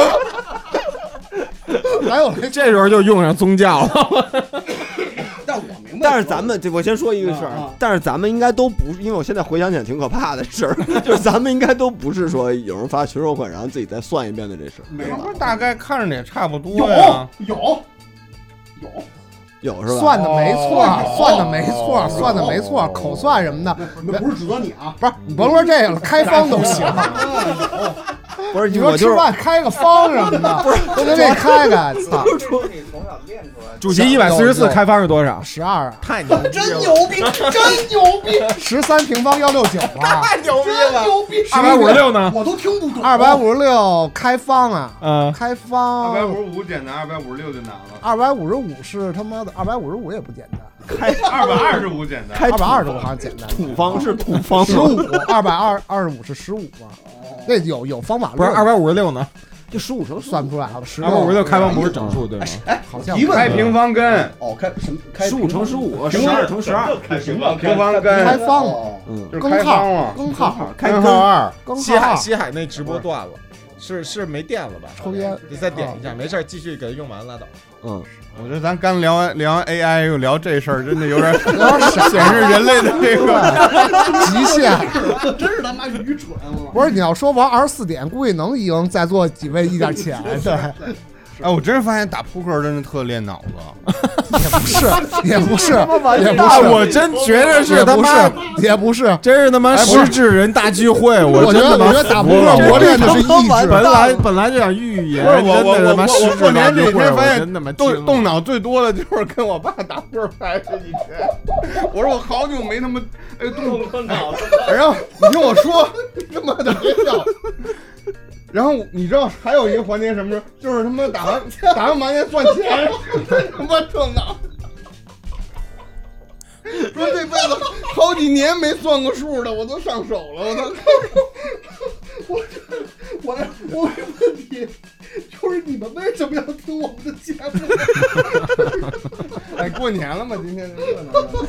还有这时候就用上宗教了。 但我明白， 但是咱们这我先说一个事儿，但是咱们应该都不是，因为我现在回想起来挺可怕的事儿，就是咱们应该都不是说有人发群收款，然后自己再算一遍的这事儿。 没有， 大概看着也差不多呀。 有有有有是吧？ 算的没错，算的没错，算的没错，口算什么的， 那不是指责你啊， 不是你甭说这个了，开方都行。 不是你说吃饭开个方什么的，不是都得给你开开。操！ 主席一百四十四开方是多少？ 十二啊！ 太牛逼了！ 真牛逼！真牛逼！ 十三平方幺六九啊！ 太牛逼了！ 牛逼！ 二百五十六呢？ 我都听不懂。 二百五十六开方啊！ 嗯， 开方。 二百五十五简单，二百五十六就难了。 二百五十五是他妈的，二百五十五也不简单。 开二百二十五简单， 二百二十五好像简单。 土方是土方， 十五，二百二二十五是十五啊。这有有方法论。 不是二百五十六呢？ 就十五乘算不出来了。 二百五十六开方不是整数对吗？ 哎，好像开平方根。 哦，开什么？开十五乘十五，十二乘十二， 平方平方根。 开方了， 嗯，就是开方了。 根号， 根号二。 西海西海那直播断了。是是没电了吧？ 抽烟， 你再点一下，没事，继续给它用完拉倒。 嗯， 我觉得咱刚聊完聊完 A I 又聊这事儿，真的有点显示人类的这个极限， 真是他妈愚蠢！ 不是你要说玩二十四点，估计能赢在座几位一点钱，对。 哎，我真是发现打扑克真的特练脑子。 也不是，也不是，也不是， 是， 我真觉得是他妈，也不是， 真是他妈失智人大聚会。 我觉得，我觉得打扑克磨练的是意志。 本来本来就想预言， 不是我我我我过年这天发现动动脑最多的就是跟我爸打扑克牌这几天。我说我好久没他妈哎动过脑子。然后你听我说，他妈的别笑。然后你知道还有一个环节什么？就是他妈打完打完麻将算钱，他妈动脑。说这辈子好几年没算过数的，我都上手了，我都。 我我我有问题，就是你们为什么要听我们的节目？ 哎，过年了嘛，今天热闹了。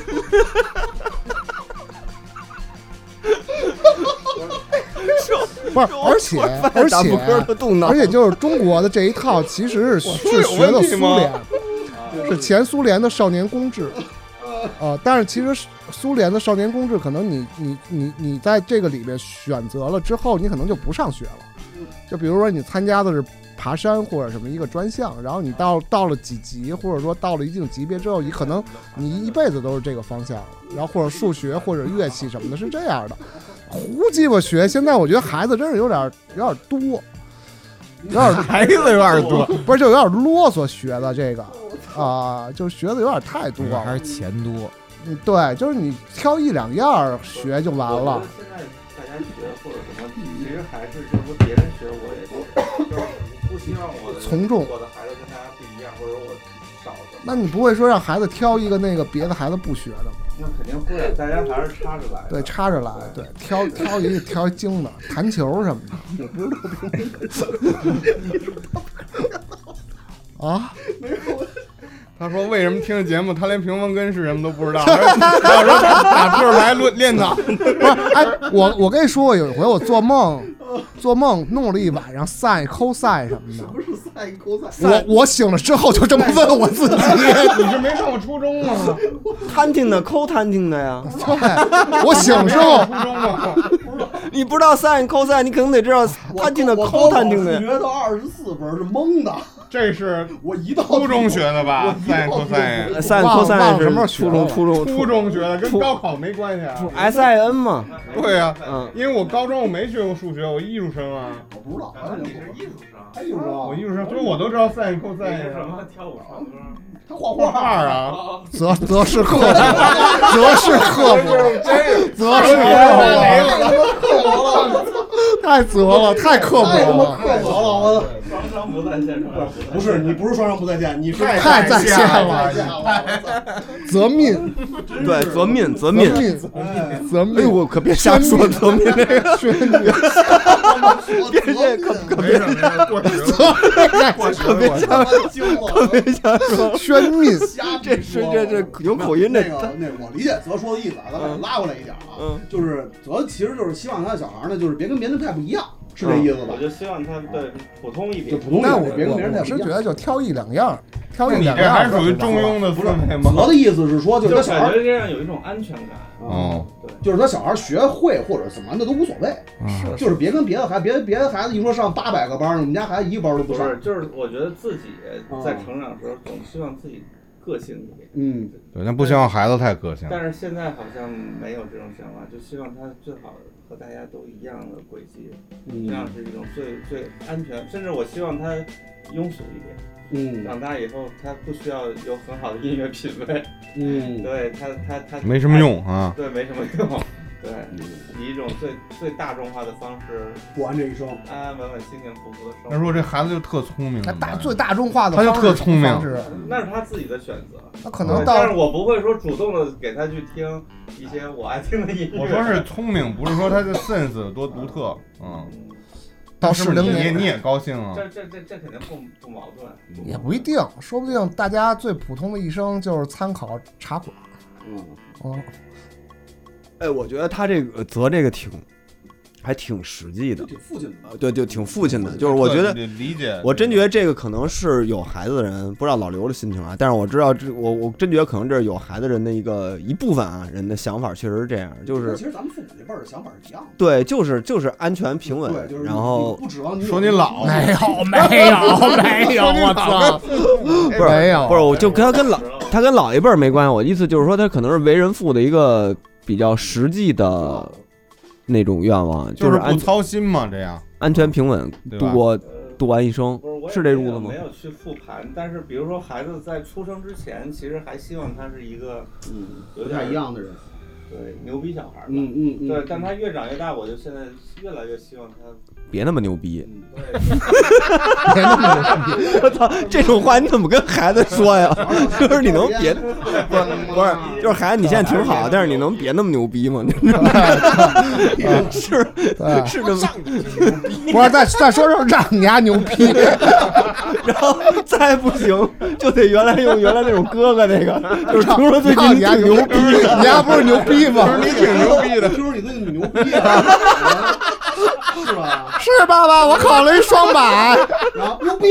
不是，而且而且而且就是中国的这一套其实是是学的苏联，是前苏联的少年宫制，呃，但是其实苏联的少年宫制可能你你你你在这个里面选择了之后，你可能就不上学了。就比如说你参加的是爬山或者什么一个专项，然后你到到了几级，或者说到了一定级别之后，你可能你一辈子都是这个方向，然后或者数学或者乐器什么的，是这样的。胡鸡巴学，现在我觉得孩子真是有点有点多，有点孩子有点多， 不是就有点啰嗦学的这个啊、呃，就学的有点太多了， 还是钱多。 嗯，对，就是你挑一两样学就完了。 现在大家学或者什么，其实还是就是说别人学我也都就是不希望我的从众， 我的孩子跟大家不一样，或者我少什么。 那你不会说让孩子挑一个那个别的孩子不学的吗？ 那肯定会，大家还是插着来。 对，插着来，对，挑挑一个挑一精的，弹球什么的。 我不知道啊， 没有。 他说：“为什么听着节目，他连平方根是什么都不知道？他说打扑克牌练练脑。 不是，哎，我我跟你说过，有一回我做梦，做梦弄了一晚上 sin cos 什么的。 什么是 sin cos？ 我我醒了之后就这么问我自己。 你是没上过初中吗？ 摊听的抠摊听的呀。 对，我醒了之后。 初中吗？ 你不知道 sin cos， 你可能得知道摊听的抠摊听的。 我学到二十四分是蒙的。” 这是我一到初中学的吧？sin cos，sin cos 是什么初中初中初中学的，跟高考没关系啊。 S I N 嘛。 对呀， 嗯， 因为我高中我没学过数学，我艺术生啊。 我不知道， 你是艺术生， 艺术生， 我艺术生，所以我都知道 sin cos 什么跳舞唱歌， 他画画啊， 则则是刻薄，则是刻薄，则是刻薄，太责了，太刻薄了， 刻薄了，我。 双商不在线， 不是你不是双商不在线，你是太在线了，责命， 对，责命，责命， 责命， 哎呦，我可别瞎说责命这个， 宣命， 别别可可别什么过去了，可别瞎说，可别瞎说， 宣命， 这是这这有口音那个那我理解泽说的意思啊，咱把拉过来一点啊，就是泽其实就是希望他的小孩呢，就是别跟别人太不一样。是这意思吧？ 我就希望他对普通一点， 就普通一点。别跟别人太不一样。 我是觉得就挑一两样，挑一两样。 你这还属于中庸的思维吗？ 我的意思是说，就是他小孩这样有一种安全感。 哦， 对， 就是他小孩学会或者怎么那都无所谓， 是就是别跟别的孩别别的孩子一说上八百个班，我们家孩子一个班都不上。 就是我觉得自己在成长的时候，总希望自己个性一点。 嗯， 对，但不希望孩子太个性。 但是现在好像没有这种想法，就希望他最好和大家都一样的轨迹， 嗯、 这样是一种最最安全。甚至我希望他庸俗一点。 嗯， 长大以后他不需要有很好的音乐品味。 嗯， 对他他他没什么用啊。 对，没什么用。对，以一种最最大众化的方式过完这一生， 安安稳稳、幸幸福福的生活。 他说这孩子就特聪明， 他大最大众化的他就特聪明， 那是他自己的选择。 他可能到， 但是我不会说主动的给他去听一些我爱听的音乐。 我说是聪明，不是说他的 sense 有多独特，嗯。 到适龄年你也高兴啊？ 这这这这肯定不不矛盾。 也不一定，说不定大家最普通的一生就是参考茶馆。 嗯哦。 哎，我觉得他这个择这个挺还挺实际的， 挺父亲的， 对，就挺父亲的。就是我觉得理解， 我真觉得这个可能是有孩子的人，不知道老刘的心情啊，但是我知道这我我真觉得可能这是有孩子人的一个一部分啊人的想法，确实是这样，就是其实咱们父母那辈儿的想法是一样的， 对，就是就是安全平稳， 对，就是然后不指望你说你老没有没有没有，我操， 不是没有不是，我就跟他跟老他跟老一辈儿没关系，我意思就是说他可能是为人父的一个比较实际的。那种愿望就是不操心嘛，这样安全平稳度过度完一生，是这路子吗？ 没有去复盘，但是比如说孩子在出生之前，其实还希望他是一个嗯有点一样的人， 对牛逼小孩， 嗯嗯嗯， 对，但他越长越大，我就现在越来越希望他别那么牛逼。 对， 别那么牛逼！ 我操，这种话你怎么跟孩子说呀？就是你能别，不是不是，就是孩子你现在挺好，但是你能别那么牛逼吗？是是这么， 不是再再说说让你丫牛逼， 然后再不行就得原来用原来那种哥哥那个，就是听说最近你丫牛逼，你丫不是牛逼吗？ 你挺牛逼的，听说你最近挺牛逼啊，是吧？ 是爸爸，我考了一双百， 然后牛逼。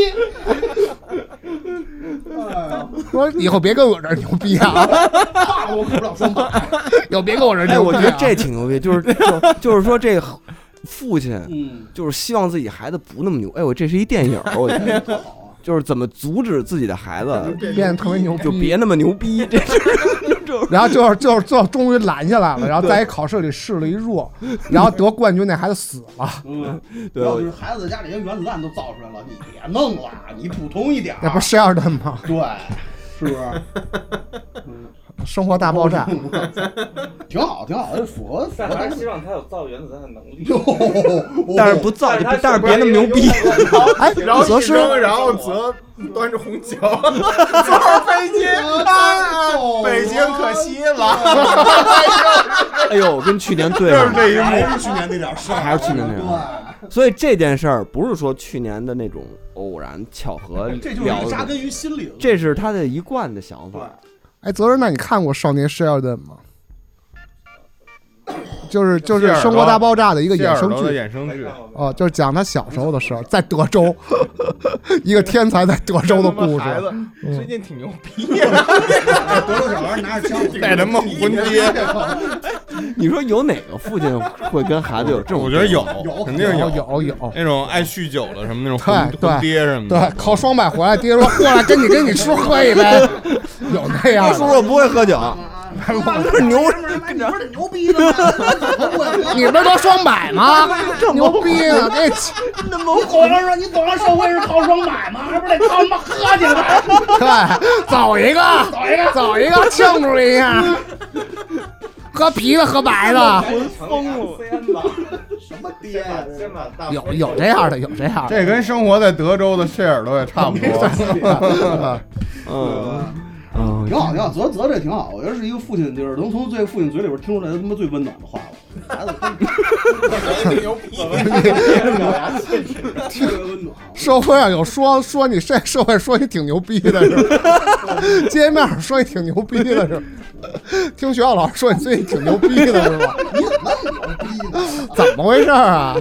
说以后别跟我这儿牛逼啊！ 我考不了双百， 又别跟我这儿哎， 牛逼、啊。 我觉得这挺牛逼，就是就就是说这父亲， 嗯， 就是希望自己孩子不那么牛。哎，我这是一电影，我觉得。就是怎么阻止自己的孩子变得特别牛逼， 就别那么牛逼。这是， 然后就是就是最后终于拦下来了，然后在一考试里示了一弱，然后得冠军那孩子死了。 嗯，对，就是孩子家里连原子弹都造出来了，你别弄了，你普通一点。 那不是谢尔顿吗？ 对，是不是？ 嗯。生活大爆炸， 挺好，挺好，符合。 但还是希望他有造原子弹的能力， 但是不造，但是别那么牛逼。 哎， 然后则是， 然后则端着红酒坐飞机啊，北京可惜了。 哎呦，跟去年对上， 这一幕还是去年那点事儿， 还是去年那点。所以这件事儿不是说去年的那种偶然巧合， 这就是扎根于心里了。 这是他的一贯的想法。 哎，泽仁，那你看过《少年谢尔顿》吗？就是就是《生活大爆炸》的一个衍生剧， 衍生剧哦，就是讲他小时候的事儿，在德州，一个天才在德州的故事。 孩子嗯、 最近挺牛逼的， 德州小孩拿着枪带他们混街。 你说有哪个父亲会跟孩子有这种？ 我觉得有， 有肯定有有有那种爱酗酒的什么那种混混爹什么的，对，考双百回来，爹说过来跟你跟你叔喝一杯，有那样的。 叔叔不会喝酒。 我是牛，你不是牛逼的吗？ 你不是都双百吗？牛逼呢！这那么火了说，你走上社会是靠双百吗？还不得靠他妈喝去吗？ 对，走一个， 走一个， 走一个，庆祝一下。喝啤的，喝白的， 疯了！ 什么爹？ 有有这样的，有这样的。 这跟生活在德州的谢尔顿也差不多。 嗯。嗯，挺好，挺好，泽泽这挺好，我觉得是一个父亲，就是能从这父亲嘴里边听出来他妈最温暖的话了。孩子真牛逼，特别温暖。 社会上有说说你这社会说你挺牛逼的是吧？街面上说你挺牛逼的是吧？听学校老师说你最近挺牛逼的是吧？ 你怎么那么牛逼呢？ 怎么回事啊？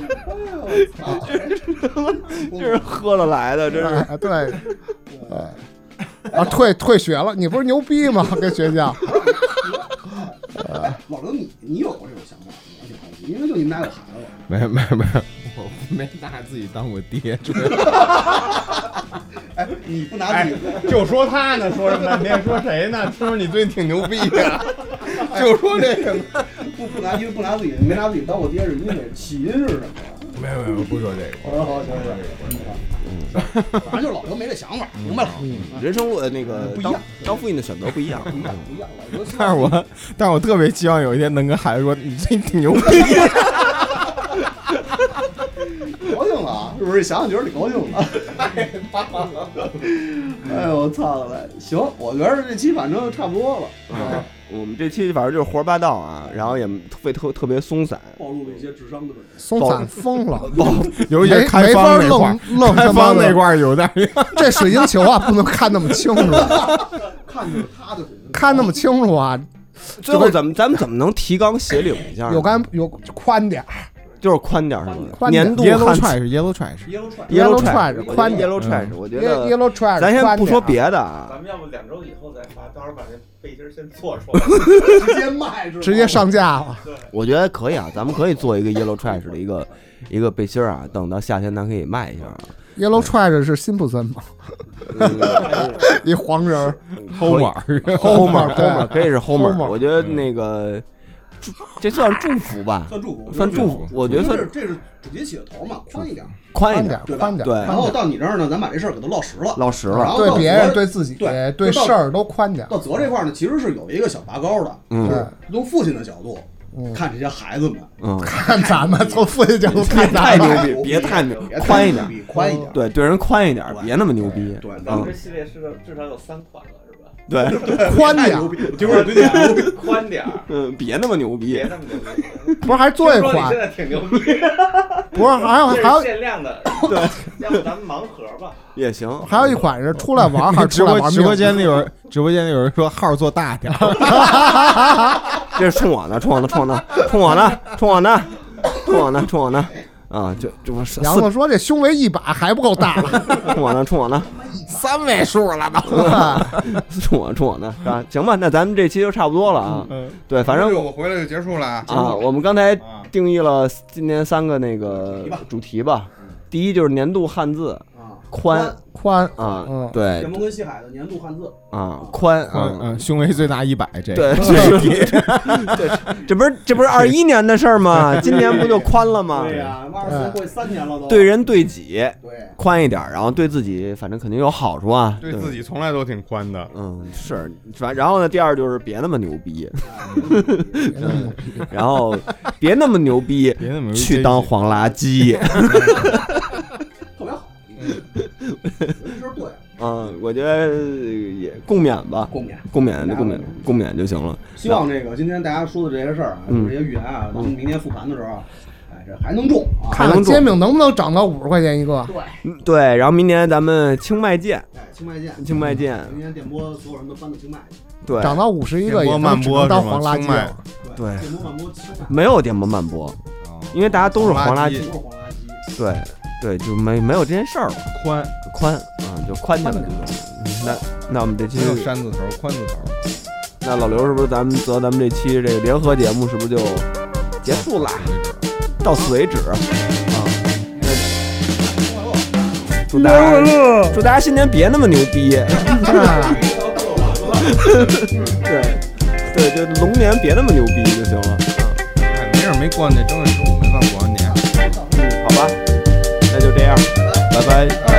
这是喝了来的，这是对，呃。啊，退退学了，你不是牛逼吗？跟学校。 呃，老刘，你你有过这种想法吗？我挺好奇，因为就你们俩有孩子。 没有没有没有，我没拿自己当过爹，主要。 哎，你不拿自己、 哎，就说他呢，说什么半天，说谁呢？说你最近挺牛逼的，就说这个， 不不拿，因为不拿自己，没拿自己当我爹，是因为起因是什么呀？ 没有没有，不说这个。 好好，行行，嗯，反正就是老刘没这想法，明白了。 嗯，人生路的那个当当父亲的选择不一样， 不一样，不一样。 但是我，但是我特别希望有一天能跟孩子说，你最近挺牛逼。 高兴了啊，是不是？想想觉得你高兴了。太棒了！哎呦，我操了！行，我觉得这期反正差不多了。 啊，我们这期反正就是胡说八道啊，然后也特特特别松散， 暴露了一些智商的问题。 松散疯了， 尤其是开方那块儿， 愣开方那块儿有点。 这水晶球啊，不能看那么清楚， 看就是他的， 看那么清楚啊。 最后咱们咱们怎么能提纲挈领一下？ 有干有宽点儿。 就是宽点儿是吗？ 宽点年度 Yellow 汉字 trash Yellow trash Yellow trash trash 宽点 Yellow trash，我觉得 Yellow trash， 咱先不说别的啊， 咱们要不两周以后再发，到时候把这背心先做出来， 直接卖， 直接上架了。 对， 我觉得可以啊，咱们可以做一个 Yellow trash 的一个一个背心啊，等到夏天咱可以卖一下。 Yellow trash 是辛普森吗？一黄人 Homer Homer Homer 可以是 Homer， Homer 我觉得那个这算祝福吧， 算祝福， 算祝福，我觉得算这是主节起的头嘛，宽一点， 一宽点， 对吧？ 宽点。 对， 然后到你这儿呢，咱把这事儿给它落实了， 落实了， 然后对别人、对自己、 对对事儿都宽点。 到泽这块呢，其实是有一个小拔高的， 嗯就是从父亲的角度看这些孩子们， 嗯， 看咱们从父亲角度看太咱们， 牛逼，别太牛，宽一点， 宽一点， 对，对人宽一点，别那么牛逼。 对， 咱们这系列是至少有三款了，是吧？ 对， 宽点， 听说对点牛逼， 宽点儿， 嗯，别那么牛逼， 别那么牛逼。 不是还做一款？ 现在挺牛逼， 不是还有还有限量的，对，要不咱们盲盒吧？ 也行。 还有一款是出来玩还是直出来玩？ 播直播间里有人，直播间里有人说号做大点， 这是冲我呢，冲我呢，冲我呢，冲我呢，冲我呢，冲我呢，冲我呢。啊，就这不是。 杨子说这胸围一把还不够大， 冲我呢，冲我呢， 三位数了都， 冲我冲我呢，是吧？行吧，那咱们这期就差不多了啊。 嗯， 对，反正我回来就结束了啊。我们刚才定义了今年三个那个主题吧，第一就是年度汉字，宽宽啊，对， 天蒙跟西海的年度汉字啊，宽啊， 嗯，胸围最大一百，这对，这这不是这不是二一年的事儿吗？今年不就宽了吗？ 对呀，二十四过三年了都。 对人对己， 对， 宽一点，然后对自己反正肯定有好处啊。 对自己从来都挺宽的， 嗯，是，反然后呢，第二就是别那么牛逼，然后别那么牛逼， 别那么去当黄垃圾。 特别好，是对。 嗯，我觉得也共勉吧， 共勉， 共勉就共勉，共勉就行了。 希望这个今天大家说的这些事儿啊，就是这些预言啊，咱们明年复盘的时候，哎，这还能中啊， 看看煎饼能不能涨到五十块钱一个。 对对，然后明年咱们清迈见， 哎，清迈见， 清迈见。 明年电波所有人都搬到清迈去。 对， 涨到五十一个也能只能当黄垃圾了。 对， 电波慢播清迈没有电波慢播，因为大家都是黄垃圾， 都是黄垃圾。 对。对，就没没有这件事儿了， 宽宽啊，就宽起来了。那那我们这期没有山字头，宽字头。 那老刘是不是咱们择咱们这期这个联合节目是不是就结束了？到此为止啊！那祝大家祝大家新年别那么牛逼。对对，就龙年别那么牛逼就行了。 哎，没事，没过那正月十五没算过完年。 嗯，好吧。那就这样，拜拜。